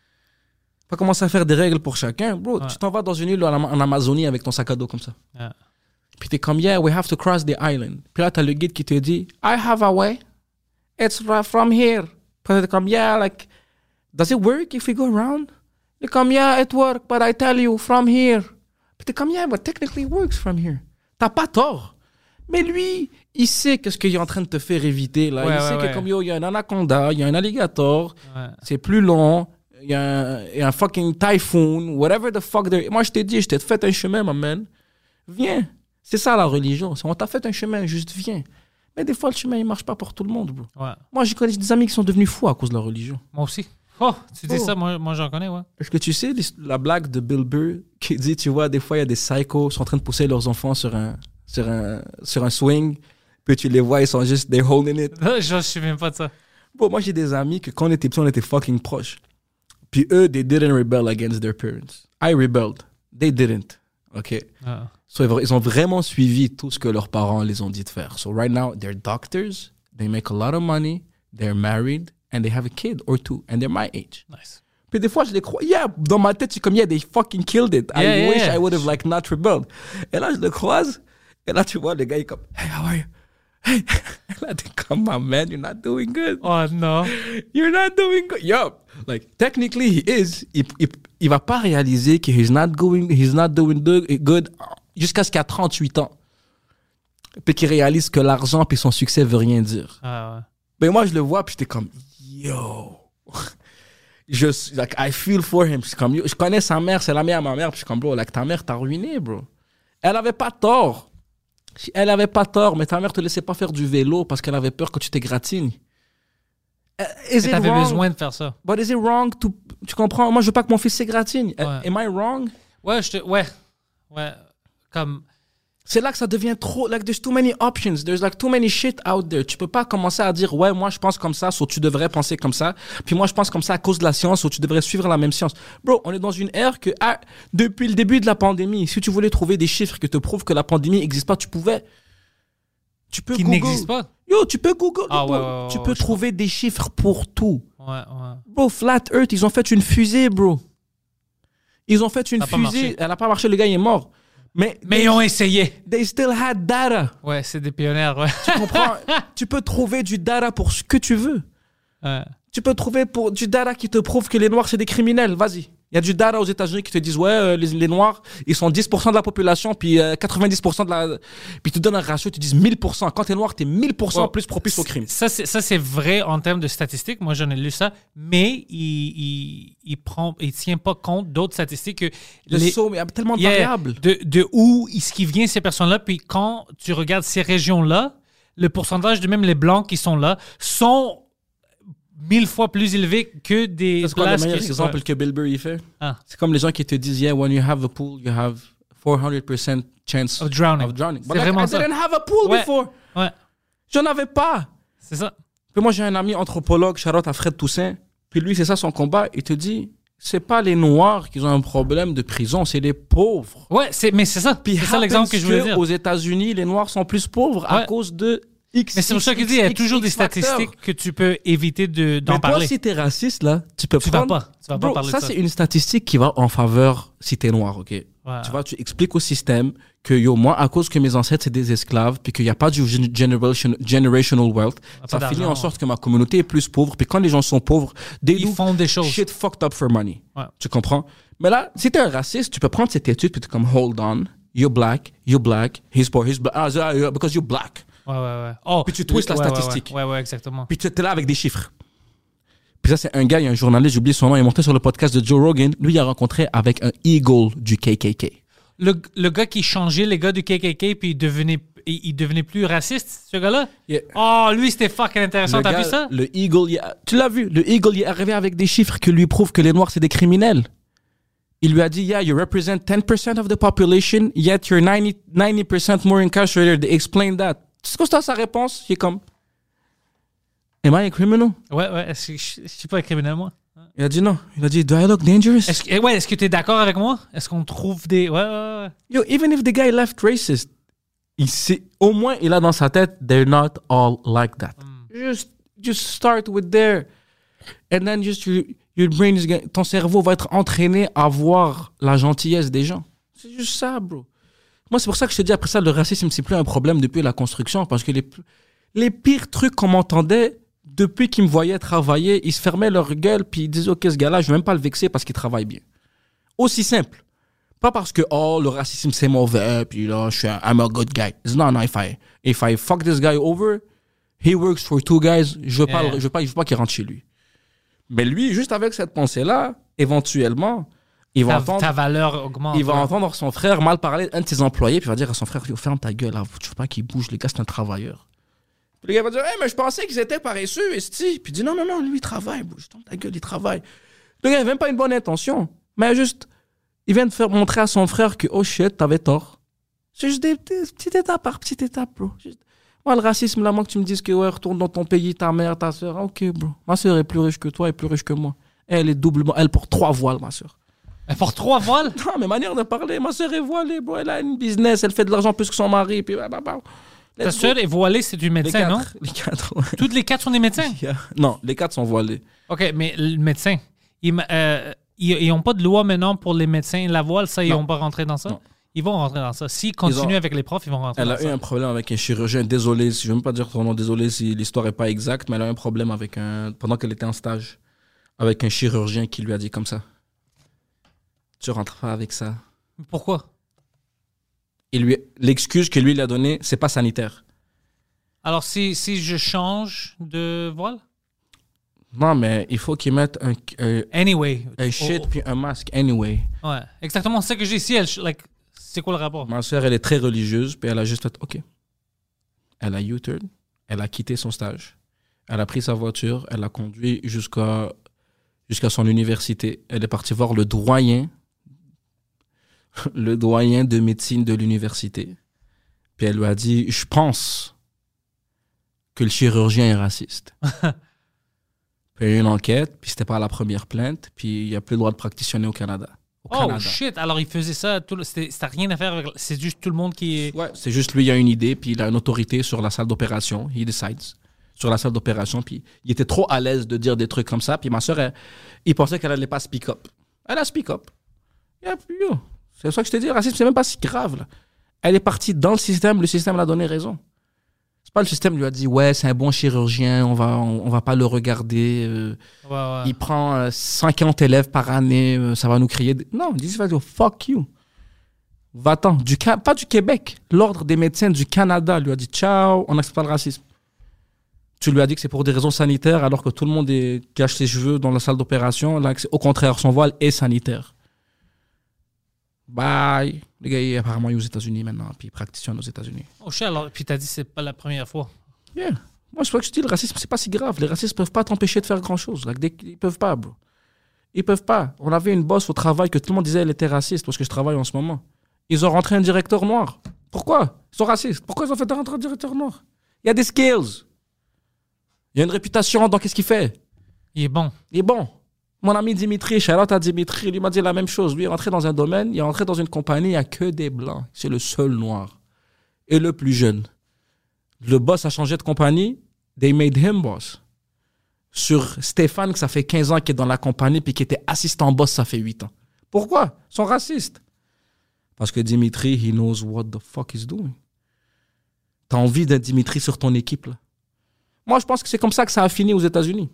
Pas commencer à faire des règles pour chacun. Bro, tu t'en vas dans une île en Amazonie avec ton sac à dos comme ça. Ouais. Puis t'es comme, yeah, we have to cross the island. Puis là, t'as le guide qui te dit, I have a way. It's from here. Puis t'es comme, yeah, like, does it work if we go around? T'es comme, yeah, it works, but I tell you, from here. Puis t'es comme, yeah, but technically it works from here. T'as pas tort. Mais lui, il sait qu'est-ce qu'il est en train de te faire éviter. Là. Il sait que comme, yo, il y a un anaconda, il y a un alligator, c'est plus long. Il y a un fucking typhoon, whatever the fuck. Moi, je t'ai dit, je t'ai fait un chemin, ma man. Viens. C'est ça, la religion. On t'a fait un chemin, juste viens. Mais des fois, le chemin, il marche pas pour tout le monde, bro. Ouais. Moi, je connais des amis qui sont devenus fous à cause de la religion. Moi aussi. Oh, tu dis ça, moi j'en connais, ouais. Est-ce que tu sais la blague de Bill Burr qui dit, tu vois, des fois, il y a des psychos qui sont en train de pousser leurs enfants sur un swing, puis tu les vois, ils sont juste, they're holding it. Je sais même pas de ça. Bon, moi, j'ai des amis que quand on était petits, on était fucking proches. Puis eux, they didn't rebel against their parents. I rebelled. They didn't. OK? So, ils ont vraiment suivi tout ce que leurs parents les ont dit de faire. So right now, they're doctors, they make a lot of money, they're married, and they have a kid or two, and they're my age. Nice. Puis des fois, je les crois. Yeah, dans ma tête, c'est comme, yeah, they fucking killed it. I wish I would have, like, not rebelled. Et là, je le croise. Et là, tu vois, le gars, il est comme, hey, how are you? Hey. Et là, t'es comme, my man, you're not doing good. Oh, non. You're not doing good. Yo, like, technically, he is. Il va pas réaliser que he's not doing good jusqu'à ce qu'il a 38 ans. Puis qu'il réalise que l'argent puis son succès veut rien dire. Ah, ouais. Mais moi, je le vois, puis j'étais comme, yo. Like, I feel for him. Je connais sa mère, c'est la mère à ma mère. Puis je suis comme, bro, like, ta mère t'a ruiné, bro. Elle avait pas tort. Elle avait pas tort, mais ta mère te laissait pas faire du vélo parce qu'elle avait peur que tu t'égratines. Et t'avais besoin de faire ça. But is it wrong to... Tu comprends? Moi, je veux pas que mon fils s'égratine. Ouais. Am I wrong? Ouais, ouais. Comme... C'est là que ça devient trop... Like, there's too many options. There's like too many shit out there. Tu peux pas commencer à dire, ouais, moi, je pense comme ça, tu devrais penser comme ça. Puis moi, je pense comme ça à cause de la science, tu devrais suivre la même science. Bro, on est dans une ère que, depuis le début de la pandémie, si tu voulais trouver des chiffres qui te prouvent que la pandémie n'existe pas, tu pouvais. Tu peux Qui n'existe pas? Yo, tu peux Google. Tu peux trouver des chiffres pour tout. Ouais. Bro, Flat Earth, ils ont fait une fusée, bro. Ils ont fait une fusée. Elle a pas marché, le gars, il est mort. Mais ils ont essayé. They still had data. Ouais, c'est des pionniers, ouais. Tu comprends? Tu peux trouver du data pour ce que tu veux. Ouais. Tu peux trouver du data qui te prouve que les Noirs, c'est des criminels. Vas-y. Il y a du data aux États-Unis qui te disent, ouais, les Noirs, ils sont 10% de la population, puis 90% de la... Puis ils te donnent un ratio, ils te disent 1000%. Quand t'es Noir, t'es 1000% plus propice au crime. Ça, c'est vrai en termes de statistiques. Moi, j'en ai lu ça. Mais il tient pas compte d'autres statistiques que... Il y a tellement de variables. De où ce qui vient, ces personnes-là. Puis quand tu regardes ces régions-là, le pourcentage de même les Blancs qui sont là sont... 1000 fois plus élevé que des places. C'est quoi le meilleur exemple que Bill Burr fait? C'est comme les gens qui te disent, yeah, when you have a pool, you have 400% chance of drowning. C'est vraiment ça. I didn't have a pool before. Ouais. J'en avais pas. C'est ça. Puis moi, j'ai un ami anthropologue, shout-out à Fred Toussaint. Puis lui, c'est ça son combat. Il te dit, c'est pas les Noirs qui ont un problème de prison, c'est les pauvres. Ouais, mais c'est ça. Puis c'est ça l'exemple que je voulais dire. Aux États-Unis, les Noirs sont plus pauvres à cause de... Mais c'est pour ça que je dis, il y a toujours des statistiques que tu peux éviter d'en parler. Mais toi, si t'es raciste, là, tu vas pas parler de ça. Ça, c'est une statistique qui va en faveur si t'es noir, OK? Ouais. Tu vois, tu expliques au système que, moi, à cause que mes ancêtres, c'est des esclaves, puis qu'il n'y a pas du generational wealth, ça finit en sorte que ma communauté est plus pauvre, puis quand les gens sont pauvres, ils font des choses. Shit fucked up for money. Ouais. Tu comprends? Mais là, si t'es un raciste, tu peux prendre cette étude, puis t'es comme, hold on, you're black, he's poor, he's black, because you're black. Ouais. Oh, puis tu twists la statistique. Ouais, exactement. Puis tu es là avec des chiffres. Puis ça, c'est un gars, il y a un journaliste, j'ai oublié son nom, il est monté sur le podcast de Joe Rogan. Lui, il a rencontré avec un Eagle du KKK. Le gars qui changeait les gars du KKK, puis il devenait plus raciste, ce gars-là? Yeah. Oh, lui, c'était fucking intéressant. T'as vu ça? Le Eagle, tu l'as vu? Le Eagle, il est arrivé avec des chiffres qui lui prouvent que les Noirs, c'est des criminels. Il lui a dit, yeah, you represent 10% of the population, yet you're 90% more incarcerated. They explained that. Tu sais quoi, c'est sa réponse? Il est comme, am I a criminal? Ouais. Est-ce que je suis pas un criminel, moi? Il a dit non. Il a dit, do I look dangerous? Est-ce que tu es d'accord avec moi? Est-ce qu'on trouve des... Ouais. Yo, even if the guy left racist, au moins, il a dans sa tête, they're not all like that. Just start with there. And then just your brain is... Ton cerveau va être entraîné à voir la gentillesse des gens. C'est juste ça, bro. Moi, c'est pour ça que je te dis, après ça, le racisme, c'est plus un problème depuis la construction, parce que les pires trucs qu'on m'entendait, depuis qu'ils me voyaient travailler, ils se fermaient leur gueule, puis ils disaient, OK, ce gars-là, je vais même pas le vexer parce qu'il travaille bien. Aussi simple. Pas parce que, le racisme, c'est mauvais, puis là, I'm a good guy. Non, if I fuck this guy over, he works for two guys, je veux pas qu'il rentre chez lui. Mais lui, juste avec cette pensée-là, éventuellement, ta valeur augmente. Il va entendre son frère mal parler d'un de ses employés, puis il va dire à son frère, ferme ta gueule, là, tu veux pas qu'il bouge, les gars, c'est un travailleur. Puis le gars va dire, mais je pensais qu'ils étaient paresseux, esti. Puis il dit, non, lui, il travaille, bouge ta gueule, il travaille. Le gars, il n'a même pas une bonne intention, mais juste, il vient de faire montrer à son frère que, oh shit, t'avais tort. C'est juste des petites étapes par petite étape, bro. Moi, le racisme, là, moi, que tu me dises que, ouais, retourne dans ton pays, ta mère, ta soeur, ok, bro. Ma soeur est plus riche que toi et plus riche que moi. Elle porte 3 voiles, ma soeur. Elle porte 3 voiles? Non, mais manière de parler. Ma soeur est voilée, bro. Elle a une business, elle fait de l'argent plus que son mari. Puis, ta soeur est voilée, c'est une médecin, non? Les 4, ouais. Toutes les 4 sont des médecins? Non, les 4 sont voilés. OK, mais le médecin, Ils n'ont pas de loi maintenant pour les médecins. La voile, ça, ils Non. vont pas rentrer dans ça? Non. Ils vont rentrer dans ça. S'ils continuent avec les profs, ils vont rentrer Elle dans a ça. eu un problème avec un chirurgien. Désolé, je ne veux même pas dire son nom. Désolé si l'histoire n'est pas exacte, mais elle a eu un problème pendant qu'elle était en stage avec un chirurgien qui lui a dit comme ça. Tu rentres pas avec ça. Pourquoi? L'excuse que lui il a donnée, c'est pas sanitaire. Alors, si je change de voile? Non, mais il faut qu'ils mettent Anyway. un shit puis un masque anyway. Ouais. Exactement, c'est ça que j'ai ici. C'est quoi le rapport? Ma soeur, elle est très religieuse, puis elle a juste fait OK. Elle a U-turn, elle a quitté son stage. Elle a pris sa voiture, elle a conduit jusqu'à son université. Elle est partie voir le doyen de médecine de l'université. Puis elle lui a dit, je pense que le chirurgien est raciste. Puis il y a eu une enquête, puis c'était pas la première plainte, puis il n'y a plus le droit de practitioner au Canada. Oh shit, alors il faisait ça, c'était rien à faire avec... C'est juste tout le monde qui est... Ouais, c'est juste lui, il a une idée, puis il a une autorité sur la salle d'opération. He decides. Sur la salle d'opération, puis il était trop à l'aise de dire des trucs comme ça, puis ma soeur, il pensait qu'elle allait pas speak up. Elle a speak up. C'est ça que je te dis, le racisme, c'est même pas si grave, là. Elle est partie dans le système l'a donné raison. C'est pas le système lui a dit, ouais, c'est un bon chirurgien, on va pas le regarder. Ouais. Il prend 50 élèves par année, ça va nous crier. Non, il dit, fuck you. Va-t'en. Pas du Québec. L'Ordre des médecins du Canada lui a dit, ciao, on n'accepte pas le racisme. Tu lui as dit que c'est pour des raisons sanitaires, alors que tout le monde cache ses cheveux dans la salle d'opération. Là, au contraire, son voile est sanitaire. Bye. Le gars, apparemment, il est aux États-Unis maintenant, puis il practitionne aux États-Unis. Oh shit, alors, puis t'as dit que c'est pas la première fois. Yeah. Moi, je crois que je dis, le racisme, c'est pas si grave. Les racistes peuvent pas t'empêcher de faire grand-chose. Ils peuvent pas, bro. Ils peuvent pas. On avait une boss au travail que tout le monde disait elle était raciste, parce que je travaille en ce moment. Ils ont rentré un directeur noir. Pourquoi? Ils sont racistes. Pourquoi ils ont fait rentrer un directeur noir? Il y a des skills. Il y a une réputation dans qu'est-ce qu'il fait. Il est bon. Il est bon. Mon ami Dimitri, shout-out à Dimitri, lui m'a dit la même chose. Lui est rentré dans un domaine, il est rentré dans une compagnie, il n'y a que des blancs. C'est le seul noir. Et le plus jeune. Le boss a changé de compagnie, they made him boss. Sur Stéphane, que ça fait 15 ans qu'il est dans la compagnie, puis qui était assistant boss, ça fait 8 ans. Pourquoi? Ils sont racistes. Parce que Dimitri, he knows what the fuck he's doing. T'as envie d'un Dimitri sur ton équipe, là. Moi, je pense que c'est comme ça que ça a fini aux États-Unis.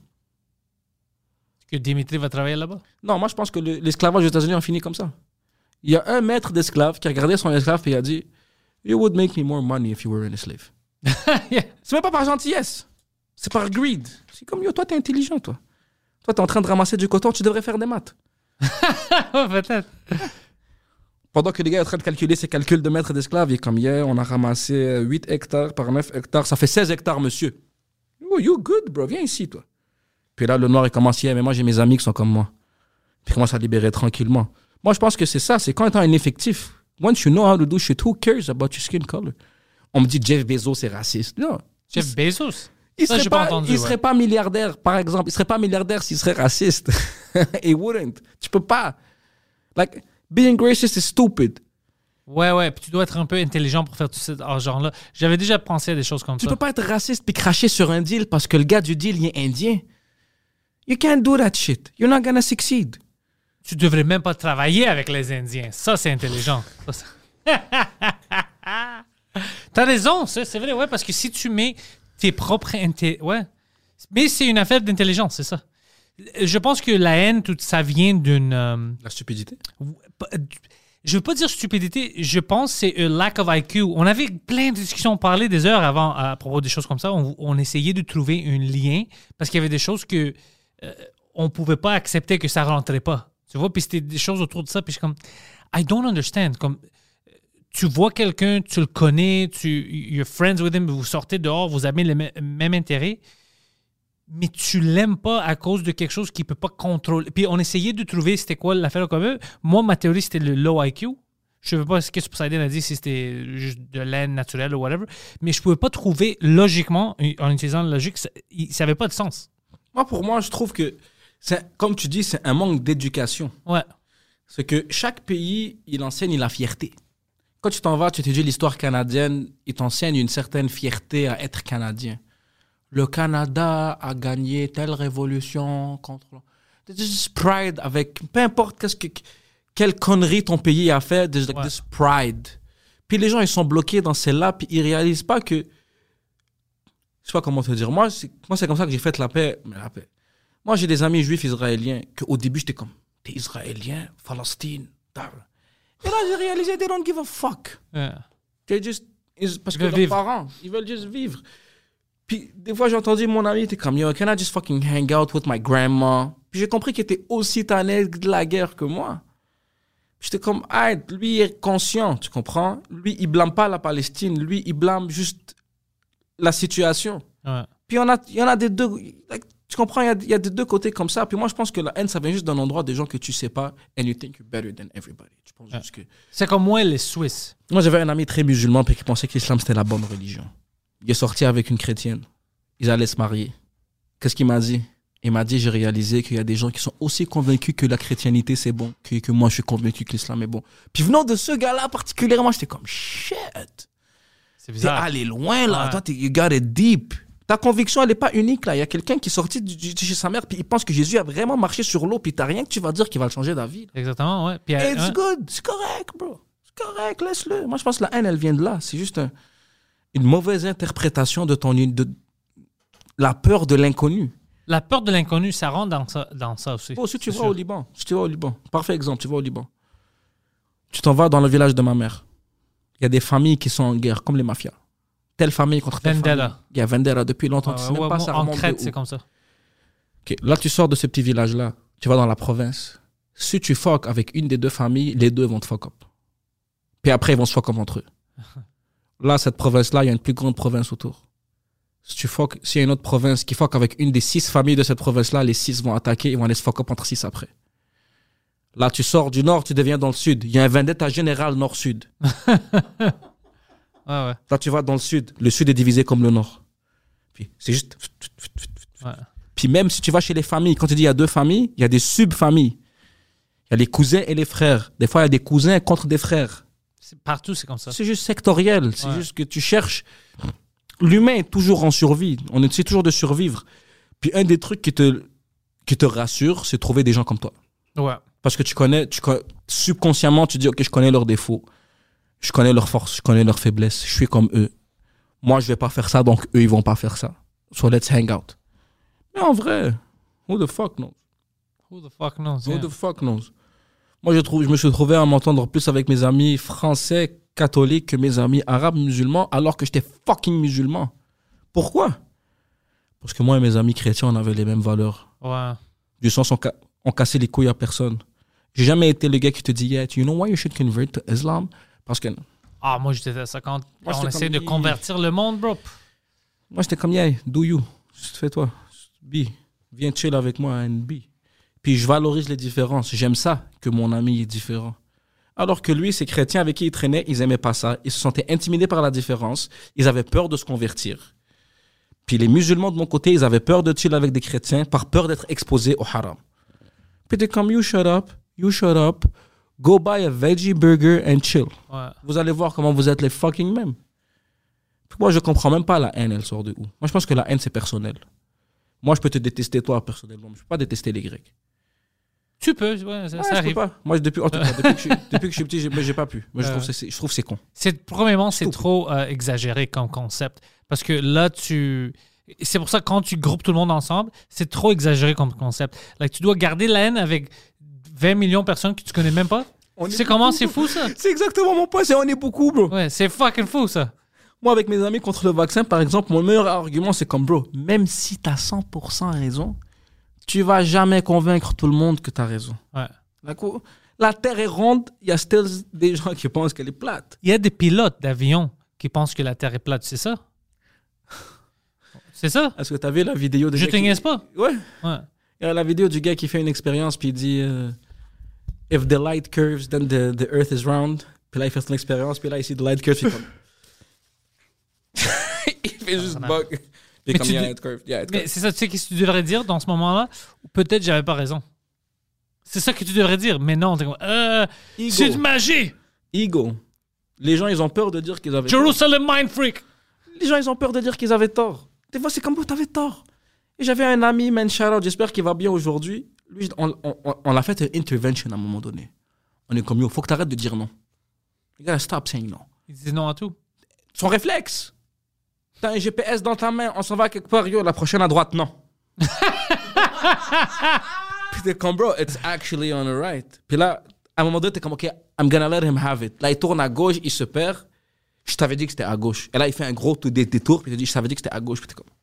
Que Dimitri va travailler là-bas? Non, moi, je pense que l'esclavage aux États-Unis a fini comme ça. Il y a un maître d'esclave qui a regardé son esclave et il a dit « You would make me more money if you were an slave. » Yeah. C'est même pas par gentillesse. C'est par greed. C'est comme « Yo, toi, t'es intelligent, toi. Toi, t'es en train de ramasser du coton, tu devrais faire des maths. » Peut-être. Pendant que les gars sont en train de calculer ses calculs de maître d'esclave, il est comme « Yeah, on a ramassé 8 hectares par 9 hectares. Ça fait 16 hectares, monsieur. » Oh, you good, bro. Viens ici, toi. Puis là, le noir, il commence, mais moi, j'ai mes amis qui sont comme moi. Puis il commence à libérer tranquillement. Moi, je pense que c'est ça. C'est quand étant un effectif, once you know how to do shit, who cares about your skin color? On me dit Jeff Bezos, c'est raciste. Non. Jeff Bezos? Il Ça, j'ai pas entendu, il serait pas milliardaire, par exemple. Il serait pas milliardaire s'il serait raciste. He wouldn't. Tu peux pas. Like, being racist is stupid. Ouais. Puis tu dois être un peu intelligent pour faire tout ce genre-là. J'avais déjà pensé à des choses comme Tu ça. peux pas être raciste puis cracher sur un deal parce que le gars du deal, il est indien. You can't do that shit. You're not gonna succeed. Tu devrais même pas travailler avec les Indiens. Ça, c'est intelligent. T'as raison, c'est vrai, ouais, parce que si tu mets tes propres... Ouais. Mais c'est une affaire d'intelligence, c'est ça. Je pense que la haine, tout ça vient d'une... La stupidité? Je veux pas dire stupidité, je pense que c'est un lack of IQ. On avait plein de discussions, on parlait des heures avant à propos des choses comme ça. On essayait de trouver un lien parce qu'il y avait des choses que on pouvait pas accepter que ça rentrait pas. Tu vois, puis c'était des choses autour de ça, puis je suis comme I don't understand. Comme tu vois quelqu'un, tu le connais, you're friends with him, vous sortez dehors, vous avez le même intérêt, mais tu l'aimes pas à cause de quelque chose qu'il peut pas contrôler. Puis on essayait de trouver c'était quoi l'affaire commun. Moi, ma théorie, c'était le low IQ. Je ne sais pas ce que Poseidon a dit, si c'était juste de l'aine naturelle ou whatever, mais je pouvais pas trouver logiquement, en utilisant la logique, ça n'avait pas de sens. Pour moi, je trouve que, comme tu dis, c'est un manque d'éducation. Ouais. C'est que chaque pays, il enseigne la fierté. Quand tu t'en vas, tu étudies l'histoire canadienne, il t'enseigne une certaine fierté à être Canadien. Le Canada a gagné telle révolution contre... There's this pride avec... Peu importe quelle connerie ton pays a fait, there's like this pride. Puis les gens, ils sont bloqués dans celle-là, puis ils réalisent pas que... Je sais pas comment te dire. Moi, c'est comme ça que j'ai fait la paix. Moi, j'ai des amis juifs israéliens qu'au début, j'étais comme, t'es israélien, Palestine. Et là, j'ai réalisé, they don't give a fuck. Parce que leurs parents, ils veulent juste vivre. Puis, des fois, j'ai entendu mon ami, t'es comme, yo, can I just fucking hang out with my grandma? Puis j'ai compris qu'il était aussi tanné de la guerre que moi. Puis j'étais comme, ah, lui, il est conscient, tu comprends? Lui, il blâme pas la Palestine. Lui, il blâme juste la situation. Puis il y en a des deux... Tu comprends, il y a des deux côtés comme ça. Puis moi, je pense que la haine, ça vient juste d'un endroit des gens que tu sais pas and you think you're better than everybody. Tu penses juste que... C'est comme moi, les Suisses. Moi, j'avais un ami très musulman puis qui pensait que l'islam, c'était la bonne religion. Il est sorti avec une chrétienne. Ils allaient se marier. Qu'est-ce qu'il m'a dit? Il m'a dit, j'ai réalisé qu'il y a des gens qui sont aussi convaincus que la chrétienneté, c'est bon, que moi, je suis convaincu que l'islam est bon. Puis venant de ce gars-là particulièrement, j'étais comme, shit. C'est bizarre. T'es allé loin, là. Toi, you got it deep. Ta conviction, elle n'est pas unique, là. Il y a quelqu'un qui est sorti de chez sa mère, puis il pense que Jésus a vraiment marché sur l'eau, puis t'as rien que tu vas dire qui va le changer d'avis. Là. Exactement, ouais. Puis, it's good. C'est correct, bro. C'est correct, laisse-le. Moi, je pense que la haine, elle vient de là. C'est juste une mauvaise interprétation de la peur de l'inconnu. La peur de l'inconnu, ça rentre dans ça aussi. Si tu vas au Liban, parfait exemple, tu vas au Liban. Tu t'en vas dans le village de ma mère. Il y a des familles qui sont en guerre, comme les mafias. Telle famille contre telle famille. Il y a vendetta depuis longtemps. En Crète, c'est comme ça. Okay. Là, tu sors de ce petit village-là. Tu vas dans la province. Si tu fuck avec une des deux familles, les deux vont te fuck up. Puis après, ils vont se fuck up entre eux. Là, cette province-là, il y a une plus grande province autour. S'il y a une autre province qui fuck avec une des 6 familles de cette province-là, les 6 vont attaquer, ils vont aller se fuck up entre 6 après. Là, tu sors du nord, tu deviens dans le sud. Il y a un vendetta général nord-sud. Ouais. Là, tu vas dans le sud. Le sud est divisé comme le nord. Puis, c'est juste... Ouais. Puis même si tu vas chez les familles, quand tu dis il y a 2 familles, il y a des sub-familles. Il y a les cousins et les frères. Des fois, il y a des cousins contre des frères. Partout, c'est comme ça. C'est juste sectoriel. C'est juste que tu cherches... L'humain est toujours en survie. On essaie toujours de survivre. Puis un des trucs qui te rassure, c'est trouver des gens comme toi. Ouais. Parce que subconsciemment, tu dis, OK, je connais leurs défauts. Je connais leurs forces, je connais leurs faiblesses. Je suis comme eux. Moi, je vais pas faire ça, donc eux, ils vont pas faire ça. So let's hang out. Mais en vrai, who the fuck knows? Who the fuck knows? Who the fuck knows? Moi, je me suis trouvé à m'entendre plus avec mes amis français catholiques que mes amis arabes musulmans, alors que j'étais fucking musulman. Pourquoi? Parce que moi et mes amis chrétiens, on avait les mêmes valeurs. Ouais. Du sens, on cassait les couilles à personne. J'ai jamais été le gars qui te dit, yeah, you know why you should convert to Islam? Parce que... Ah, moi, j'étais à ça quand on essaie de convertir le monde, bro. Moi, j'étais comme, yeah, do you. Fais-toi. Be. Viens chill avec moi and be. Puis je valorise les différences. J'aime ça, que mon ami est différent. Alors que lui, ces chrétiens avec qui il traînait, ils aimaient pas ça. Ils se sentaient intimidés par la différence. Ils avaient peur de se convertir. Puis les musulmans, de mon côté, ils avaient peur de chill avec des chrétiens par peur d'être exposés au haram. Puis t'es comme, you shut up, go buy a veggie burger and chill. Ouais. Vous allez voir comment vous êtes les fucking mêmes. Puis moi, je comprends même pas la haine, elle sort de où. Moi, je pense que la haine, c'est personnel. Moi, je peux te détester toi personnellement, mais je peux pas détester les Grecs. Tu peux, ouais, ça je arrive. Peux pas. Moi, depuis que je suis petit, j'ai pas pu. Moi, je trouve que c'est con. Premièrement, c'est trop exagéré comme concept. Parce que là, c'est pour ça que quand tu groupes tout le monde ensemble, c'est trop exagéré comme concept. Là, tu dois garder la haine avec 20 millions de personnes que tu connais même pas. C'est comment? C'est fou, ça? C'est exactement mon point, on est beaucoup, bro. Ouais, c'est fucking fou, ça. Moi, avec mes amis contre le vaccin, par exemple, mon meilleur argument, c'est comme, bro, même si t'as 100% raison, tu vas jamais convaincre tout le monde que t'as raison. Ouais. D'accord? La Terre est ronde, il y a still des gens qui pensent qu'elle est plate. Il y a des pilotes d'avions qui pensent que la Terre est plate, c'est ça? C'est ça? Est-ce que t'as vu la vidéo de... Je te niaise pas? Ouais. Il y a la vidéo du gars qui fait une expérience, puis il dit if the light curves, then the earth is round. Puis là, il fait son expérience, puis là, il dit the light curves, il comme... il fait juste bug. Mais, mais c'est ça, tu sais, qu'est-ce que tu devrais dire dans ce moment-là? Peut-être j'avais pas raison. C'est ça que tu devrais dire, mais non, t'es comme, c'est de magie! Ego. Les gens, ils ont peur de dire qu'ils avaient Jerusalem Mind Freak! Les gens, ils ont peur de dire qu'ils avaient tort. Des fois, c'est comme, t'avais tort. Et j'avais un ami, man, shout-out, j'espère qu'il va bien aujourd'hui. Lui, on a fait une intervention à un moment donné. On est comme, yo, faut que t'arrêtes de dire non. You gotta stop saying no. Il disait non à tout. Son réflexe. T'as un GPS dans ta main, on s'en va quelque part, yo, la prochaine à droite, non. Puis t'es comme, bro, it's actually on the right. Puis là, à un moment donné, t'es comme, OK, I'm gonna let him have it. Là, il tourne à gauche, il se perd. Je t'avais dit que c'était à gauche. Et là, il fait un gros détour, puis il te dit, je t'avais dit que c'était à gauche. Puis t'es comme...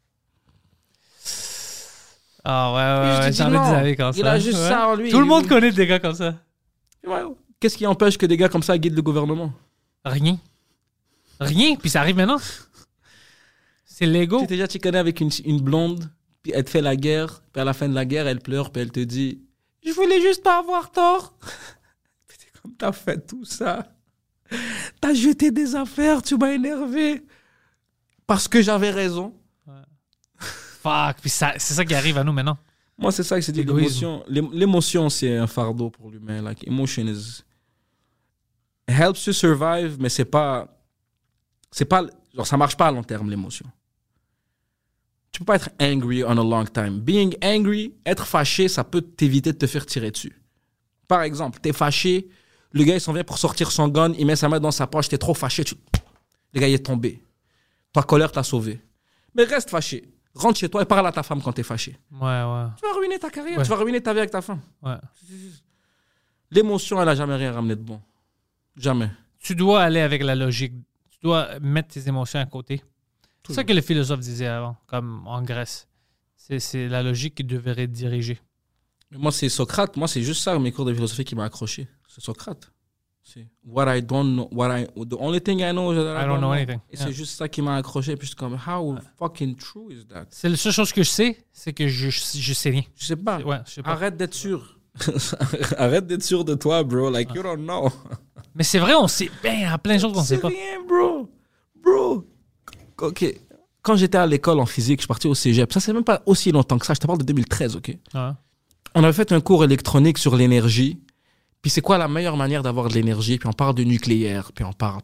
Ah ouais, j'ai envie de dire comme ça. Il a juste ça en lui. Tout le monde connaît des gars comme ça. Ouais. Qu'est-ce qui empêche que des gars comme ça guident le gouvernement? Rien. Puis ça arrive maintenant. C'est l'ego. Tu connais avec une blonde, puis elle te fait la guerre, puis à la fin de la guerre, elle pleure, puis elle te dit, je voulais juste pas avoir tort. Puis t'es comme, t'as fait tout ça. T'as jeté des affaires, tu m'as énervé. Parce que j'avais raison. Fuck, puis c'est ça qui arrive à nous maintenant. Moi, c'est ça que c'est dit. L'émotion, c'est un fardeau pour l'humain. Like, emotion helps you survive, mais c'est pas genre, ça marche pas à long terme, l'émotion. Tu peux pas être angry on a long time. Being angry, être fâché, ça peut t'éviter de te faire tirer dessus. Par exemple, t'es fâché, le gars, il s'en vient pour sortir son gun, il met sa main dans sa poche, t'es trop fâché, le gars, il est tombé. Ta colère t'a sauvé. Mais reste fâché. Rentre chez toi et parle à ta femme quand t'es fâché. Ouais. Tu vas ruiner ta carrière, tu vas ruiner ta vie avec ta femme. Ouais. L'émotion, elle a jamais rien ramené de bon. Jamais. Tu dois aller avec la logique. Tu dois mettre tes émotions à côté. C'est ça que les philosophes disaient avant, comme en Grèce. C'est la logique qui devrait te diriger. Moi, c'est Socrate. Moi, c'est juste ça, mes cours de philosophie qui m'a accroché. C'est Socrate. C'est what I don't know. The only thing I know is that I don't know anything. Et c'est juste ça qui m'a accroché. Puis je suis comme, how fucking true is that? C'est la seule chose que je sais, c'est que je sais rien. Je sais pas. Je sais pas. Arrête d'être sûr. Arrête d'être sûr de toi, bro. Like, you don't know. Mais c'est vrai, on sait bien à plein de choses qu'on sait pas. C'est rien, bro. OK. Quand j'étais à l'école en physique, je suis parti au cégep. Ça, c'est même pas aussi longtemps que ça. Je te parle de 2013, OK? Ouais. On avait fait un cours électronique sur l'énergie. Puis c'est quoi la meilleure manière d'avoir de l'énergie? Puis on parle de nucléaire. Puis on parle.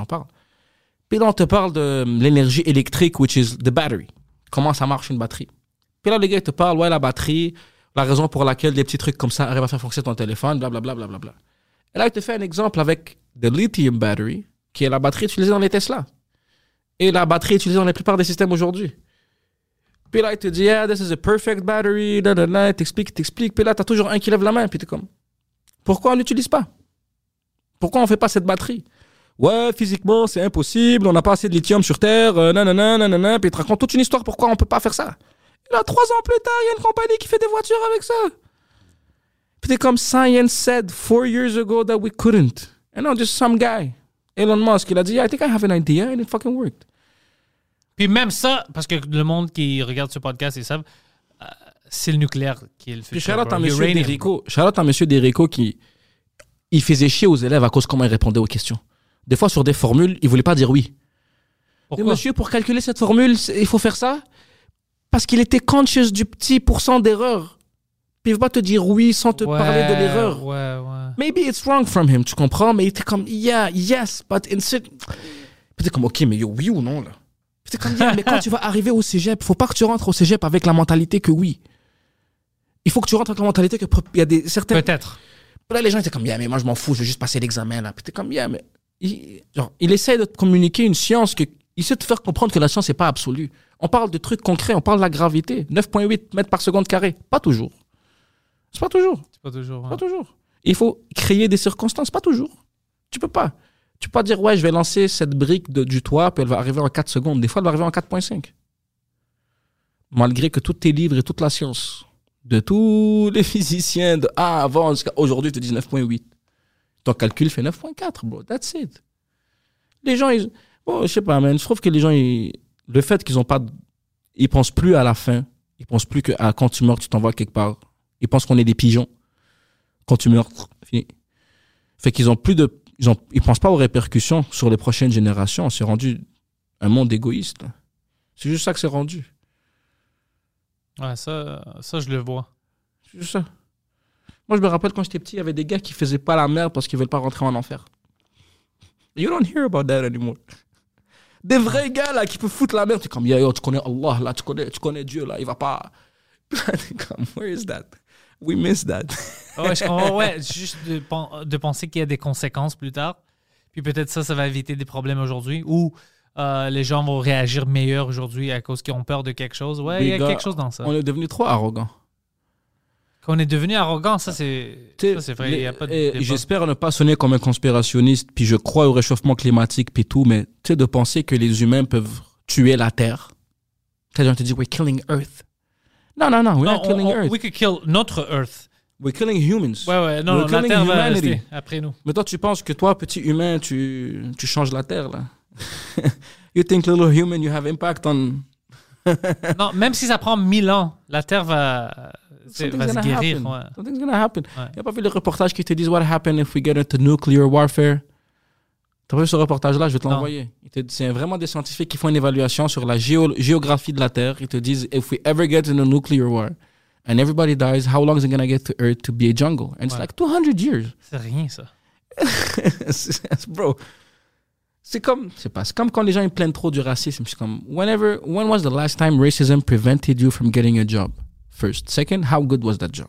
Puis là, on te parle de l'énergie électrique, which is the battery. Comment ça marche une batterie? Puis là, les gars, ils te parlent, ouais, la batterie, la raison pour laquelle des petits trucs comme ça arrivent à faire fonctionner ton téléphone, blablabla. Et là, il te fait un exemple avec the lithium battery, qui est la batterie utilisée dans les Tesla. Et la batterie utilisée dans la plupart des systèmes aujourd'hui. Puis là, il te dit, yeah, this is a perfect battery, il t'explique. Puis là, t'as toujours un qui lève la main, puis t'es comme, pourquoi on l'utilise pas? Pourquoi on fait pas cette batterie? Ouais, physiquement, c'est impossible, on n'a pas assez de lithium sur Terre, nanana, puis il te raconte toute une histoire pourquoi on peut pas faire ça. Et là, 3 ans plus tard, il y a une compagnie qui fait des voitures avec ça. Puis t'es comme, science said 4 years ago that we couldn't. And no, just some guy. Elon Musk, il a dit, yeah, I think I have an idea, and it fucking worked. Puis même ça, parce que le monde qui regarde ce podcast, ils savent, c'est le nucléaire qui est le futur. Puis shout-out à M. Derico qui il faisait chier aux élèves à cause de comment il répondait aux questions. Des fois, sur des formules, il voulait pas dire oui. Pourquoi? Mais monsieur, pour calculer cette formule, il faut faire ça? Parce qu'il était conscious du petit pourcent d'erreur. Puis il ne veut pas te dire oui sans te parler de l'erreur. Ouais. Maybe it's wrong from him, tu comprends? Mais il était comme, yeah, yes, but instead... Puis t'es comme, ok, mais yo, oui ou non, là? Puis t'es comme, yeah, mais quand tu vas arriver au cégep, faut pas que tu rentres au cégep avec la mentalité que oui. Il faut que tu rentres avec la mentalité que il y a des certaines... Peut-être. Puis là, les gens étaient comme, yeah, mais moi, je m'en fous, je vais juste passer l'examen, là. Puis t'es comme, yeah, mais... Il essaie de te communiquer une science que... Il sait te faire comprendre que la science n'est pas absolue. On parle de trucs concrets, on parle de la gravité. 9,8 mètres par seconde carré. Pas toujours. C'est pas toujours. Pas toujours. Il faut créer des circonstances. Pas toujours. Tu peux pas dire, ouais, je vais lancer cette brique du toit, puis elle va arriver en 4 secondes. Des fois, elle va arriver en 4,5. Malgré que tous tes livres et toute la science, de tous les physiciens de A avant jusqu'à aujourd'hui te disent 9,8. Ton calcul fait 9,4, bro. That's it. Les gens, je sais pas, man. Je trouve que les gens, le fait qu'ils ont pas, ils pensent plus à la fin. Ils pensent plus que quand tu meurs, tu t'envoies quelque part. Ils pensent qu'on est des pigeons. Quand tu meurs, fini. Fait qu'ils ont plus de, ils pensent pas aux répercussions sur les prochaines générations. On s'est rendu un monde égoïste. Là. C'est juste ça que c'est rendu. Ouais, ça, je le vois. C'est juste ça. Moi, je me rappelle quand j'étais petit, il y avait des gars qui faisaient pas la merde parce qu'ils veulent pas rentrer en enfer. You don't hear about that anymore. Des vrais gars là qui peuvent foutre la merde. Tu es comme, yo, tu connais Allah là, tu connais Dieu là, il va pas. Comme, where is that? We miss that. Ouais, je comprends. Ouais, juste de penser qu'il y a des conséquences plus tard. Puis peut-être ça va éviter des problèmes aujourd'hui. Ou les gens vont réagir meilleur aujourd'hui à cause qu'ils ont peur de quelque chose. Ouais, il y a quelque chose dans ça. On est devenu trop arrogant. Qu'on est devenu arrogant, ça c'est vrai. Il y a pas de j'espère ne pas sonner comme un conspirationniste, puis je crois au réchauffement climatique, puis tout, mais tu sais, de penser que les humains peuvent tuer la Terre. Quand on te dit, we're killing Earth. Non, we're not killing Earth. We could kill notre Earth. We're killing humans. Ouais, non, la Terre va rester après nous. Mais toi, tu penses que toi, petit humain, tu changes la Terre, là. You think, little human, you have impact on... Non, même si ça prend 1000 ans, la Terre va se guérir. Ouais. Something's gonna happen. Il n'y a pas vu le reportage qui te disent what happens if we get into nuclear warfare? Tu as vu ce reportage-là? Je vais te l'envoyer. C'est vraiment des scientifiques qui font une évaluation sur la géographie de la Terre. Ils te disent, if we ever get in a nuclear war and everybody dies, how long is it gonna get to Earth to be a jungle? And it's like 200 years. C'est rien, ça. Bro. C'est comme quand les gens ils plaignent trop du racisme. C'est comme, when was the last time racism prevented you from getting a job? First. Second, how good was that job?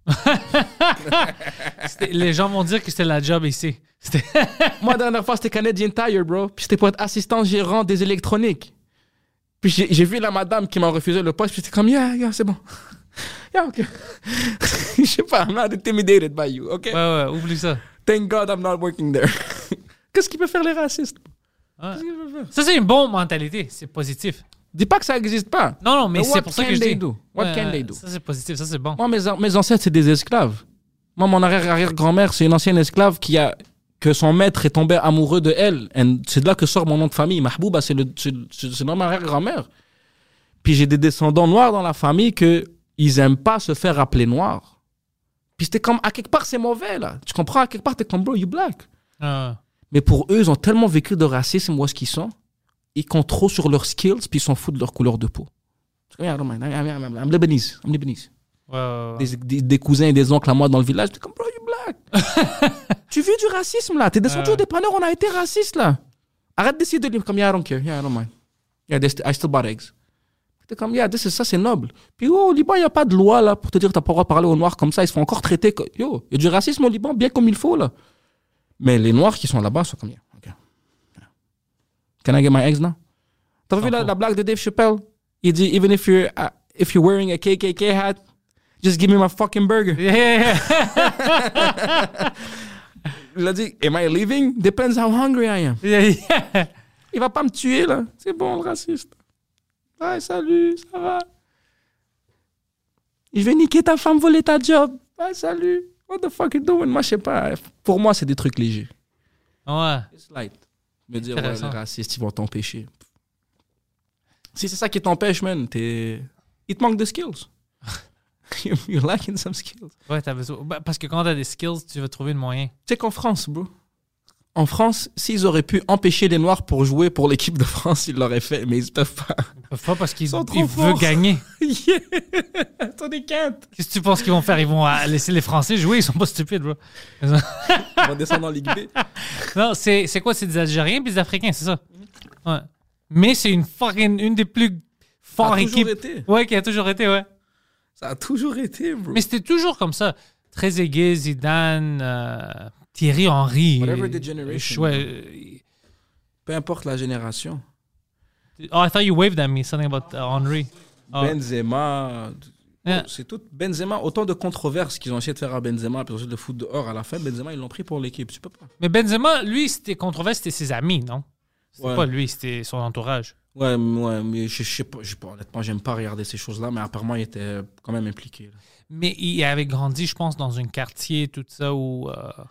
Les gens vont dire que c'était la job ici. Moi, la dernière fois, c'était Canadian Tire, bro. Puis c'était pour être assistant gérant des électroniques. Puis j'ai vu la madame qui m'a refusé le poste. Puis j'étais comme, yeah, c'est bon. Yeah, OK. Je sais pas, I'm not intimidated by you, OK? Ouais, oublie ça. Thank God I'm not working there. Qu'est-ce qu'ils peuvent faire les racistes? Ouais. Ça, c'est une bonne mentalité. C'est positif. Dis pas que ça n'existe pas. Non, mais c'est pour ça que je dis. What can they do? Ça, c'est positif. Ça, c'est bon. Moi, mes ancêtres, c'est des esclaves. Moi, mon arrière-grand-mère, c'est une ancienne esclave que son maître est tombé amoureux de elle. Et c'est de là que sort mon nom de famille. Mahbouba, c'est le nom de ma arrière-grand-mère. Puis j'ai des descendants noirs dans la famille qu'ils aiment pas se faire appeler noirs. Puis c'était comme, à quelque part, c'est mauvais, là. Tu comprends? À quelque part, t'es comme, bro, you black. Mais pour eux, ils ont tellement vécu de racisme où est-ce qu'ils sont. Ils comptent trop sur leurs skills, puis ils s'en foutent de leur couleur de peau. I'm Lebanese. Ouais. Des cousins et des oncles à moi dans le village, t'es comme, bro, you black. Tu vis du racisme, là. T'es descendu au dépanneur, on a été raciste, là. Arrête d'essayer de dire comme, yeah, I don't care. Yeah, I don't mind. Yeah, I still bought eggs. T'es comme, yeah, ça, c'est noble. Puis, au Liban, il n'y a pas de loi, là, pour te dire que t'as pas le droit de parler aux Noirs comme ça. Ils se font encore traiter. Yo, il y a du racisme au Liban, bien comme il faut, là. Mais les Noirs qui sont là-bas sont comme, yeah, OK. Yeah. Can I get my eggs now? T'as vu la blague de Dave Chappelle? Il dit, even if you're wearing a KKK hat, just give me my fucking burger. Yeah. Il a dit, am I leaving? Depends how hungry I am. Yeah. Il va pas me tuer, là. C'est bon, le raciste. Ouais, salut, ça va? Je vais niquer ta femme, voler ta job. Ouais, salut. What the fuck you doing? Moi, je sais pas. Pour moi, c'est des trucs légers. Ouais. It's light. Me dire, ouais, les racistes, ils vont t'empêcher. Si c'est ça qui t'empêche, man, il te manque de skills. You're lacking some skills. Ouais, t'as besoin. Parce que quand t'as des skills, tu vas trouver le moyen. Tu sais qu'en France, bro. En France, s'ils auraient pu empêcher les Noirs pour jouer pour l'équipe de France, ils l'auraient fait, mais ils peuvent pas. Ils peuvent pas parce qu'ils veulent gagner. Yeah. T'en es quinte. Qu'est-ce que tu penses qu'ils vont faire? Ils vont laisser les Français jouer? Ils sont pas stupides, bro. Ils vont descendre en Ligue B. Non, c'est quoi? C'est des Algériens et des Africains, c'est ça? Ouais. Mais c'est une des plus fortes équipes. Ouais, qui a toujours été, ouais. Ça a toujours été, bro. Mais c'était toujours comme ça. Trezeguet, Zidane, Thierry Henry. Whatever the generation. Ouais. Peu importe la génération. Oh, I thought you waved at me, something about Henry. Oh. Benzema. Yeah. C'est tout. Benzema, autant de controverses qu'ils ont essayé de faire à Benzema, puis ils ont essayé de le foutre dehors. À la fin, Benzema, ils l'ont pris pour l'équipe. Tu peux pas. Mais Benzema, lui, c'était controverse, c'était ses amis, non? C'était Ouais. pas lui, c'était son entourage. Ouais, mais je sais pas, honnêtement, j'aime pas regarder ces choses-là, mais apparemment, il était quand même impliqué. Là. Mais il avait grandi, je pense, dans un quartier, tout ça, où...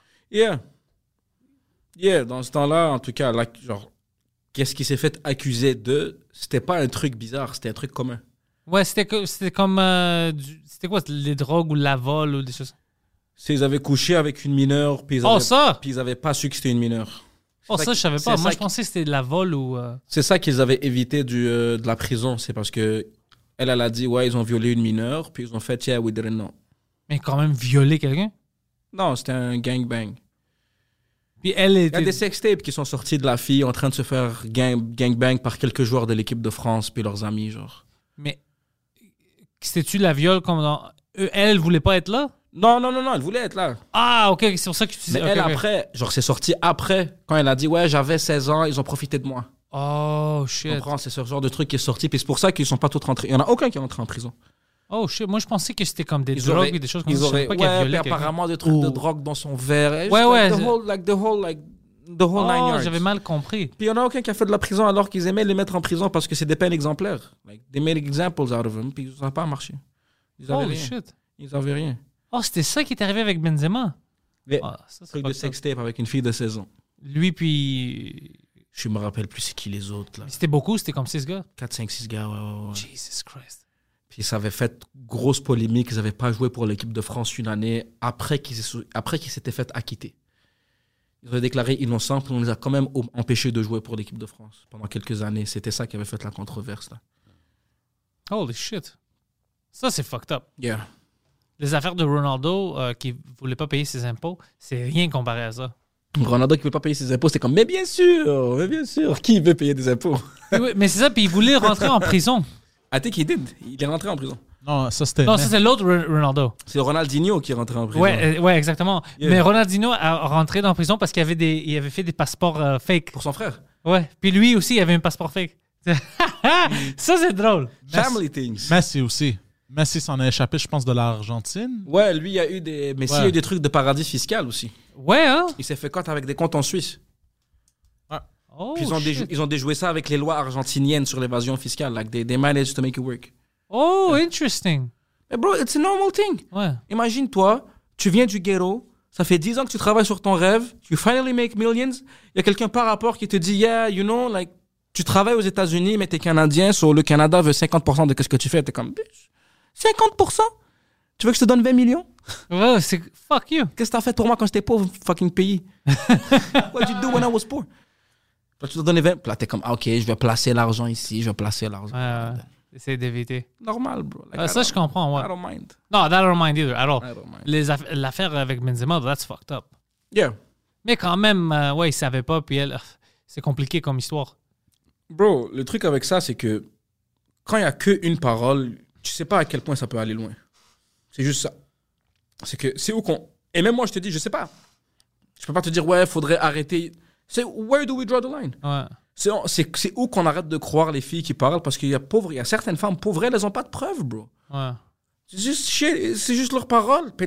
Yeah, dans ce temps-là, en tout cas, là, genre, qu'est-ce qui s'est fait accuser de? C'était pas un truc bizarre, c'était un truc commun. Ouais, c'était comme... c'était quoi, les drogues ou la vol ou des choses? Ils avaient couché avec une mineure, puis ils avaient pas su que c'était une mineure. Ça, je savais pas. Moi, je pensais que c'était de la vol ou... C'est ça qu'ils avaient évité de la prison. C'est parce que elle a dit, ouais, ils ont violé une mineure, puis ils ont fait, yeah, we didn't know. Mais quand même violer quelqu'un? Non, c'était un gangbang. Puis elle était... Il y a des sextapes qui sont sortis de la fille en train de se faire gangbang par quelques joueurs de l'équipe de France, puis leurs amis, genre. Mais c'était-tu la viol comme dans Elle voulait pas être là? Non, elle voulait être là. Ah, OK, c'est pour ça que tu disais... Mais elle, après, genre, c'est sorti après, quand elle a dit, ouais, j'avais 16 ans, ils ont profité de moi. Oh, Tu shit. comprends? C'est ce genre de truc qui est sorti, puis c'est pour ça qu'ils sont pas tous rentrés. Il y en a aucun qui est rentré en prison. Oh, shit. Moi, je pensais que c'était comme des drogues et des choses comme ça. Ils auraient, Je savais pas qu'elle ouais, violait puis quelqu'un. apparemment des trucs de drogue dans son verre. Ouais. The whole 9 yards. J'avais mal compris. Puis il y en a aucun qui a fait de la prison alors qu'ils aimaient les mettre en prison parce que c'est des peines exemplaires. Like, they made examples out of them, puis ça n'a pas marché. Ils avaient Holy rien. shit. Ils avaient rien. Oh, c'était ça qui est arrivé avec Benzema. Mais, Ah, ça, c'est truc de fucked up. sextape avec une fille de 16 ans. Lui, puis... Je me rappelle plus c'est qui les autres, là. C'était beaucoup, c'était comme 6 gars. 4, 5, 6 gars, ouais. Jesus Christ. Puis ça avait fait grosse polémique. Ils n'avaient pas joué pour l'équipe de France une année après qu'ils s'étaient fait acquitter. Ils ont déclaré innocents, puis on les a quand même empêchés de jouer pour l'équipe de France pendant quelques années. C'était ça qui avait fait la controverse, là. Holy shit. Ça, c'est fucked up. Yeah. Les affaires de Ronaldo qui voulait pas payer ses impôts, c'est rien comparé à ça. Ronaldo qui ne veut pas payer ses impôts, c'est comme, mais bien sûr, qui veut payer des impôts? Oui, mais c'est ça, puis il voulait rentrer en prison. I think he did. Il est rentré en prison. Non, ça c'était. Non, ça c'est l'autre Ronaldo. C'est Ronaldinho qui est rentré en prison. Ouais, exactement. Yeah. Mais Ronaldinho a rentré dans la prison parce qu'il avait fait des passeports fake. Pour son frère. Ouais. Puis lui aussi, il avait un passeport fake. Ça, c'est drôle. Family things. Messi aussi. Messi s'en a échappé, je pense, de l'Argentine. Ouais, lui, il y a eu des... Mais s'il y a eu des trucs de paradis fiscal aussi. Ouais, hein? Il s'est fait compte avec des comptes en Suisse. Oh, Puis ils ont déjoué ça avec les lois argentiniennes sur l'évasion fiscale. Like, they managed to make it work. Oh, interesting. Mais bro, it's a normal thing. Ouais. Imagine-toi, tu viens du ghetto, ça fait 10 ans que tu travailles sur ton rêve, you finally make millions, il y a quelqu'un par rapport qui te dit, yeah, you know, like, tu travailles aux États-Unis, mais t'es Canadien, so le Canada veut 50% de ce que tu fais. T'es comme, bitch, 50%? Tu veux que je te donne 20 millions? Ouais, c'est... Fuck you. Qu'est-ce que t'as fait pour moi quand j'étais pauvre, fucking pays? What did you do when I was poor? Là, tu te donnes 20. Puis là, t'es comme, ah, ok, je vais placer l'argent ici, je vais placer l'argent. Ouais. Essaye d'éviter. Normal, bro. Like, Ça, je comprends, ouais. I don't mind. Non, that I don't mind either, at all. I don't mind. L'affaire avec Benzema, that's fucked up. Yeah. Mais quand même, ouais, il savait pas, puis elle... C'est compliqué comme histoire. Bro, le truc avec ça, c'est que quand il n'y a qu'une parole, tu sais pas à quel point ça peut aller loin. C'est juste ça. C'est que c'est où qu'on... Et même moi, je te dis, je sais pas. Je peux pas te dire, ouais, faudrait arrêter... C'est where do we draw the line? Ouais. C'est où qu'on arrête de croire les filles qui parlent parce qu'il y a certaines femmes pauvres, elles ont pas de preuves, bro. Ouais. C'est juste shit, c'est juste leur parole. Puis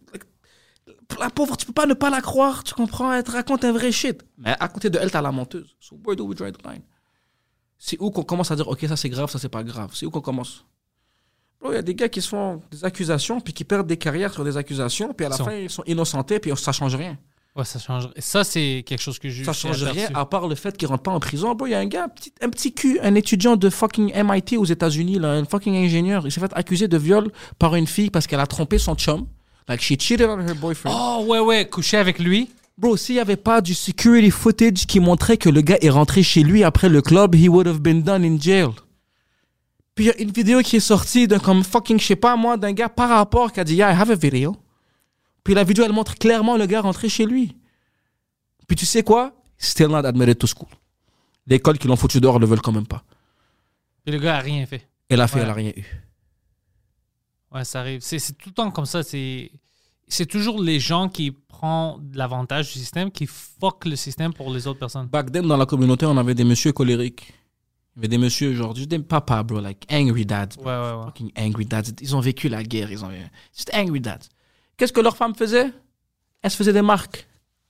la pauvre, tu peux pas ne pas la croire, tu comprends? Elle te raconte un vrai shit. Mais à côté de elle, t'as la menteuse. So where do we draw the line? C'est où qu'on commence à dire, ok, ça c'est grave, ça c'est pas grave. C'est où qu'on commence? Bro, il y a des gars qui se font des accusations puis qui perdent des carrières sur des accusations puis à la fin, ils sont innocentés puis ça change rien. Ouais, ça change. Ça, c'est quelque chose que j'ai Ça change aperçu. rien à part le fait qu'il rentre pas en prison. Bro, il y a un gars, un petit cul, un étudiant de fucking MIT aux États-Unis, là, un fucking ingénieur. Il s'est fait accuser de viol par une fille parce qu'elle a trompé son chum. Like, she cheated on her boyfriend. Oh, ouais, coucher avec lui. Bro, s'il n'y avait pas du security footage qui montrait que le gars est rentré chez lui après le club, he would have been done in jail. Puis il y a une vidéo qui est sortie d'un comme fucking, je sais pas moi, d'un gars par rapport qui a dit, yeah, I have a video. Puis la vidéo, elle montre clairement le gars rentré chez lui. Puis tu sais quoi? Still not admitted to school. L'école qui l'ont foutu dehors le veulent quand même pas. Et le gars a rien fait. Elle a fait, Ouais. elle a rien eu. Ouais, ça arrive. C'est tout le temps comme ça. C'est toujours les gens qui prennent l'avantage du système qui fuck le système pour les autres personnes. Back then, dans la communauté, on avait des messieurs colériques. Il y avait des messieurs aujourd'hui, des papas, bro, like angry dads. Bro. Ouais. Fucking angry dads. Ils ont vécu la guerre. Just angry dads. Qu'est-ce que leur femme faisait? Elle se faisait des marques.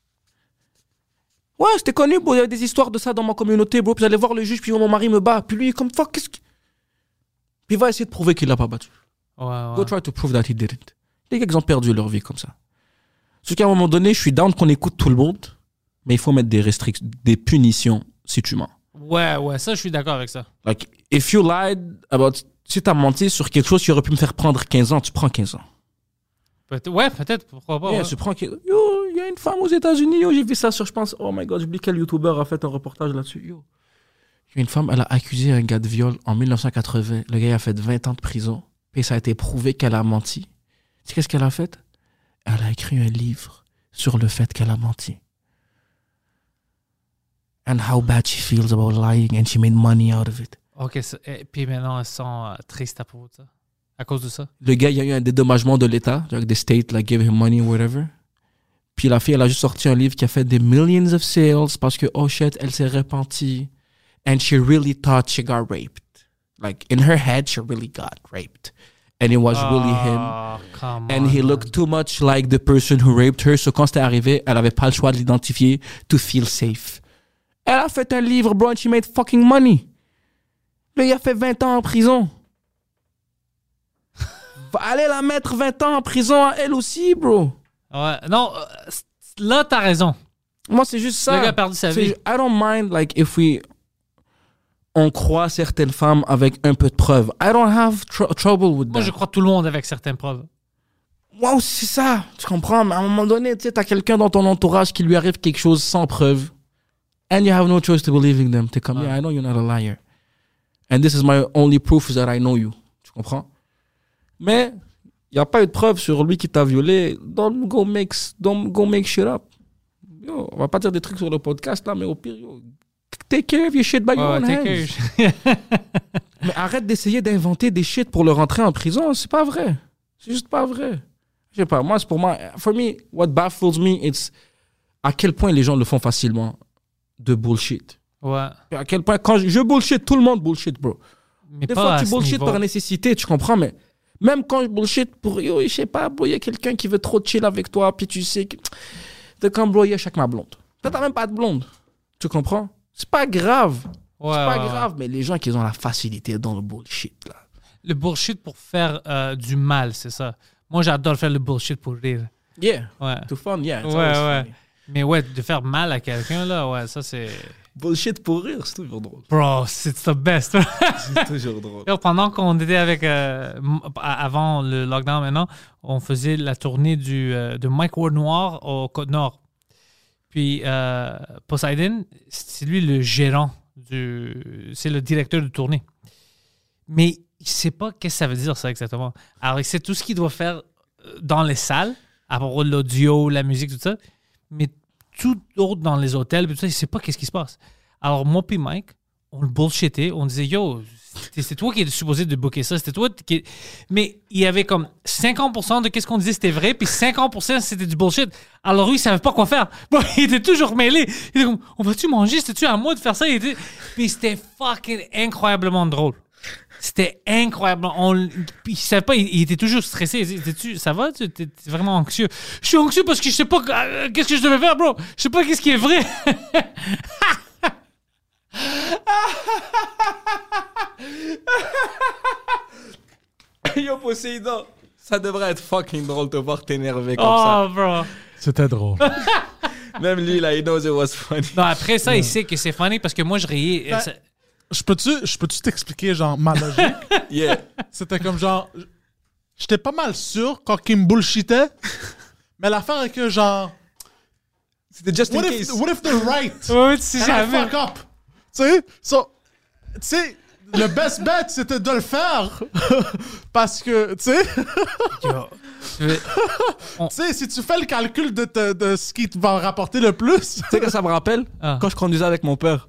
Ouais, c'était connu, bro. Il y avait des histoires de ça dans ma communauté, bro. Puis j'allais voir le juge, puis mon mari me bat. Puis lui, comme fuck, qu'est-ce que. Puis il va essayer de prouver qu'il l'a pas battu. Ouais. Go try to prove that he didn't. Les gars, ils ont perdu leur vie comme ça. Sauf qu'à un moment donné, je suis down qu'on écoute tout le monde, mais il faut mettre des restrictions, des punitions si tu mens. Ouais, ça, je suis d'accord avec ça. Like, if you lied about. Si t'as menti sur quelque chose qui aurait pu me faire prendre 15 ans, tu prends 15 ans. Peut-être, pourquoi pas. Yeah, Ouais. tu prends 15 ans. Yo, il y a une femme aux États-Unis, yo, j'ai vu ça sur, je pense, oh my god, j'oublie quel YouTuber a fait un reportage là-dessus. Yo. Il y a une femme, elle a accusé un gars de viol en 1980. Le gars, il a fait 20 ans de prison. Puis ça a été prouvé qu'elle a menti. Tu sais qu'est-ce qu'elle a fait? Elle a écrit un livre sur le fait qu'elle a menti. And how bad she feels about lying and she made money out of it. OK, et puis maintenant, elles sont tristes à propos de ça. À cause de ça. Le gars, il y a eu un dédommagement de l'État. Like, the state, like, give him money or whatever. Puis la fille, elle a juste sorti un livre qui a fait des millions of sales parce que, oh shit, elle s'est repentie. And she really thought she got raped. Like, in her head, she really got raped. And it was really him. Come And on, he looked too much like the person who raped her. So quand c'était arrivé, elle avait pas le choix de l'identifier to feel safe. Elle a fait un livre, bro, and she made fucking money. Là, il a fait 20 ans en prison. Allez la mettre 20 ans en prison, elle aussi, bro. Ouais, non, là, t'as raison. Moi, c'est juste ça. Le gars a perdu sa vie. I don't mind, like, if on croit certaines femmes avec un peu de preuves. I don't have trouble with that. Moi, je crois tout le monde avec certaines preuves. Moi aussi, c'est ça. Tu comprends? Mais à un moment donné, tu sais, t'as quelqu'un dans ton entourage qui lui arrive quelque chose sans preuve. And you have no choice to believe in them. T'es comme, yeah, I know you're not a liar. And this is my only proof that I know you. Tu comprends? Mais, il n'y a pas eu de preuve sur lui qui t'a violé. Don't go make shit up. Yo, on va pas dire des trucs sur le podcast, là, mais au pire, yo, take care of your shit by your own hands. Mais arrête d'essayer d'inventer des shit pour le rentrer en prison. C'est pas vrai. C'est juste pas vrai. Je sais pas. Moi, c'est pour moi. For me, what baffles me, it's à quel point les gens le font facilement de bullshit. Ouais. Et à quel point, quand je bullshit, tout le monde bullshit, bro. Mais Des pas fois, à tu ce bullshit niveau. par nécessité, tu comprends, mais même quand je bullshit pour, yo, je sais pas, bro, il y a quelqu'un qui veut trop chill avec toi, puis tu sais que. T'es comme, bro, yo, check ma blonde. Toi, t'as même pas de blonde. Tu comprends? C'est pas grave. Ouais, c'est pas ouais, grave, mais les gens qui ont la facilité dans le bullshit, là. Le bullshit pour faire du mal, c'est ça. Moi, j'adore faire le bullshit pour rire. Yeah. Ouais. To fun, yeah. it's Ouais, always ouais. funny. Mais ouais, de faire mal à quelqu'un, là, ouais, ça, c'est... Bullshit pour rire, c'est toujours drôle. Bro, c'est the best. C'est toujours drôle. Pendant qu'on était avec... avant le lockdown, maintenant, on faisait la tournée de Mike Ward Noir au Côte-Nord. Puis Poseidon, c'est lui le gérant c'est le directeur de tournée. Mais il sait pas qu'est-ce que ça veut dire, ça, exactement. Alors, il sait tout ce qu'il doit faire dans les salles, à propos de l'audio, la musique, tout ça, mais tout autre dans les hôtels, tout ça, il sait pas qu'est-ce qui se passe. Alors, moi puis Mike, on le bullshitait, on disait, yo, c'est toi qui es supposé de booker ça, c'était toi qui... Mais il y avait comme 50% de qu'est-ce qu'on disait c'était vrai, puis 50% c'était du bullshit. Alors lui, il savait pas quoi faire. Bon, il était toujours mêlé. Il était comme, on va-tu manger? C'était-tu à moi de faire ça? Puis c'était fucking incroyablement drôle. C'était incroyable. Puis il savait pas, il était toujours stressé. Il disait, ça va? Tu es vraiment anxieux? Je suis anxieux parce que je sais pas qu'est-ce que je devais faire, bro. Je sais pas qu'est-ce qui est vrai. Yo, Poséidon, ça devrait être fucking drôle de voir t'énerver comme ça. Oh, bro. C'était drôle. Même lui, là, he knows it was funny. Non, après ça, il sait que c'est funny parce que moi, je riais. Ben, je peux-tu t'expliquer, genre, ma logique? Yeah. C'était comme, genre, j'étais pas mal sûr quand il me bullshitait, mais l'affaire est que, genre, C'était just in case. what if they're right? Ouais, tu sais And I jamais. fuck up. Tu sais? So, tu sais, le best bet, c'était de le faire. Parce que, tu sais, Yo, tu sais, si tu fais le calcul de ce qui te va rapporter le plus. Tu sais que ça me rappelle? Ah. Quand je conduisais avec mon père.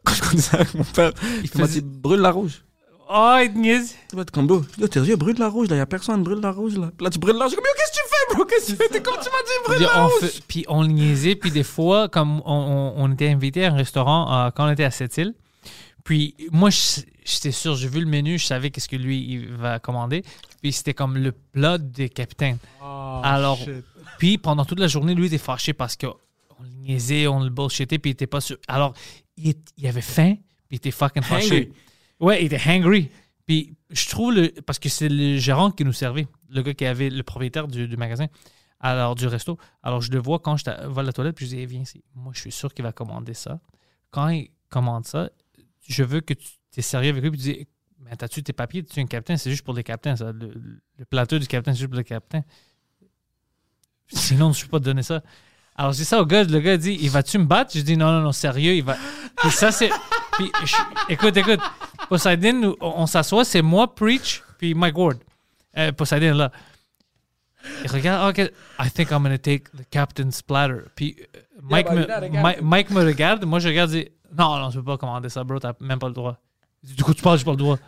Il m'a dit, brûle la rouge. Oh, il te niaise. Tu vas être comme, bro, yo, t'es sérieux, brûle la rouge, là, y'a personne, brûle la rouge, là. Puis là, tu brûles la rouge. Je suis comme, yo, qu'est-ce que tu fais, bro? Qu'est-ce que tu fais? T'es comme tu m'as dit, brûle la rouge. Puis on le niaisait, puis des fois, comme on était invité à un restaurant quand on était à Sept-Îles, puis moi, j'étais sûr, j'ai vu le menu, je savais qu'est-ce que lui, il va commander, puis c'était comme le plat des capitaines. Alors, puis pendant toute la journée, lui, il était fâché parce qu'on le niaisait, on le bullshitait, puis il était pas sûr. Alors, il avait faim, puis il était fucking fâché. Hangry. Ouais, il était hangry. Puis je trouve, parce que c'est le gérant qui nous servait, le gars qui avait le propriétaire du magasin, alors du resto. Alors je le vois quand je vais à la toilette, puis je dis, viens ici. Moi, je suis sûr qu'il va commander ça. Quand il commande ça, je veux que tu es sérieux avec lui, puis tu dis, mais t'as-tu tes papiers? Tu es un capitaine? C'est juste pour les capitaines, ça. Le plateau du capitaine, c'est juste pour les capitaines. Sinon, je ne peux pas te donner ça. Alors, je dis ça au gars. Le gars dit, il va-tu me battre? Je dis, non, sérieux, il va... Puis ça, c'est... Puis, écoute. Poseidon, on s'assoit, c'est moi, Preach, puis Mike Ward. Poseidon, là. Il regarde, OK, I think I'm going to take the captain's platter. Puis Mike me regarde, moi, je regarde et dis, non, tu peux pas commander ça, bro, t'as même pas le droit. Du coup, tu parles, j'ai pas le droit.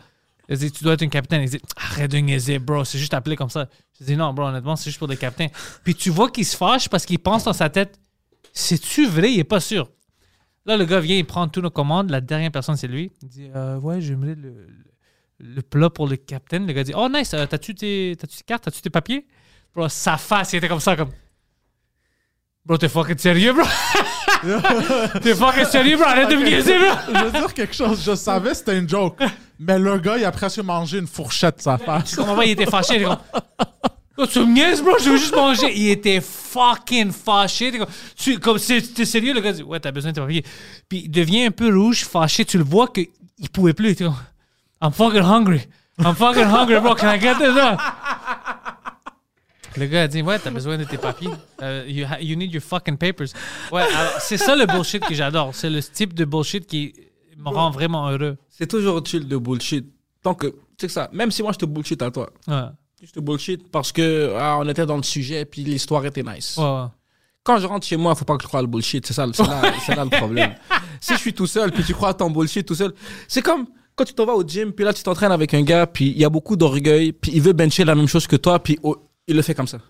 Il dit, tu dois être un capitaine. Il dit, arrête de niaiser, bro, c'est juste appelé comme ça. Je dis, non, bro, honnêtement, c'est juste pour des capitains. Puis tu vois qu'il se fâche parce qu'il pense dans sa tête, c'est-tu vrai? Il est pas sûr. Là, le gars vient, il prend toutes nos commandes. La dernière personne, c'est lui. Il dit, ouais, j'aimerais le plat pour le capitaine. Le gars dit, oh, nice, t'as-tu tes cartes? T'as-tu tes papiers? Bro, sa face, il était comme ça, comme... Bro, t'es fucking sérieux, bro? T'es fucking sérieux, bro? Arrête de me niaiser, bro! Je veux dire quelque chose. Je savais que c'était une joke. Mais le gars, il a presque mangé une fourchette de sa face. Tu comprends pas? Il était fâché. Il était comme... Oh, tu me niaises, bro? Je veux juste manger. Il était fucking fâché. Comme si t'es sérieux, le gars dit, ouais, t'as besoin de tes papiers. Puis il devient un peu rouge, fâché. Tu le vois qu'il pouvait plus. Il était comme, I'm fucking hungry, bro. Can I get this? Le gars a dit, ouais, t'as besoin de tes papiers. You need your fucking papers. Ouais, alors, c'est ça le bullshit que j'adore. C'est le type de bullshit qui me rend vraiment heureux. C'est toujours chill de bullshit. Tant que, tu sais que ça, même si moi je te bullshit à toi. Ouais. Je te bullshit parce que on était dans le sujet puis l'histoire était nice. Ouais. Quand je rentre chez moi, faut pas que je croie le bullshit. C'est là le problème. Si je suis tout seul puis tu crois à ton bullshit tout seul, c'est comme quand tu t'en vas au gym puis là tu t'entraînes avec un gars puis il y a beaucoup d'orgueil puis il veut bencher la même chose que toi puis il le fait comme ça.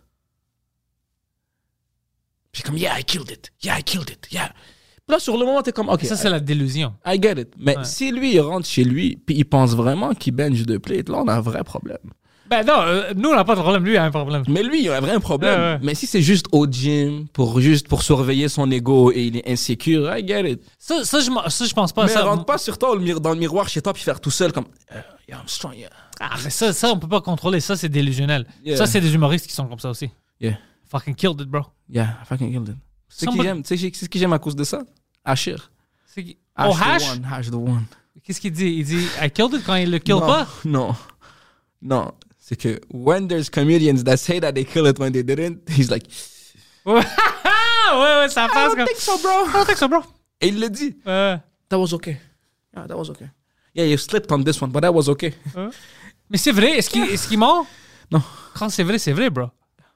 Puis comme yeah I killed it. Yeah. Puis là sur le moment t'es comme ok. Ça c'est la délusion. I get it. Mais si lui il rentre chez lui puis il pense vraiment qu'il bench de plate, là on a un vrai problème. Ben non, nous on n'a pas de problème, lui il a un problème. Mais lui, il a un vrai problème. Ouais. Mais si c'est juste au gym, pour surveiller son ego et il est insécure, I get it. Ça je pense pas. Mais Ça, rentre pas sur toi dans le miroir chez toi puis faire tout seul comme yeah, I'm strong, yeah. Ah, mais ça on peut pas contrôler. Ça c'est délusionnel. Yeah. Ça c'est des humoristes qui sont comme ça aussi. Yeah. Fucking killed it, bro. Yeah, I fucking killed it. C'est ce que j'aime à cause de ça? Achir. Oh, Hash? Hash the one. Qu'est-ce qu'il dit? Il dit I killed it quand il le kill pas? Non. C'est que when there's comedians that say that they kill it when they didn't, he's like... ouais, ça passe comme... I don't think so, bro. Et il le dit. That was okay. Yeah, that was okay. Yeah, you slipped on this one, but that was okay. Mais c'est vrai? Est-ce qu'il ment? Non. Quand c'est vrai, bro.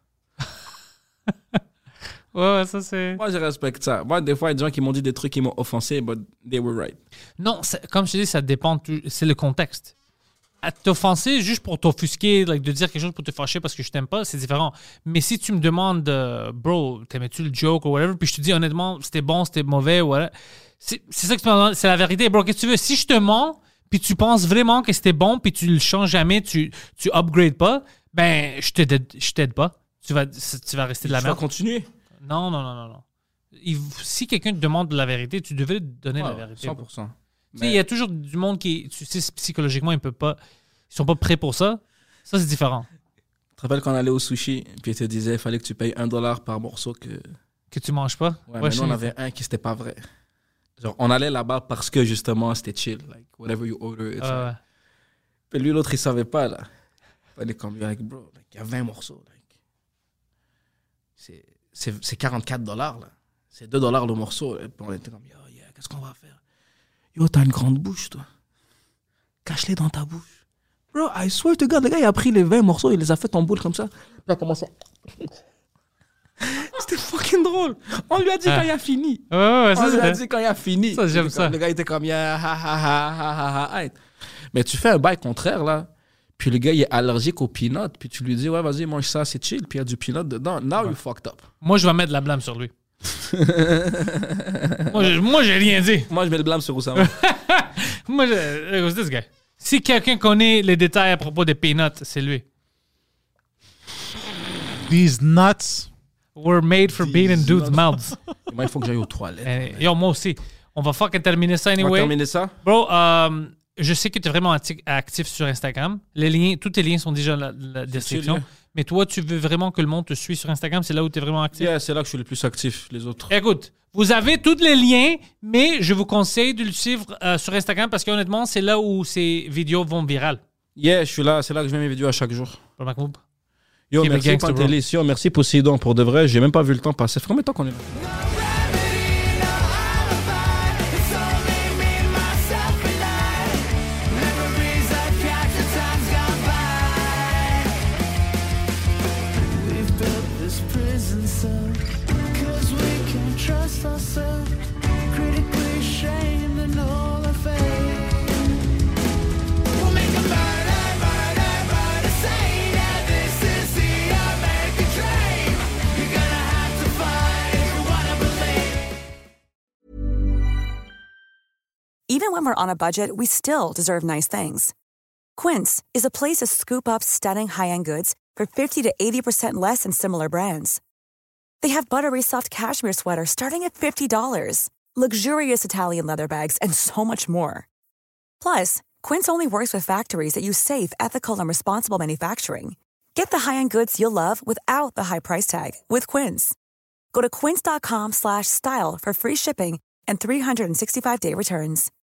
ouais, ça c'est... Moi, je respecte ça. Moi, des fois, il y a des gens qui m'ont dit des trucs qui m'ont offensé, but they were right. Non, comme je te dis, ça dépend. C'est le contexte. À t'offenser juste pour t'offusquer, de dire quelque chose pour te fâcher parce que je t'aime pas, c'est différent. Mais si tu me demandes, bro, t'aimais-tu le joke ou whatever, puis je te dis honnêtement, c'était bon, c'était mauvais, whatever, c'est ça que tu me demandes, c'est la vérité. Bro, qu'est-ce que tu veux? Si je te mens, puis tu penses vraiment que c'était bon, puis tu le changes jamais, tu upgrades pas, ben, je t'aide pas. Tu vas rester de la merde. Tu vas continuer. Non. Si quelqu'un te demande de la vérité, tu devrais donner la vérité. 100%. Il y a toujours du monde qui, tu sais, psychologiquement, ils sont pas prêts pour ça. Ça, c'est différent. Tu te rappelles quand on allait au sushi, puis ils te disaient qu'il fallait que tu payes $1 par morceau que tu manges pas? Ouais, mais nous, on avait un qui c'était pas vrai. Genre, on allait là-bas parce que justement, c'était chill. Like, whatever you order, it's right. Puis lui, l'autre, il savait pas, là. Il fallait comme, like, bro, il y a 20 morceaux. Like. C'est $44, là. C'est $2 le morceau. Et puis on était comme, yeah, qu'est-ce qu'on va faire? Yo, t'as une grande bouche, toi. Cache-les dans ta bouche. Bro, I swear to God, le gars, il a pris les 20 morceaux, il les a fait en boule comme ça. Puis il a commencé. C'était fucking drôle. On lui a dit quand il a fini. Ouais, on lui a dit quand il a fini. Ça, j'aime ça. Le gars était comme, ha. Mais tu fais un bail contraire, là. Puis le gars, il est allergique aux peanuts. Puis tu lui dis, ouais, vas-y, mange ça, c'est chill. Puis il y a du peanut dedans. Now you fucked up. Moi, je vais mettre de la blâme sur lui. moi, j'ai rien dit. Moi, je mets le blâme sur Oussama. Moi, c'est this guy. Si quelqu'un connaît les détails à propos des peanuts, c'est lui. These nuts were made for being in dudes' mouths. Moi, il faut que j'aille aux toilettes. Yo, moi aussi. On va fucking terminer ça anyway. On va terminer ça? Bro, je sais que tu es vraiment actif sur Instagram. Tous tes liens sont déjà dans la description. Chill, mais toi, tu veux vraiment que le monde te suive sur Instagram? C'est là où tu es vraiment actif? Yeah, c'est là que je suis le plus actif. Les autres. Écoute, vous avez tous les liens, mais je vous conseille de le suivre sur Instagram parce qu'honnêtement, c'est là où ces vidéos vont virales. Yeah, je suis là. C'est là que je mets mes vidéos à chaque jour. Pour Mahmoud. Yo, merci Pantelis. Yo, merci Poséidon. Pour de vrai, j'ai même pas vu le temps passer. Ça fait combien de temps qu'on est là? Critically shamed and all our fate. We'll make a murder. Even when we're on a budget, we still deserve nice things. Quince is a place to scoop up stunning high-end goods for 50 to 80% less than similar brands. They have buttery soft cashmere sweaters starting at $50, luxurious Italian leather bags, and so much more. Plus, Quince only works with factories that use safe, ethical, and responsible manufacturing. Get the high-end goods you'll love without the high price tag with Quince. Go to quince.com/style for free shipping and 365-day returns.